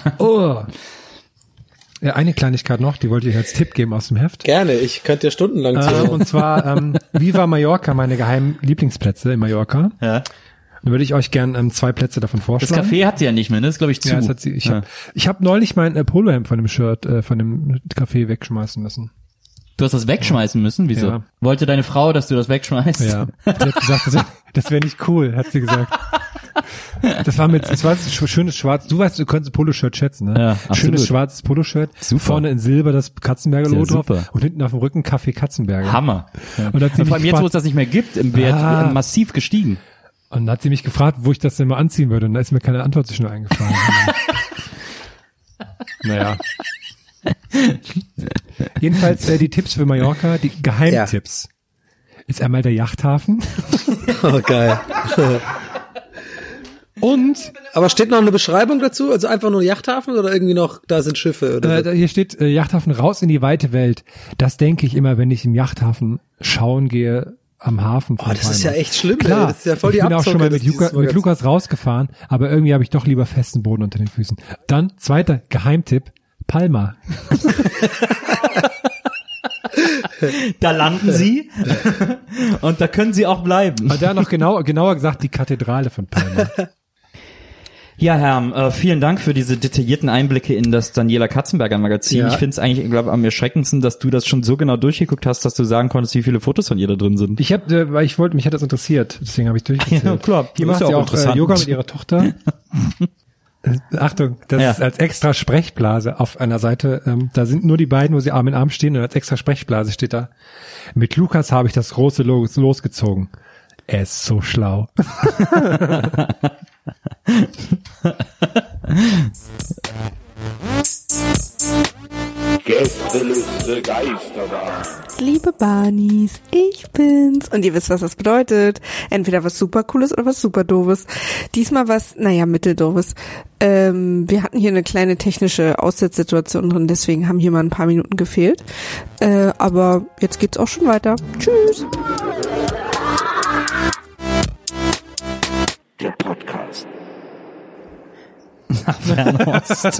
Oh. Ja, eine Kleinigkeit noch, die wollte ich als Tipp geben aus dem Heft. Gerne, ich könnte ja stundenlang äh, zuhören. Und zwar ähm, Viva Mallorca, meine geheimen Lieblingsplätze in Mallorca. Ja. Dann würde ich euch gern ähm, zwei Plätze davon vorschlagen. Das Café hat sie ja nicht mehr, ne? Das ist, glaube ich, zu. Ja, das hat sie. Ich ja. habe ich hab neulich mein äh, Polohemd von dem Shirt, äh, von dem Café wegschmeißen müssen. Du hast das wegschmeißen müssen? Wieso? Ja. Wollte deine Frau, dass du das wegschmeißt? Ja. Sie hat gesagt, das, das wäre nicht cool, hat sie gesagt. Das war mit, das war ein schönes Schwarz. Du weißt, du könntest ein Poloshirt schätzen, ne? Ja, absolut. Schönes schwarzes Poloshirt. Super. Vorne in Silber das Katzenberger Logo drauf und hinten auf dem Rücken Kaffee Katzenberger. Hammer. Ja. Und vor allem jetzt, wo es das nicht mehr gibt, im Wert ah. massiv gestiegen. Und dann hat sie mich gefragt, wo ich das denn mal anziehen würde. Und da ist mir keine Antwort zwischen eingefallen. Naja. Jedenfalls äh, die Tipps für Mallorca, die Geheimtipps. Ja. Ist einmal der Yachthafen. Oh, geil. Und aber steht noch eine Beschreibung dazu? Also einfach nur Yachthafen oder irgendwie noch, da sind Schiffe? Oder äh, so? Hier steht äh, Yachthafen raus in die weite Welt. Das denke ich immer, wenn ich im Yachthafen schauen gehe. Am Hafen. Oh, das Palma. Ist ja echt schlimm. Klar, ey. Das ist ja voll die ich bin Abzocke, auch schon mal mit, Luca, mit Lukas rausgefahren, aber irgendwie habe ich doch lieber festen Boden unter den Füßen. Dann, zweiter Geheimtipp, Palma. Da landen sie und da können sie auch bleiben. Aber da noch genau, genauer gesagt die Kathedrale von Palma. Ja, Herm, äh, vielen Dank für diese detaillierten Einblicke in das Daniela Katzenberger Magazin. Ja. Ich finde es eigentlich, ich glaube, am erschreckendsten, dass du das schon so genau durchgeguckt hast, dass du sagen konntest, wie viele Fotos von ihr da drin sind. Ich habe, äh, weil ich wollte, mich hat das interessiert, deswegen habe ich durchgezählt. Ja, klar. Hier Das macht ist sie ja auch auch äh, interessant. Yoga mit ihrer Tochter. Äh, Achtung, das Ja. ist als extra Sprechblase auf einer Seite. Ähm, da sind nur die beiden, wo sie Arm in Arm stehen, und als extra Sprechblase steht da: Mit Lukas habe ich das große Los losgezogen. Er ist so schlau. Gästeliste Geisterbahn. Liebe Barnies, ich bin's. Und ihr wisst, was das bedeutet. Entweder was super Cooles oder was super Doofes. Diesmal was, naja, mitteldoofes. Ähm, wir hatten hier eine kleine technische Aussetzsituation drin, deswegen haben hier mal ein paar Minuten gefehlt. Äh, aber jetzt geht's auch schon weiter. Tschüss. Der Podcast. Nach Fernost.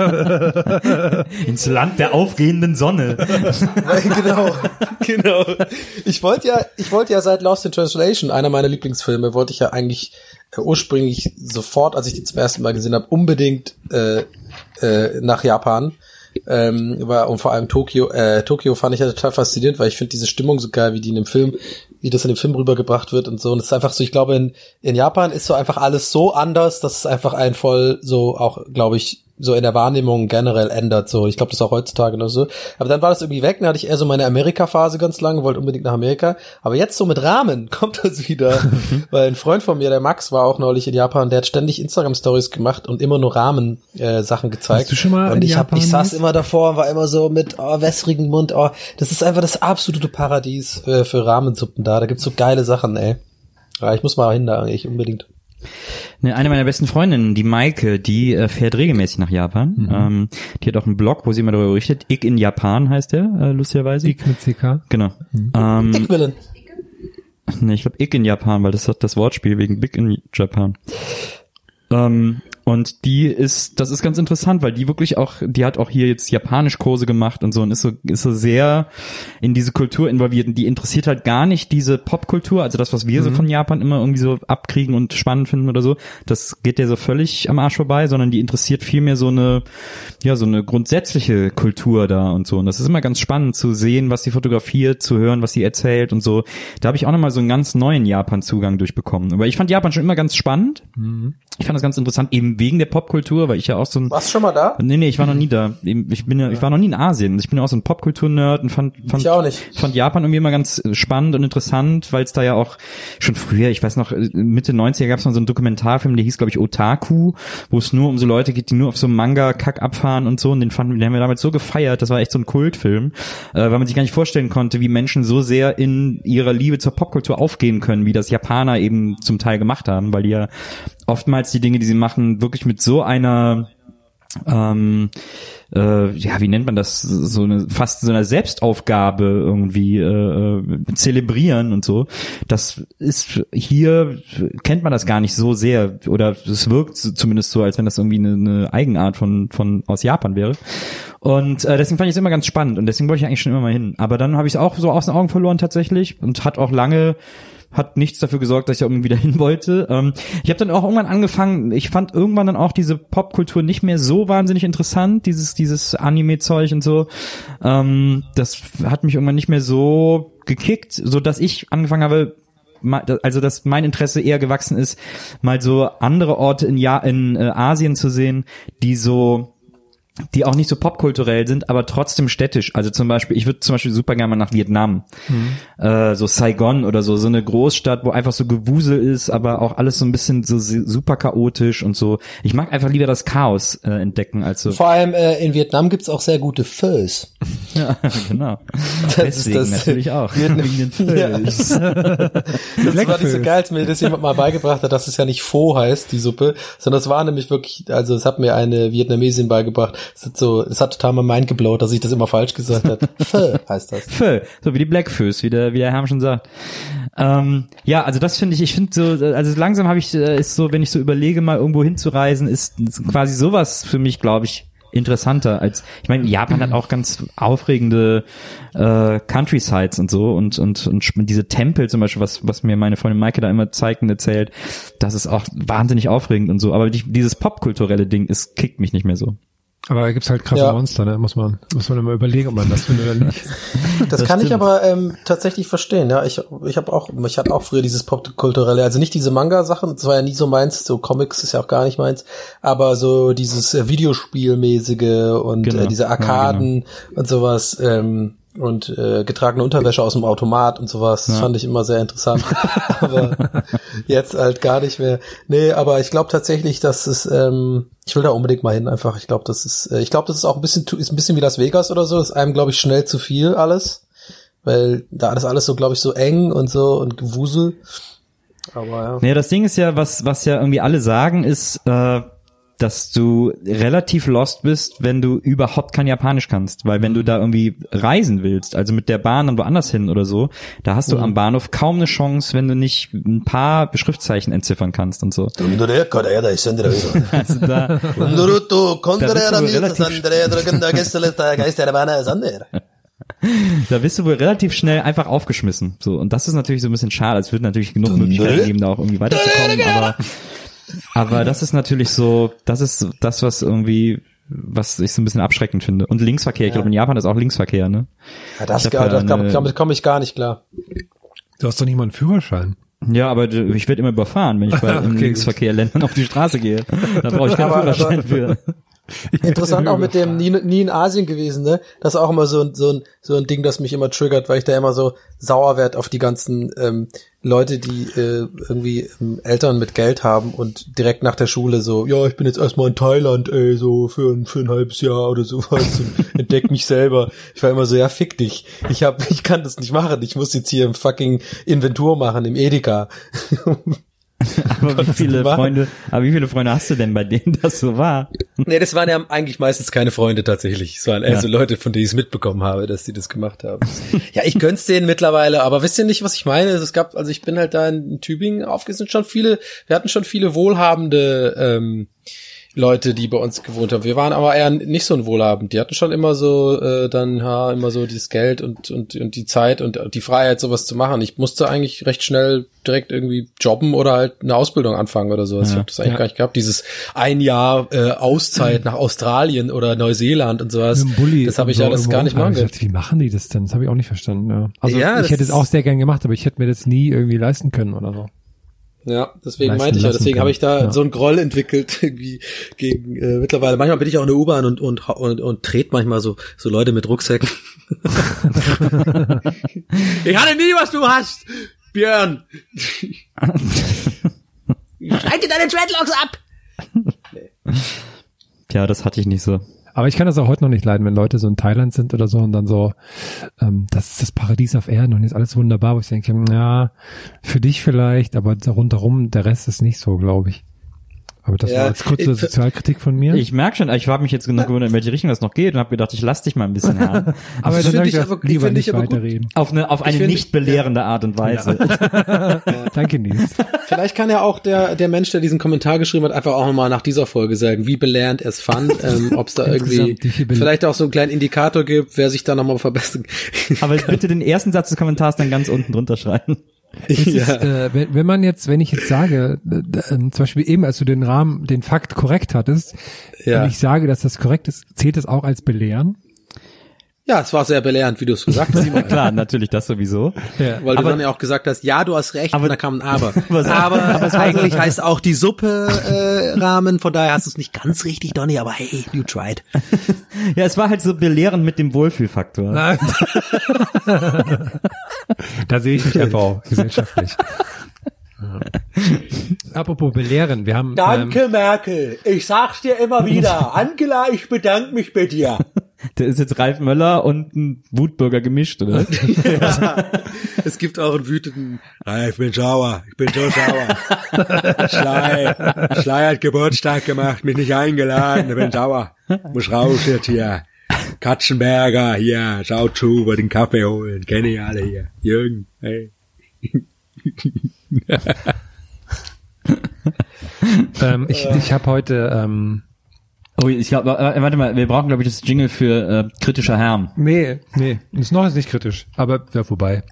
Ins Land der aufgehenden Sonne. genau, genau. Ich wollte ja, ich wollte ja seit Lost in Translation, einer meiner Lieblingsfilme, wollte ich ja eigentlich äh, ursprünglich sofort, als ich die zum ersten Mal gesehen habe, unbedingt äh, äh, nach Japan. Ähm, war, und vor allem Tokio, äh, Tokio fand ich ja total faszinierend, weil ich finde diese Stimmung so geil, wie die in dem Film, wie das in dem Film rübergebracht wird und so. Und es ist einfach so, ich glaube, in, in Japan ist so einfach alles so anders, dass es einfach einen voll so auch, glaube ich, so in der Wahrnehmung generell ändert. So, ich glaube, das ist auch heutzutage noch so. Aber dann war das irgendwie weg, dann hatte ich eher so meine Amerika-Phase ganz lange, wollte unbedingt nach Amerika. Aber jetzt so mit Ramen kommt das wieder. Weil ein Freund von mir, der Max, war auch neulich in Japan, der hat ständig Instagram-Stories gemacht und immer nur Ramen-Sachen äh, gezeigt. Hast du schon mal und in ich hab, Japan ich saß jetzt? immer davor und war immer so mit oh, wässrigem Mund. Oh, das ist einfach das absolute Paradies äh, für Ramensuppen da. Da gibt's so geile Sachen, ey. Ja, ich muss mal hin da eigentlich unbedingt. Ne, eine meiner besten Freundinnen, die Maike, die äh, fährt regelmäßig nach Japan. Mhm. Ähm, die hat auch einen Blog, wo sie immer darüber berichtet. Ich in Japan heißt der, äh, lustigerweise. Ich mit C K. Genau. Mhm. Ähm, Ich willen. Ne, ich glaube ich in Japan, weil das hat das Wortspiel wegen Big in Japan. Ähm, und die ist, das ist ganz interessant, weil die wirklich auch, die hat auch hier jetzt Japanischkurse gemacht und so und ist so, ist so sehr in diese Kultur involviert und die interessiert halt gar nicht diese Popkultur, also das, was wir Mhm. so von Japan immer irgendwie so abkriegen und spannend finden oder so, das geht der so völlig am Arsch vorbei, sondern die interessiert vielmehr so eine, ja, so eine grundsätzliche Kultur da und so und das ist immer ganz spannend zu sehen, was sie fotografiert, zu hören, was sie erzählt und so. Da habe ich auch nochmal so einen ganz neuen Japan-Zugang durchbekommen. Aber ich fand Japan schon immer ganz spannend. Mhm. Ich fand das ganz interessant, eben wegen der Popkultur, weil ich ja auch so ein... Warst du schon mal da? Nee, nee, ich war noch nie da. Ich bin ja, ich war noch nie in Asien. Ich bin ja auch so ein Popkultur-Nerd und fand, fand, Ich auch nicht. fand Japan irgendwie immer ganz spannend und interessant, weil es da ja auch schon früher, ich weiß noch, Mitte neunziger gab es noch so einen Dokumentarfilm, der hieß, glaube ich, Otaku, wo es nur um so Leute geht, die nur auf so Manga-Kack abfahren und so und den fanden, den haben wir damals so gefeiert, das war echt so ein Kultfilm, äh, weil man sich gar nicht vorstellen konnte, wie Menschen so sehr in ihrer Liebe zur Popkultur aufgehen können, wie das Japaner eben zum Teil gemacht haben, weil die ja oftmals die Dinge, die sie machen, wirklich mit so einer ähm, äh, ja, wie nennt man das, so eine fast so eine Selbstaufgabe irgendwie äh, zelebrieren und so. Das ist hier, kennt man das gar nicht so sehr oder es wirkt zumindest so, als wenn das irgendwie eine, eine Eigenart von von aus Japan wäre. Und äh, deswegen fand ich es immer ganz spannend und deswegen wollte ich eigentlich schon immer mal hin. Aber dann habe ich es auch so aus den Augen verloren tatsächlich und hat auch lange hat nichts dafür gesorgt, dass ich irgendwie wieder hin wollte. Ähm, ich habe dann auch irgendwann angefangen, ich fand irgendwann dann auch diese Popkultur nicht mehr so wahnsinnig interessant, dieses dieses Anime-Zeug und so. Ähm, das hat mich irgendwann nicht mehr so gekickt, so dass ich angefangen habe, also dass mein Interesse eher gewachsen ist, mal so andere Orte in, ja in äh, Asien zu sehen, die so die auch nicht so popkulturell sind, aber trotzdem städtisch. Also zum Beispiel, ich würde zum Beispiel super gerne mal nach Vietnam. Mhm. Äh, so Saigon oder so, so eine Großstadt, wo einfach so Gewusel ist, aber auch alles so ein bisschen so super chaotisch und so. Ich mag einfach lieber das Chaos äh, entdecken als so. Vor allem äh, in Vietnam gibt's auch sehr gute Phös. Ja, genau. Das Deswegen ist das natürlich auch. Vietnam. Wegen den Phös. Ja. Das war nicht so geil, als mir das jemand mal beigebracht hat, dass es ja nicht Pho heißt, die Suppe, sondern es war nämlich wirklich, also es hat mir eine Vietnamesin beigebracht. Es hat so, es hat total mein Mind geblowt, dass ich das immer falsch gesagt habe. Pho heißt das. Pho, so wie die Blackfoes, wie der, wie der Herr schon sagt. Ähm, ja, also das finde ich, ich finde so, also langsam habe ich, ist so, wenn ich so überlege, mal irgendwo hinzureisen, ist quasi sowas für mich, glaube ich, interessanter als, ich meine, Japan hat auch ganz aufregende äh, Countrysides und so und und und diese Tempel zum Beispiel, was was mir meine Freundin Maike da immer zeigt und erzählt, das ist auch wahnsinnig aufregend und so, aber die, dieses popkulturelle Ding ist, kickt mich nicht mehr so. Aber da gibt's halt krasse Ja. Monster, ne? Muss man, muss man immer überlegen, ob man das findet oder nicht. Das, Das kann ich stimmt. aber ähm, tatsächlich verstehen. Ja, ich ich habe auch, ich hatte auch früher dieses popkulturelle, also nicht diese Manga-Sachen, das war ja nie so meins. So Comics ist ja auch gar nicht meins, aber so dieses äh, Videospielmäßige und Genau. äh, diese Arkaden Ja, und sowas ähm, und äh, getragene Unterwäsche aus dem Automat und sowas. Das Ja. fand ich immer sehr interessant. Aber jetzt halt gar nicht mehr. Nee, aber ich glaube tatsächlich, dass es, ähm, ich will da unbedingt mal hin einfach. Ich glaube, das ist, äh, ich glaube, das ist auch ein bisschen, tu- ist ein bisschen wie Las Vegas oder so. Das ist einem, glaube ich, schnell zu viel alles. Weil da ist alles so, glaube ich, so eng und so und Gewusel. Aber ja. Naja, das Ding ist ja, was was ja irgendwie alle sagen, ist, äh, dass du relativ lost bist, wenn du überhaupt kein Japanisch kannst. Weil wenn du da irgendwie reisen willst, also mit der Bahn dann woanders hin oder so, da hast du Mhm. am Bahnhof kaum eine Chance, wenn du nicht ein paar Schriftzeichen entziffern kannst und so. Also da, da bist du, da bist du wohl relativ schnell einfach aufgeschmissen. So, und das ist natürlich so ein bisschen schade. Es wird natürlich genug Möglichkeiten geben, da auch irgendwie weiterzukommen, aber aber das ist natürlich so, das ist das, was irgendwie, was ich so ein bisschen abschreckend finde. Und Linksverkehr, ich glaube in Japan ist auch Linksverkehr, ne? Ja, das, Ich gar, hab ja das eine- damit komme ich gar nicht klar. Du hast doch nicht mal einen Führerschein. Ja, aber du- ich werde immer überfahren, wenn ich bei Okay, in gut. Linksverkehrländern auf die Straße gehe. Da brauche ich keinen Aber- Führerschein aber- für. Interessant auch mit dem nie, nie in Asien gewesen, ne? Das ist auch immer so ein, so ein, so ein Ding, das mich immer triggert, weil ich da immer so sauer werd auf die ganzen ähm, Leute, die äh, irgendwie ähm, Eltern mit Geld haben und direkt nach der Schule so, ja, ich bin jetzt erstmal in Thailand, ey, so für ein, für ein halbes Jahr oder sowas und entdeck mich selber. Ich war immer so, ja, fick dich. Ich hab, ich kann das nicht machen. Ich muss jetzt hier im fucking Inventur machen, im Edeka. Aber wie viele machen. Freunde, aber wie viele Freunde hast du denn, bei denen das so war? Nee, das waren ja eigentlich meistens keine Freunde tatsächlich. Es waren eher Ja. so Leute, von denen ich es mitbekommen habe, dass die das gemacht haben. Ja, ich gönn's denen mittlerweile, aber wisst ihr nicht, was ich meine? Es gab, also ich bin halt da in Tübingen aufgewachsen, schon viele, wir hatten schon viele wohlhabende ähm, Leute, die bei uns gewohnt haben. Wir waren aber eher nicht so ein wohlhabend. Die hatten schon immer so äh, dann ja immer so dieses Geld und und und die Zeit und die Freiheit, sowas zu machen. Ich musste eigentlich recht schnell direkt irgendwie jobben oder halt eine Ausbildung anfangen oder sowas. Ja. Ich habe das eigentlich Ja. gar nicht gehabt. Dieses ein Jahr äh, Auszeit nach Australien oder Neuseeland und sowas. Mit dem Bulli Das habe ich so alles irgendwo gar nicht machen rumfahren. können. Ich dachte, wie machen die das denn? Das habe ich auch nicht verstanden. Ja. Also Ja, ich das hätte es ist- auch sehr gern gemacht, aber ich hätte mir das nie irgendwie leisten können oder so. Ja, deswegen leisten meinte ich ja, lassen deswegen können. habe ich da Ja. so einen Groll entwickelt irgendwie gegen äh, mittlerweile. Manchmal bin ich auch in der U-Bahn und und und, und trete manchmal so so Leute mit Rucksäcken. Ich hatte nie, was du hast, Björn. Schneide deine Dreadlocks ab. Ja, das hatte ich nicht so. Aber ich kann das auch heute noch nicht leiden, wenn Leute so in Thailand sind oder so und dann so, ähm, das ist das Paradies auf Erden und ist alles wunderbar, wo ich denke, ja, für dich vielleicht, aber da rundherum, der Rest ist nicht so, glaube ich. Aber das Ja, war jetzt kurze ich- Sozialkritik von mir. Ich merke schon, ich habe mich jetzt noch gewundert, in welche Richtung das noch geht und habe gedacht, ich lass dich mal ein bisschen haben. aber das dann find habe ich ich aber- gedacht, ich lieber find nicht ich aber gut. weiterreden. Auf eine auf eine find- nicht belehrende Art und Weise. Danke, Nils. Vielleicht kann ja auch der der Mensch, der diesen Kommentar geschrieben hat, einfach auch nochmal nach dieser Folge sagen, wie belehrend er es fand, ähm, ob es da irgendwie Insgesamt, wie viel bele- vielleicht auch so einen kleinen Indikator gibt, wer sich da nochmal verbessern. Aber bitte den ersten Satz des Kommentars dann ganz unten drunter schreiben. Es Ja. ist, äh, wenn, wenn man jetzt, wenn ich jetzt sage, äh, äh, zum Beispiel eben, als du den Rahmen, den Fakt korrekt hattest, Ja. wenn ich sage, dass das korrekt ist, zählt das auch als Belehren? Ja, es war sehr belehrend, wie du es gesagt hast. Na klar, natürlich das sowieso. Ja. Weil du Aber- dann ja auch gesagt hast, ja, du hast recht, Aber- und dann kam ein Aber. Was- aber eigentlich heißt auch die Suppe äh, Rahmen, von daher hast du es nicht ganz richtig, Donny, aber hey, you tried. Ja, es war halt so belehrend mit dem Wohlfühlfaktor. Nein. Da sehe ich mich einfach auch gesellschaftlich. Ja. Apropos belehren, wir haben Danke, Merkel. Ich sag's dir immer wieder. Angela, ich bedanke mich bei dir. Der ist jetzt Ralf Möller und ein Wutbürger gemischt, oder? Ja. Es gibt auch einen wütenden, ah, ich bin sauer, ich bin so sauer. Schlei, Schlei hat Geburtstag gemacht, mich nicht eingeladen, ich bin sauer. Muss raus jetzt hier. Katzenberger, hier, schau zu, wir den Kaffee holen, kenne ich alle hier. Jürgen, hey. ähm, ich, ich habe heute ähm, Oh, ich glaube, warte mal, wir brauchen, glaube ich, das Jingle für äh, kritischer Herm. Nee, nee, ist noch nicht kritisch, aber ja, vorbei.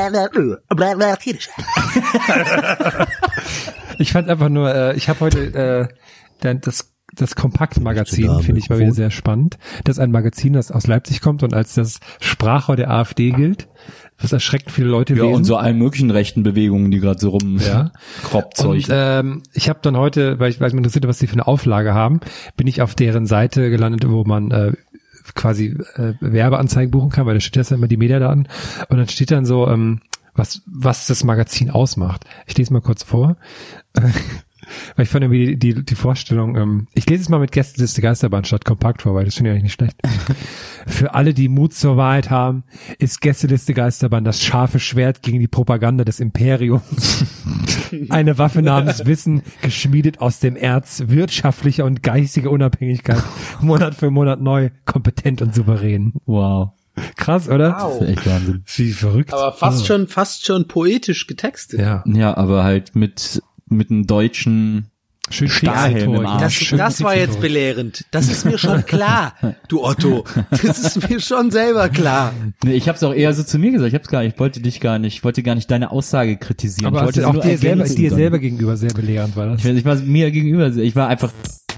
Ich fand einfach nur, äh, ich habe heute äh, dann das das Kompaktmagazin, finde ich mal wieder sehr spannend. Das ist ein Magazin, das aus Leipzig kommt und als das Sprachrohr der AfD gilt, was erschreckend viele Leute ja, lesen. Und so allen möglichen rechten Bewegungen, die gerade so rum ja. Kropfzeug. Und ähm, ich habe dann heute, weil ich, weil ich mich interessierte, was die für eine Auflage haben, bin ich auf deren Seite gelandet, wo man äh, quasi äh, Werbeanzeigen buchen kann, weil da steht jetzt immer die Mediadaten. Und dann steht dann so, ähm, was was das Magazin ausmacht. Ich lese mal kurz vor. Weil ich fand irgendwie die, die, die Vorstellung, ähm, ich lese es mal mit Gästeliste Geisterbahn statt kompakt vor, weil das finde ich eigentlich nicht schlecht. Für alle, die Mut zur Wahrheit haben, ist Gästeliste Geisterbahn das scharfe Schwert gegen die Propaganda des Imperiums. Eine Waffe namens Wissen, geschmiedet aus dem Erz, wirtschaftlicher und geistiger Unabhängigkeit, Monat für Monat neu, kompetent und souverän. Wow. Krass, oder? Wow. Das ist echt Wahnsinn. Wie verrückt. Aber fast oh. schon, fast schon poetisch getextet. Ja. Ja, aber halt mit mit einem deutschen Schön Stahlhelm im Arsch. Das, Schön das war jetzt belehrend. Das ist mir schon klar, du Otto. Das ist mir schon selber klar. Nee, ich hab's auch eher so zu mir gesagt. Ich hab's gar nicht, ich wollte dich gar nicht, ich wollte gar nicht deine Aussage kritisieren. Aber ich wollte auch sie nur dir selber, ergänzen dir dann. selber gegenüber sehr belehrend war das. Ich, weiß, ich war mir gegenüber, ich war einfach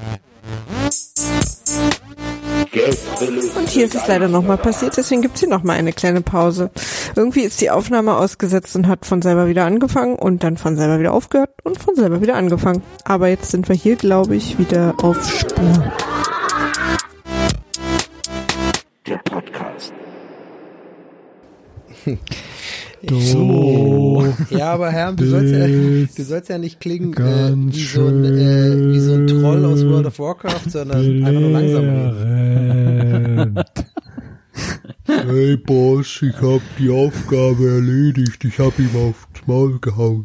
Und hier ist es leider nochmal passiert, deswegen gibt's hier nochmal eine kleine Pause. Irgendwie ist die Aufnahme ausgesetzt und hat von selber wieder angefangen und dann von selber wieder aufgehört und von selber wieder angefangen. Aber jetzt sind wir hier, glaube ich, wieder auf Spur. Der Podcast. So. Ja, aber Herr, du sollst ja, du sollst ja nicht klingen äh, wie, so ein, äh, wie so ein Troll aus World of Warcraft, sondern einfach nur langsam reden. Hey Boss, ich hab die Aufgabe erledigt, ich hab ihm aufs Maul gehauen.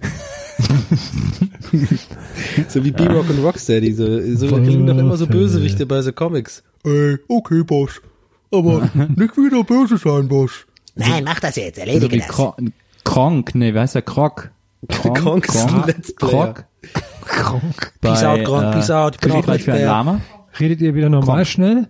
So wie B-Rock und Rocksteady, so, so klingen doch immer so Bösewichte bei so Comics. Ey, okay Boss, aber nicht wieder böse sein, Boss. Nein, mach das jetzt, erledige so wie das. Kro- Kronk, nee, wie heißt der? Krog. Kronk, Kronk ist ein Let's Player. Krog. Kronk. Peace out, Kronk, peace out. Ich bin auch gleich für ein Let's Player. Lama. Redet ihr wieder normal Kronk. schnell?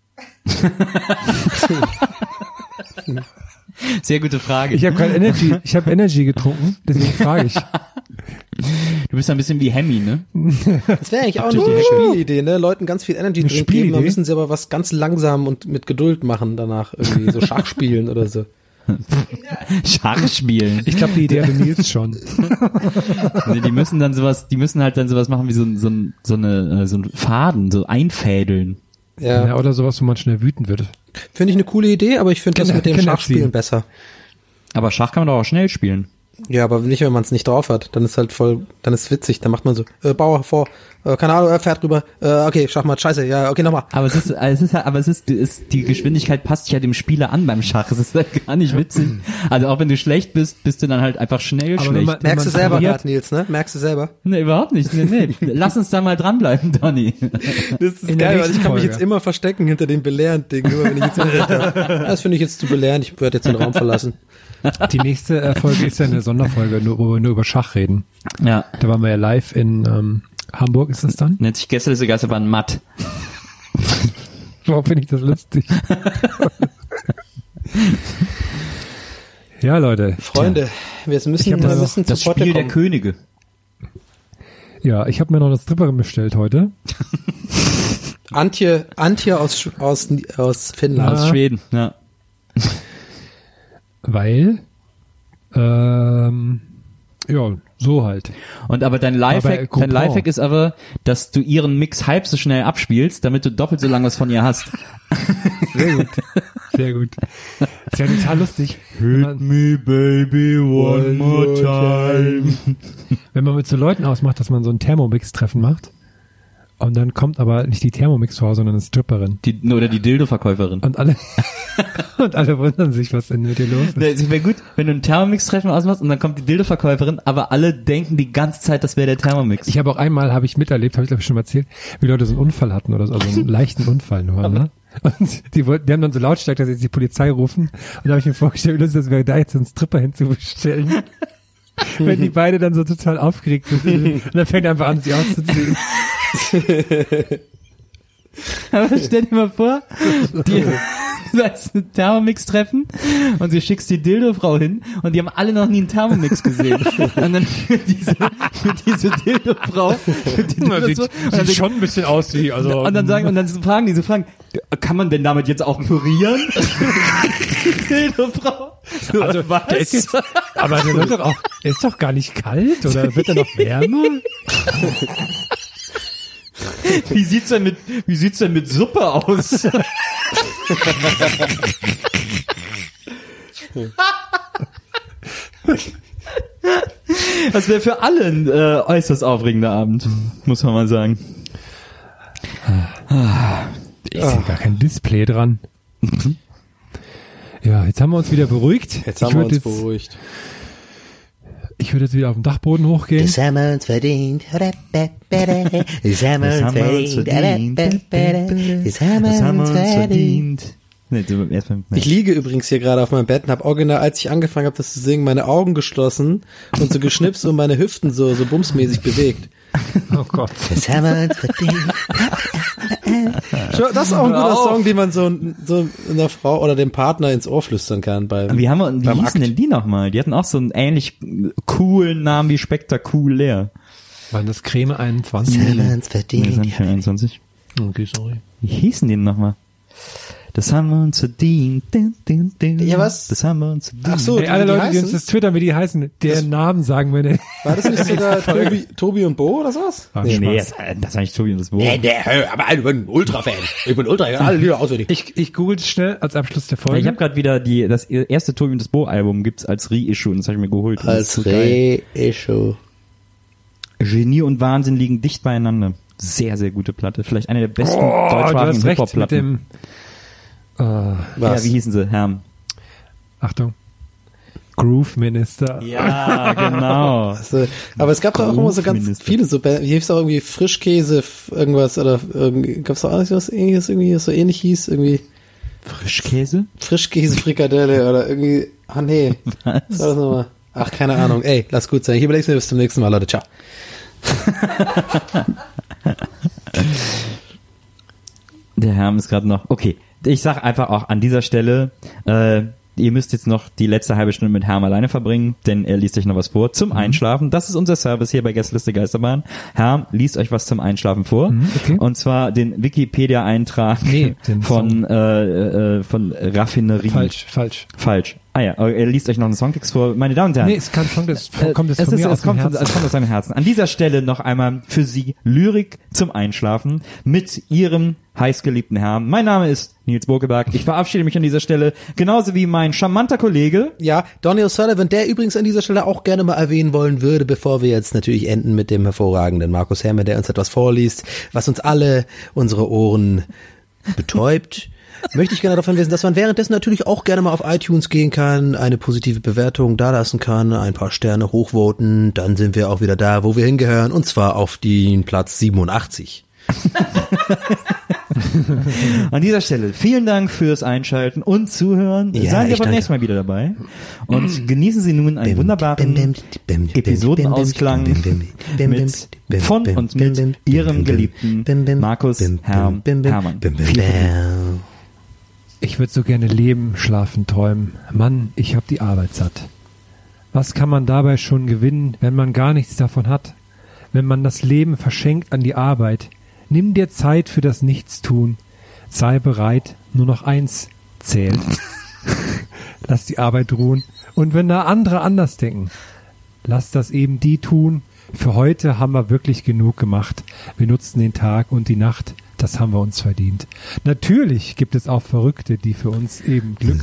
Sehr gute Frage. Ich habe kein Energy, ich habe Energy getrunken, deswegen frage ich. Du bist ein bisschen wie Hemmi, ne? Das wäre eigentlich auch eine gute Spielidee, ne? Leuten ganz viel Energy Eine Drink geben, Spielidee? dann müssen sie aber was ganz langsam und mit Geduld machen danach. Irgendwie so Schach spielen oder so. Schach spielen. Ich glaube, die Idee hatte Nils schon. Also die müssen dann sowas, die müssen halt dann sowas machen wie so, ein- so, ein- so eine, äh, so ein Faden, so einfädeln. Ja, Ja, oder sowas, wo man schnell wütend wird. finde ich eine coole Idee, aber ich finde das Kinder- mit dem Kinder Schachspielen erziehen. besser. Aber Schach kann man doch auch schnell spielen. Ja, aber nicht, wenn man es nicht drauf hat. Dann ist halt voll, dann ist witzig. Dann macht man so, äh, Bauer vor, äh, keine Ahnung, er fährt rüber, äh, okay, Schachmatt, scheiße, ja, okay, nochmal. Aber es ist, es ist, aber es ist, ist, die Geschwindigkeit passt sich ja dem Spieler an beim Schach. Es ist halt gar nicht witzig. Also auch wenn du schlecht bist, bist du dann halt einfach schnell Aber wenn schlecht. man- Merkst du man selber verliert- gerade, Nils, ne? Merkst du selber? Nee, überhaupt nicht. Nee, nee. Lass uns da mal dranbleiben, Donny. Das ist In der geil, weil nächsten ich kann mich Folge. jetzt immer verstecken hinter dem Belehrend-Ding, nur wenn ich jetzt Unrecht habe. Das finde ich jetzt zu belehrend, ich werde jetzt den Raum verlassen. Die nächste äh, Folge ist ja eine Sonderfolge, nur, wo wir nur über Schach reden. Ja. Da waren wir ja live in ähm, Hamburg, ist das dann? Nennt sich Gästeliste Geisterbahn matt. Warum finde ich das lustig? Ja, Leute. Freunde, wir müssen, Ich hab wir mal noch müssen zu Das Potte Spiel der kommen. Könige. Ja, ich habe mir noch eine Stripperin bestellt heute. Antje, Antje aus, Sch- aus, aus Finnland. Aus Schweden, ja. Weil, ähm, ja, so halt. Und aber dein Aber Lifehack, Coupon. dein Lifehack ist aber, dass du ihren Mix halb so schnell abspielst, damit du doppelt so lange was von ihr hast. Sehr gut. Sehr gut. Ist ja total lustig. Wenn man, Me baby one more time. wenn man mit so Leuten ausmacht, dass man so ein Thermomix-Treffen macht und dann kommt aber nicht die Thermomix-Frau, sondern eine Stripperin. Die, oder die Dildo-Verkäuferin. Und alle, und alle wundern sich, was denn mit dir los ist. Es wäre gut, wenn du ein Thermomix-Treffen ausmachst und dann kommt die Dildo-Verkäuferin, aber alle denken die ganze Zeit, das wäre der Thermomix. Ich habe auch einmal, habe ich miterlebt, habe ich glaube ich schon mal erzählt, wie Leute so einen Unfall hatten oder so, also einen leichten Unfall nur, ne? Und die wollten, die haben dann so lautstark, dass sie jetzt die Polizei rufen. Und da habe ich mir vorgestellt, wie lustig das wäre, da jetzt einen Stripper hinzubestellen. Wenn die beide dann so total aufgeregt sind. Und dann fängt er einfach an, sie auszuziehen. Aber stell dir mal vor, die, das ist ein Thermomix-Treffen und sie schickst die Dildo-Frau hin und die haben alle noch nie einen Thermomix gesehen. Und dann für diese, für diese Dildo-Frau, für die Ja, sieht, so, sieht und dann, schon ein bisschen aus wie, also. und dann sagen, und dann fragen die so fragen, kann man denn damit jetzt auch pürieren? Die Dildo-Frau. So, Also, was? der ist jetzt, aber der wird doch auch, der ist doch gar nicht kalt, oder wird er noch wärmer? Wie sieht's denn mit, wie sieht's denn mit Suppe aus? Das wäre für alle ein äh, äußerst aufregender Abend, muss man mal sagen. Ich sehe gar kein Display dran. Ja, jetzt haben wir uns wieder beruhigt. Jetzt haben ich wir würd uns jetzt, beruhigt. Ich würde jetzt wieder auf den Dachboden hochgehen. Das haben wir uns verdient. Das haben wir uns verdient. Das haben wir uns verdient. Nee, du, erstmal, nee. Ich liege übrigens hier gerade auf meinem Bett und habe original, als ich angefangen habe, das zu singen, meine Augen geschlossen und so geschnipst und meine Hüften so, so bumsmäßig bewegt. Oh Gott. Das haben wir uns verdient. Das ist auch ein guter Song, den man so, so einer Frau oder dem Partner ins Ohr flüstern kann. Beim, Wie haben wir, wie beim hießen Akt. denn die nochmal? Die hatten auch so einen ähnlich coolen Namen wie Spektakulär. Waren das Creme einundzwanzig? Das haben wir uns Nee, das verdient. waren schon einundzwanzig. Okay, sorry. Wie hießen die denn nochmal? Das haben wir uns verdient. Din, din, din. Ja, was? Das haben wir uns verdient. Ach so, Hey, alle wie die Leute, die uns heißen? das twittern, wie die heißen, deren Namen sagen wir nicht. War das nicht sogar Tobi, Tobi und Bo oder sowas? Ah, Nee, nee, Spaß. das, das war nicht Tobi und das Bo. Nee, nee, aber ich bin Ultra-Fan. Ich bin Ultra, alle Lieder auswendig. Ich, ich google es schnell als Abschluss der Ja, Folge. ich habe gerade wieder die das erste Tobi und das Bo Album gibt's als Reissue und das habe ich mir geholt. Und das ist Als so geil. Re-Issue. Genie und Wahnsinn liegen dicht beieinander. Sehr, sehr gute Platte. Vielleicht eine der besten oh, du deutschsprachigen hast recht mit Hip-Hop-Platten. dem, äh, Was? Ja, wie hießen sie? Herm. Achtung, Groove Minister. Ja, genau. Also, aber es gab doch auch immer so ganz Groove-Minister. viele so Bands. Hier hieß auch irgendwie Frischkäse, f- irgendwas, oder irgendwie, gab's doch auch nicht was ähnliches, irgendwie, das so ähnlich hieß, irgendwie Frischkäse? Frischkäse, Frikadelle, oder irgendwie, ah nee. Was war das nochmal? Ach, keine Ahnung. Ey, lass gut sein. Ich überleg's mir bis zum nächsten Mal, Leute. Ciao. Der Herm ist gerade noch. Okay, ich sag einfach auch an dieser Stelle, äh, ihr müsst jetzt noch die letzte halbe Stunde mit Herm alleine verbringen, denn er liest euch noch was vor zum Einschlafen. Das ist unser Service hier bei Gästeliste Geisterbahn. Herm liest euch was zum Einschlafen vor. okay. Und zwar den Wikipedia-Eintrag Nee, den von, äh, äh, von Raffinerie. Falsch, falsch. Falsch. Ah ja, er liest euch noch einen Songtext vor. Meine Damen und Herren. Nee, es kann schon, das Äh, kommt jetzt es von ist, mir es aus dem kommt, von, Herzen. es kommt aus seinem Herzen. An dieser Stelle noch einmal für Sie Lyrik zum Einschlafen mit Ihrem heißgeliebten Herrn. Mein Name ist Nils Bokeberg. Ich verabschiede mich an dieser Stelle, genauso wie mein charmanter Kollege. Ja, Donny O'Sullivan, der übrigens an dieser Stelle auch gerne mal erwähnen wollen würde, bevor wir jetzt natürlich enden mit dem hervorragenden Markus Herme, der uns etwas vorliest, was uns alle unsere Ohren betäubt. Möchte ich gerne darauf hinweisen, dass man währenddessen natürlich auch gerne mal auf iTunes gehen kann, eine positive Bewertung dalassen kann, ein paar Sterne hochvoten, dann sind wir auch wieder da, wo wir hingehören, und zwar auf den Platz siebenundachtzig. An dieser Stelle vielen Dank fürs Einschalten und Zuhören. Ja, Seien Sie ich beim danke. nächsten Mal wieder dabei und genießen Sie nun einen wunderbaren Episodenausklang mit von und mit Ihrem geliebten Markus Herm Hermann. Vielen Dank. Ich würde so gerne leben, schlafen, träumen. Mann, ich hab die Arbeit satt. Was kann man dabei schon gewinnen, wenn man gar nichts davon hat? Wenn man das Leben verschenkt an die Arbeit. Nimm dir Zeit für das Nichtstun. Sei bereit, nur noch eins zählt. Lass die Arbeit ruhen. Und wenn da andere anders denken, lass das eben die tun. Für heute haben wir wirklich genug gemacht. Wir nutzen den Tag und die Nacht. Das haben wir uns verdient. Natürlich gibt es auch Verrückte, die für uns eben Glück.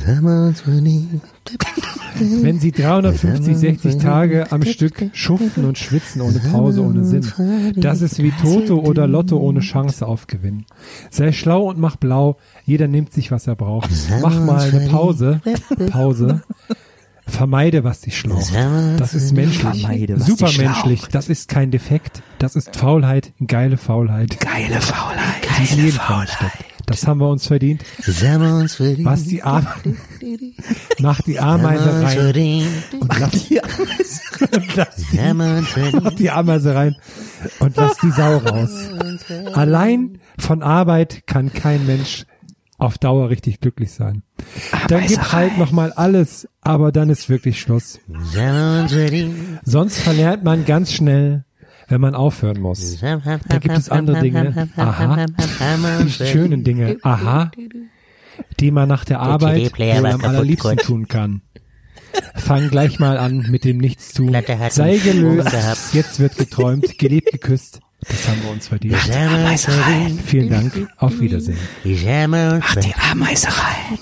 Wenn sie dreihundertfünfzig, sechzig Tage am Stück schuften und schwitzen ohne Pause, ohne Sinn. Das ist wie Toto oder Lotto ohne Chance auf Gewinn. Sei schlau und mach blau. Jeder nimmt sich, was er braucht. Mach mal eine Pause. Pause. Vermeide, was dich schlaucht. Das ist menschlich. Vermeide, was dich Supermenschlich. schlaucht. Das ist kein Defekt. Das ist Faulheit. Geile Faulheit. Geile Faulheit. Die in jedem Fall steckt. Das haben wir uns verdient. Was die Ar Mach die Ameise rein. Und lass die Ameise, und lass die, mach die Ameise rein. Und lass die Sau raus. Allein Von Arbeit kann kein Mensch auf Dauer richtig glücklich sein. Dann gib halt nochmal alles, aber dann ist wirklich Schluss. Sonst verlernt man ganz schnell, wenn man aufhören muss. Da gibt es andere Dinge, aha, die schönen Dinge, aha, die man nach der Arbeit wohl am allerliebsten tun kann. Fang gleich mal an mit dem Nichtstun. Sei gelöst, jetzt wird geträumt, geliebt, geküsst. Das haben wir uns verdient. Mach die Ameise rein. Vielen Dank, auf Wiedersehen. Mach die Ameise rein.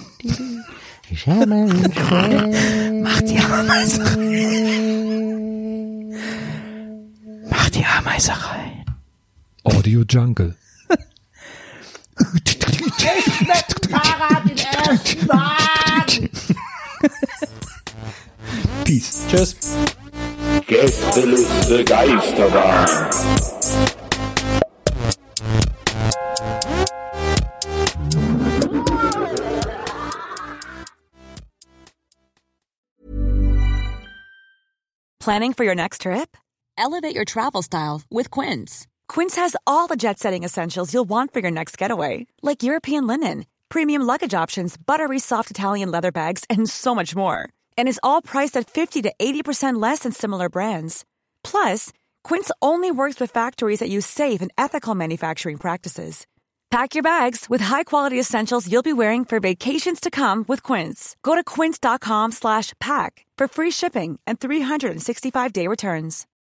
Mach die Ameise rein. Mach die Ameise rein. Audio Jungle. Ich mit Fahrrad den ersten Wagen. Peace. Tschüss. Gästeliste Geisterbahn. Planning for your next trip? Elevate your travel style with Quince. Quince has all the jet-setting essentials you'll want for your next getaway, like European linen, premium luggage options, buttery soft Italian leather bags, and so much more. And is all priced at fifty to eighty percent less than similar brands. Plus, Quince only works with factories that use safe and ethical manufacturing practices. Pack your bags with high-quality essentials you'll be wearing for vacations to come with Quince. Go to quince.com slash pack for free shipping and three sixty-five day returns.